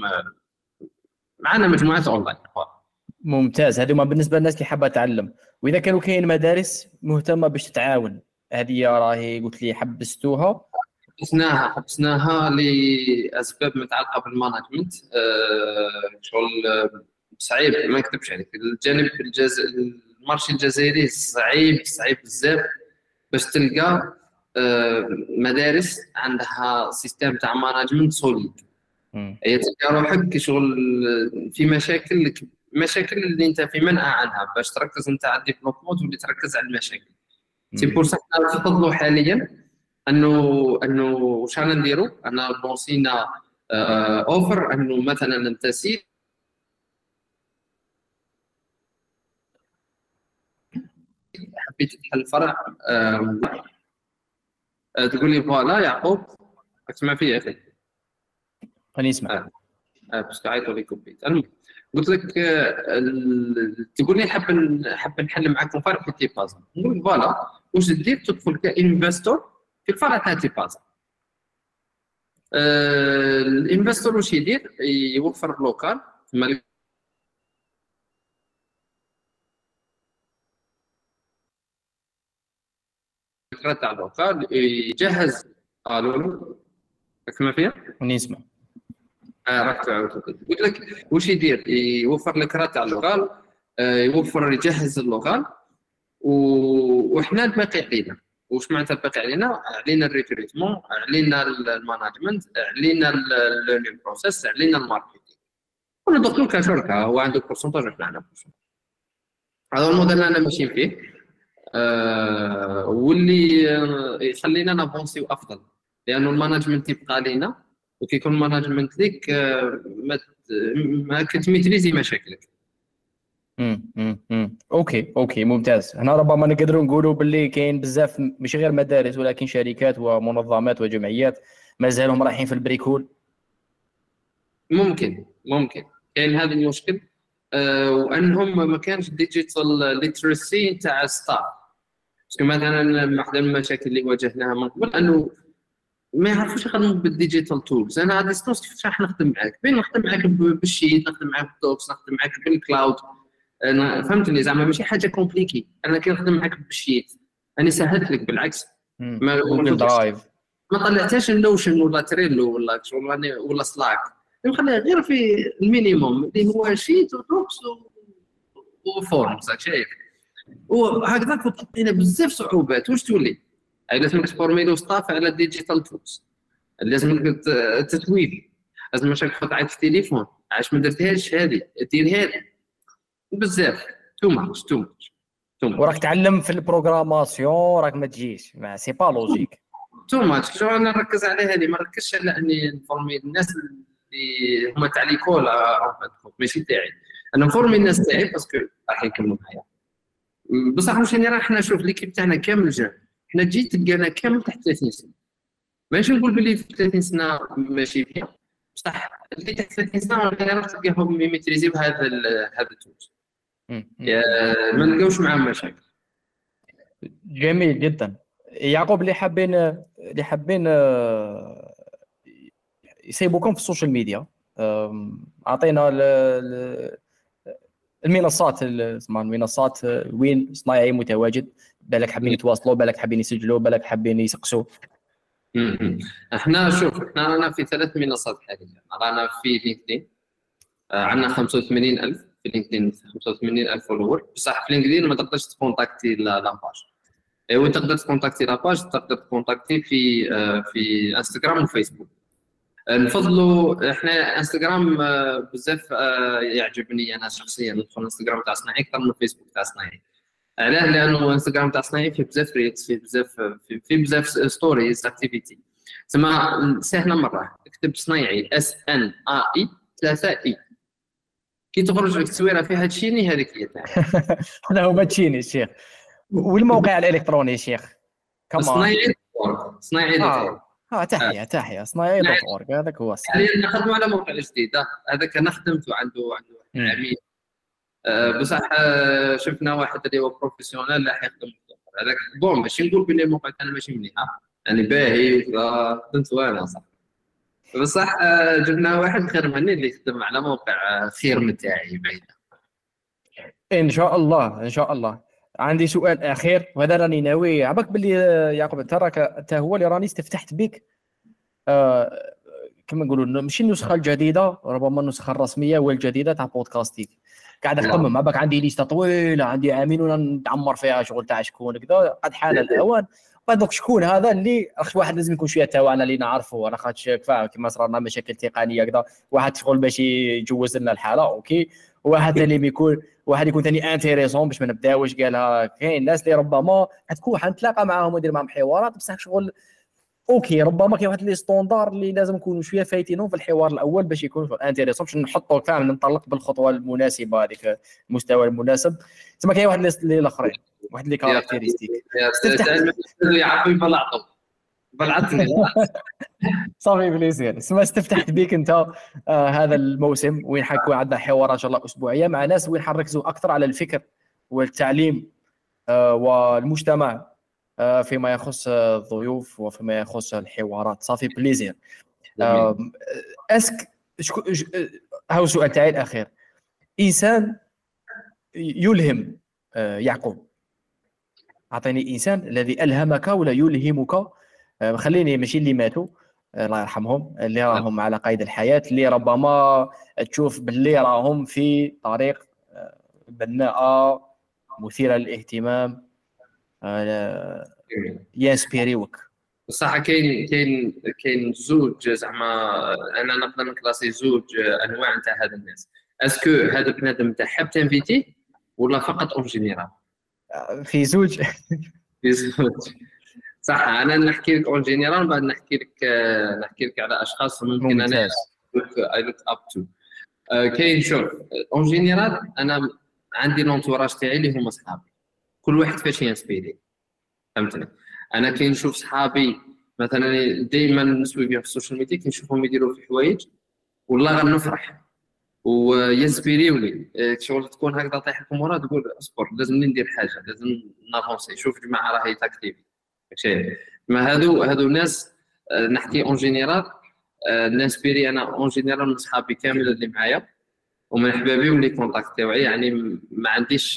معنا مجموعات اونلاين.
ممتاز. هذوما بالنسبه للناس اللي حابه تعلم. واذا كانوا كاين مدارس مهتمه باش تتعاون، هذه راهي قلت لي حبستوها؟
حبسناها حبسناها لاسباب متعلقه بالمانجمنت. أه شغل صعيب ما نكذبش عليك. الجانب الجز... المارشي الجزائري صعيب صعيب بزاف باش تلقى أه مدارس عندها سيستم تاع مانجمنت سوليد. هي تلقى روحك شغل في مشاكل مشاكل اللي انت في منأى عنها باش تركز انت على الديفلوبمون واللي تركز على المشاكل. سي بور سا حنا نفضلوا حاليا انه انه واش رانا نديروا. انا لونسينا اوفر انه مثلا انت سيت حبيت تحل الفرع آم، آه، تقول لي فوالا يعقوب تسمع فيا يا اخي.
خليني نسمع.
آه. آه، بس عيطوا لي كوبيت. المهم قلت لك آه، ال- تقول لي حاب ن- حاب نحل معاك فرع في تيبازا. نقول لك فوالا واش دير؟ تدخل كانفستور في الفرع تاع تيبازا. آه، الانفستور واش يدير؟ يوفر لوكال ثم الفكره تاع اللوكال، يجهز. الو كما فيها.
خليني نسمع.
آه راك تعاود قلت لك واش يدير؟ يوفر لك راه تاع اللوكال، آه، يوفر يجهز اللوكال، و- وحنا الباقي علينا. واش معناتها الباقي علينا؟ علينا الريكروتمون، علينا المانجمنت، علينا الليرنينغ بروسيس، علينا الماركتينغ. وندخلوا كشركه، هو عنده بورسنتاج وحنا عندنا بورسنتاج. هذا هو الموديل اللي انا ماشيين فيه، آه، واللي آه، يخلينا نافونسيو افضل، لانه المانجمنت يبقى علينا، وكي يكون المانجمنت ليك آه، ما ت- ما كتميتريزي مشاكلك.
امم امم اوكي اوكي ممتاز. هنا ربما نقدروا نقولوا باللي كاين بزاف ماشي غير مدارس ولكن شركات ومنظمات وجمعيات مازالهم رايحين في البريكول.
ممكن ممكن كاين هذا المشكل، آه، وانهم ما كانش ديجيتال ليترسي تاع ستاف. باسكو مثلا واحده من المشاكل اللي واجهناها من قبل انه ما يعرفوش يخدموا بالديجيتال تولز. انا على ديستونس كيفاش راح نخدم معاك؟ بين نخدم معاك بالشيت، نخدم معاك بالدوكس، نخدم معاك بالكلاود. انا فهمتني زعما ماشي حاجه كومبليكي. انا كي نخدم معاك بالشيت انا سهلت لك بالعكس. ما
جوجل درايف
ما طلعتهاش النوشن ولا تريلو ولا ولا ولا سلاك، نخليها غير في المينيموم اللي هو شيت ودوكس وفورمز. شايف؟ وهكذاك تحطينا بزاف صعوبات. واش تولي؟ لازم تفورمي له ستاف على ديجيتال تولز، لازم تتويب، لازم مش تحط عاد في التليفون. علاش ما درتهاش هذه؟ ديرها لي بزاف. تو ماتش تو ماتش
وراك تعلم في البروغراماسيون راك ما تجيش مع سي با لوجيك.
تو ماتش. شو انا نركز على هذه، ما نركزش على اني نفورمي الناس اللي هما تاع ليكول ماشي تاعي. انا نفورمي الناس تاعي باسكو راح يكملوا معايا. بصح واش راني راح نشوف ليكيب تاعنا كامل جا، حنا تجي تلقانا كامل تحت ثلاثين سنه. ماشي نقول بلي في ثلاثين سنه ماشي فيها، بصح اللي تحت ثلاثين سنه راني راح تلقاهم يميتريزيو هذا هذا التولز، ما نلقاوش معاهم مشاكل.
جميل جدا. يعقوب، اللي حابين اللي حابين يسيبوكم في السوشيال ميديا، اعطينا المنصات اسمها المنصات وين صنايعي متواجد. بالك حابين يتواصلوا، بالك حابين يسجلوا، بالك حابين يسقسوا.
احنا شوف، احنا رانا في ثلاث منصات حاليا. رانا في لينكدين، عندنا خمسة وثمانين ألف في لينكدين، خمسة وثمانين ألف فولور. بصح في لينكدين ما تقدرش تكونتاكتي لاباج. وين تقدر تكونتاكتي لاباج؟ تقدر تكونتاكتي في في انستغرام وفيسبوك. نفضلوا احنا انستغرام بزاف يعجبني انا شخصيا. ندخل انستغرام تاع صناعي اكثر من فيسبوك تاع صناعي. علاه؟ لانه انستغرام تاع صناعي فيه بزاف ريتس، فيه بزاف فيه بزاف ستوريز اكتيفيتي. تسمى سهله مره. اكتب صنايعي اس ان ا اي ثلاثة اي، كي تخرج لك تصويره فيها تشيني هذيك هي تاعك.
هذا هو تشيني الشيخ. والموقع الالكتروني الشيخ كمان
صنايعي صنايعي دوت اورg.
اه تحيه تحيه صنايعي دوت اورg. هذاك هو الصح.
حاليا نخدموا على موقع جديد، هذاك انا خدمته عنده عنده عميل. أه بصح أه شفنا واحد اللي هو بروفيسيونال راح يخدم هذاك. بون ماشي نقول بلي الموقع تاعنا ماشي مليحه، يعني باهي خدمت وانا صح، بصح أه جبنا واحد خير مني اللي يخدم على موقع خير من تاعي بعيده.
ان شاء الله ان شاء الله. عندي سؤال اخير وهذا راني ناوي عباك باللي يعقوب انت راك انت هو اللي راني استفتحت بك آه كما نقولوا ماشي النسخه الجديده، ربما النسخه الرسميه والجديده تاع بودكاستيك. قاعد نخمم عباك، عندي ليسته طويله، عندي عامين وانا نتعمر فيها شغل تاع شكون كذا. قد حان الاوان قد شكون هذا اللي اخ واحد لازم يكون شويه تاعنا اللي نعرفه. انا خاطش فاهم كيما صرنا مشاكل تقنيه كذا، واحد شغل باش يجوز لنا الحاله اوكي، واحد اللي يكون واحد يكون ثاني انتريسون باش ما نبداوش قالها. كاين ناس اللي ربما تكون حنتلاقى معاهم وندير معاهم حوارات بصح شغل اوكي، ربما كاين واحد لي ستوندار اللي لازم نكونوا شويه فايتينهم في الحوار الاول باش يكون انتريسون، باش نحطوا فاهم ننطلق بالخطوه المناسبه هذيك المستوى المناسب. تما كاين واحد اللي الاخرين واحد لي كاركتيرستيك
استفتح لي عقلي بلعطو بلعتني
صافي بليزير. سما استفتحت بيك انت آه هذا الموسم وين حيكون عندنا حوارات ان شاء الله اسبوعيه مع ناس وين حنركزوا اكثر على الفكر والتعليم آه والمجتمع آه فيما يخص الضيوف وفيما يخص الحوارات. صافي بليزير. آه اسك شكو هاو سؤال تاعي الاخير. انسان يلهم آه يعقوب، اعطيني انسان الذي الهمك ولا يلهمك. آه خليني ماشي اللي ماتوا الله يرحمهم، اللي راهم على قيد الحياة، اللي ربما تشوف باللي راهم في طريق بناءة مثيرة للاهتمام ينسبيريوك.
بصح كاين كاين كاين زوج زعما انا نقدر نكلاسي زوج انواع نتاع هاد الناس. اسكو هذا بنادم تاع حاب تنفيتي ولا فقط اون جينيرال؟
في زوج
في زوج صح. انا نحكي لك اون جينيرال بعد نحكي لك نحكي لك على اشخاص ممكن
ممتاز.
انا اي لوك اب تو. كاين شوف اون جينيرال انا عندي لونتوراج تاعي اللي هما صحابي، كل واحد فاش ينسبيري، فهمتني؟ انا كي نشوف صحابي مثلا دائما نسوي في السوشيال ميديا كي نشوفهم يديروا في حوايج والله غنفرح وينسبيريوني. شغل تكون هكذا طايح لكم ورا تقول اصبر لازم ندير حاجه، لازم نافونسي. شوف جماعه راهي تاكتيفي شيء ما هادو هادو ناس نحكي اون جينيرال. نانسبيري انا اون جينيرال من صحابي كامل اللي معايا ومن احبابي واللي كونتاكت تاعي، يعني ما عنديش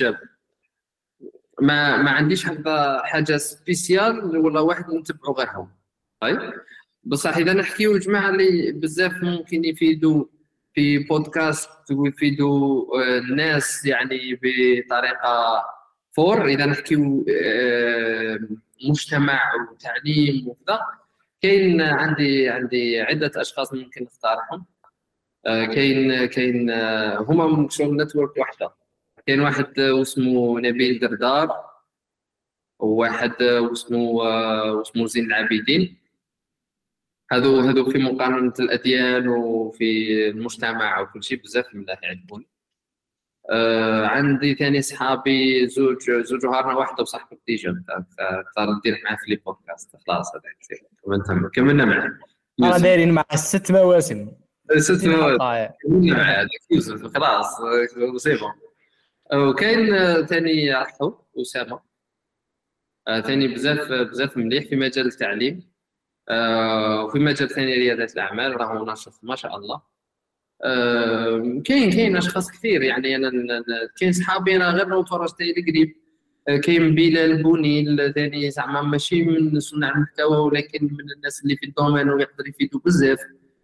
ما ما عنديش هكذا حاجه سبيسيال ولا واحد نتبعو غير هو. طيب بصح اذا نحكيو جماعه اللي بزاف ممكن يفيدوا في بودكاست ويفيدوا الناس يعني بطريقه فور، اذا نحكيو مجتمع وتعليم وكذا، كاين عندي عندي عده اشخاص ممكن نختارهم. كاين كاين هما من شغل نتورك واحده. كاين واحد اسمه نبيل دردار وواحد اسمه اسمه زين العابدين. هذو هذو في مقارنه الاديان وفي المجتمع وكل شيء بزاف من الله يعجبوني. آه عندي ثاني صحابي زوج زوج هارنا واحده وصاحبك ديجا تقدر ندير معاه في لي بودكاست. خلاص هذا كثير كملنا كملنا معاه.
انا دايرين مع ست مواسم
ست مواسم كملنا معاه يوسف خلاص سي بون. وكاين ثاني راحو اسامه ثاني بزاف بزاف مليح في مجال التعليم وفي مجال ثاني رياده الاعمال، راهو ناشط ما شاء الله. أه كاين كاين اشخاص كثير يعني انا كاين صحابي انا غير نتفرج تاعي القريب. أه كاين بلال بوني ثاني زعما ماشي من صناع المحتوى ولكن من الناس اللي في الدومين ويقدر يفيدوا بزاف.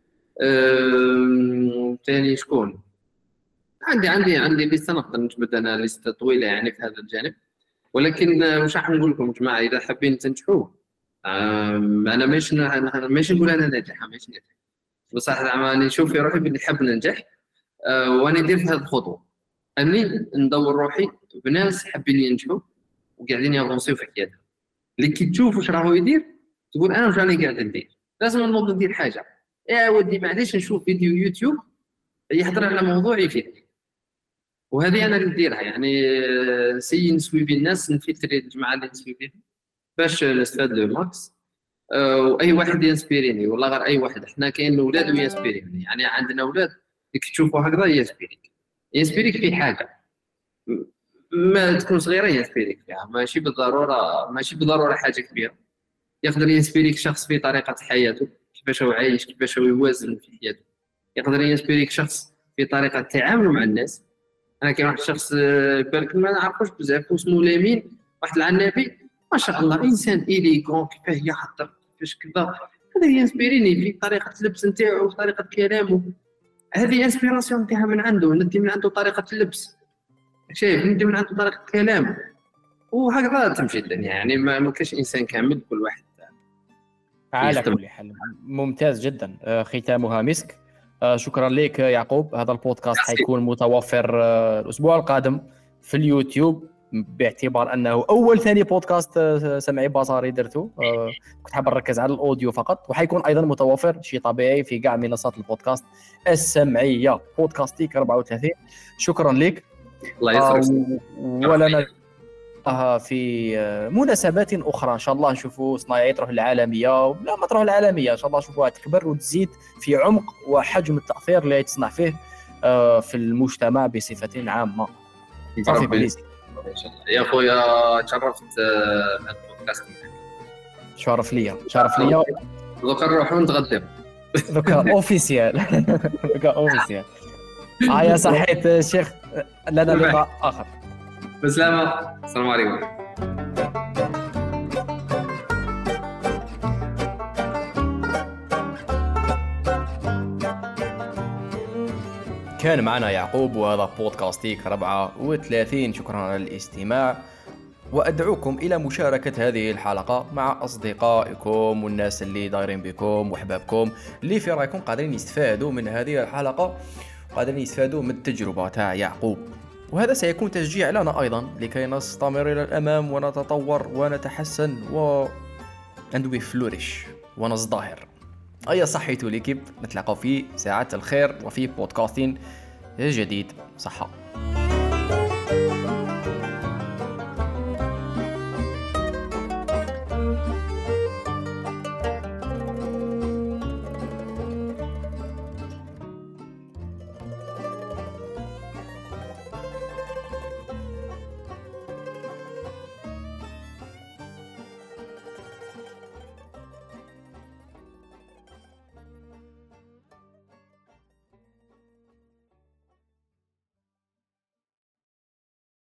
أه ثاني شكون عندي عندي عندي لسه نقدر نجبد انا لسه طويله يعني في هذا الجانب، ولكن واش راح نقول لكم جماعه اذا حابين تنجحوا أه انا ماشي ماشي نقول انا ناجح ماشي ناجح بصح زعما نشوف في روحي بلي حاب ننجح. أه وانا ندير في هذه الخطوه اني ندور روحي بناس حابين ينجحوا وقاعدين يافونسيو في حياتهم، اللي كي تشوف واش راهو يدير تقول انا واش راني قاعد ندير، لازم نوض ندير حاجه. يا ودي معليش نشوف فيديو يوتيوب يحضر على موضوع يفيدني، وهذه انا اللي نديرها يعني سي نسوي بالناس نفلتري الجماعه اللي نسوي بهم باش نستفاد لو ماكس. واي واحد ينسبيريني والله غير اي واحد. احنا كاين اولاد وينسبيريني يعني عندنا اولاد كي تشوفوا هكذا ينسبيريك ينسبيريك في حاجه ما تكون صغيره ينسبيريك فيها، ماشي بالضروره ماشي بالضروره حاجه كبيره. يقدر ينسبيريك شخص في طريقه حياته كيفاش هو عايش كيفاش هو يوازن في حياته. يقدر ينسبيريك شخص في طريقه تعامله مع الناس. انا كاين واحد الشخص بالك ما نعرفوش بزاف اسمه لامين واحد العنابي ما شاء الله انسان إليغون كيفاه يحضر كيفاش كذا. هذا ينسبيريني في طريقه اللبس نتاعو وفي طريقه كلامه. هذه انسبيراسيون نتاعها من عنده، ندي من عنده طريقه اللبس شايف ندي من عنده طريقه كلامه وهكذا تمشي الدنيا يعني ما كاش انسان كامل كل واحد
على كل حال. ممتاز جدا ختامها مسك. شكرا لك يعقوب. هذا البودكاست حيكون متوفر الاسبوع القادم في اليوتيوب باعتبار انه اول ثاني بودكاست سمعي بصري درته. كنت حاب نركز على الاوديو فقط، وحيكون ايضا متوفر شيء طبيعي في كاع منصات البودكاست السمعيه بودكاستيك أربعة وثلاثين. شكرا لك.
الله يسعدك.
ولنا في مناسبات اخرى ان شاء الله نشوفوا صناعيه تروح العالميه، لا ما تروح العالميه ان شاء الله نشوفوها تكبر وتزيد في عمق وحجم التاثير اللي تصنع فيه في المجتمع بصفه عامه. صافي بليزي
يا خويا، تشرفت بالبودكاست.
شرف ليا شرف ليا.
دوكا نروحوا نتغداو.
دوكا اوفيسيال. دوكا اوفيسيال. اه يا صحيت الشيخ، لنا لقاء اخر.
بسلامة، السلام عليكم.
كان معنا يعقوب وهذا بودكاستيك أربعة وثلاثين. شكرا على الاستماع، وأدعوكم إلى مشاركة هذه الحلقة مع أصدقائكم والناس اللي دايرين بكم وحبابكم اللي في رأيكم قادرين يستفادوا من هذه الحلقة، قادرين يستفادوا من التجربة تاع يعقوب. وهذا سيكون تشجيع لنا أيضا لكي نستمر إلى الأمام ونتطور ونتحسن و and we flourish ونزدهر. أي صحيتوا ليكيب، نتلاقوا في ساعات الخير وفي بودكاستين جديد. صحة.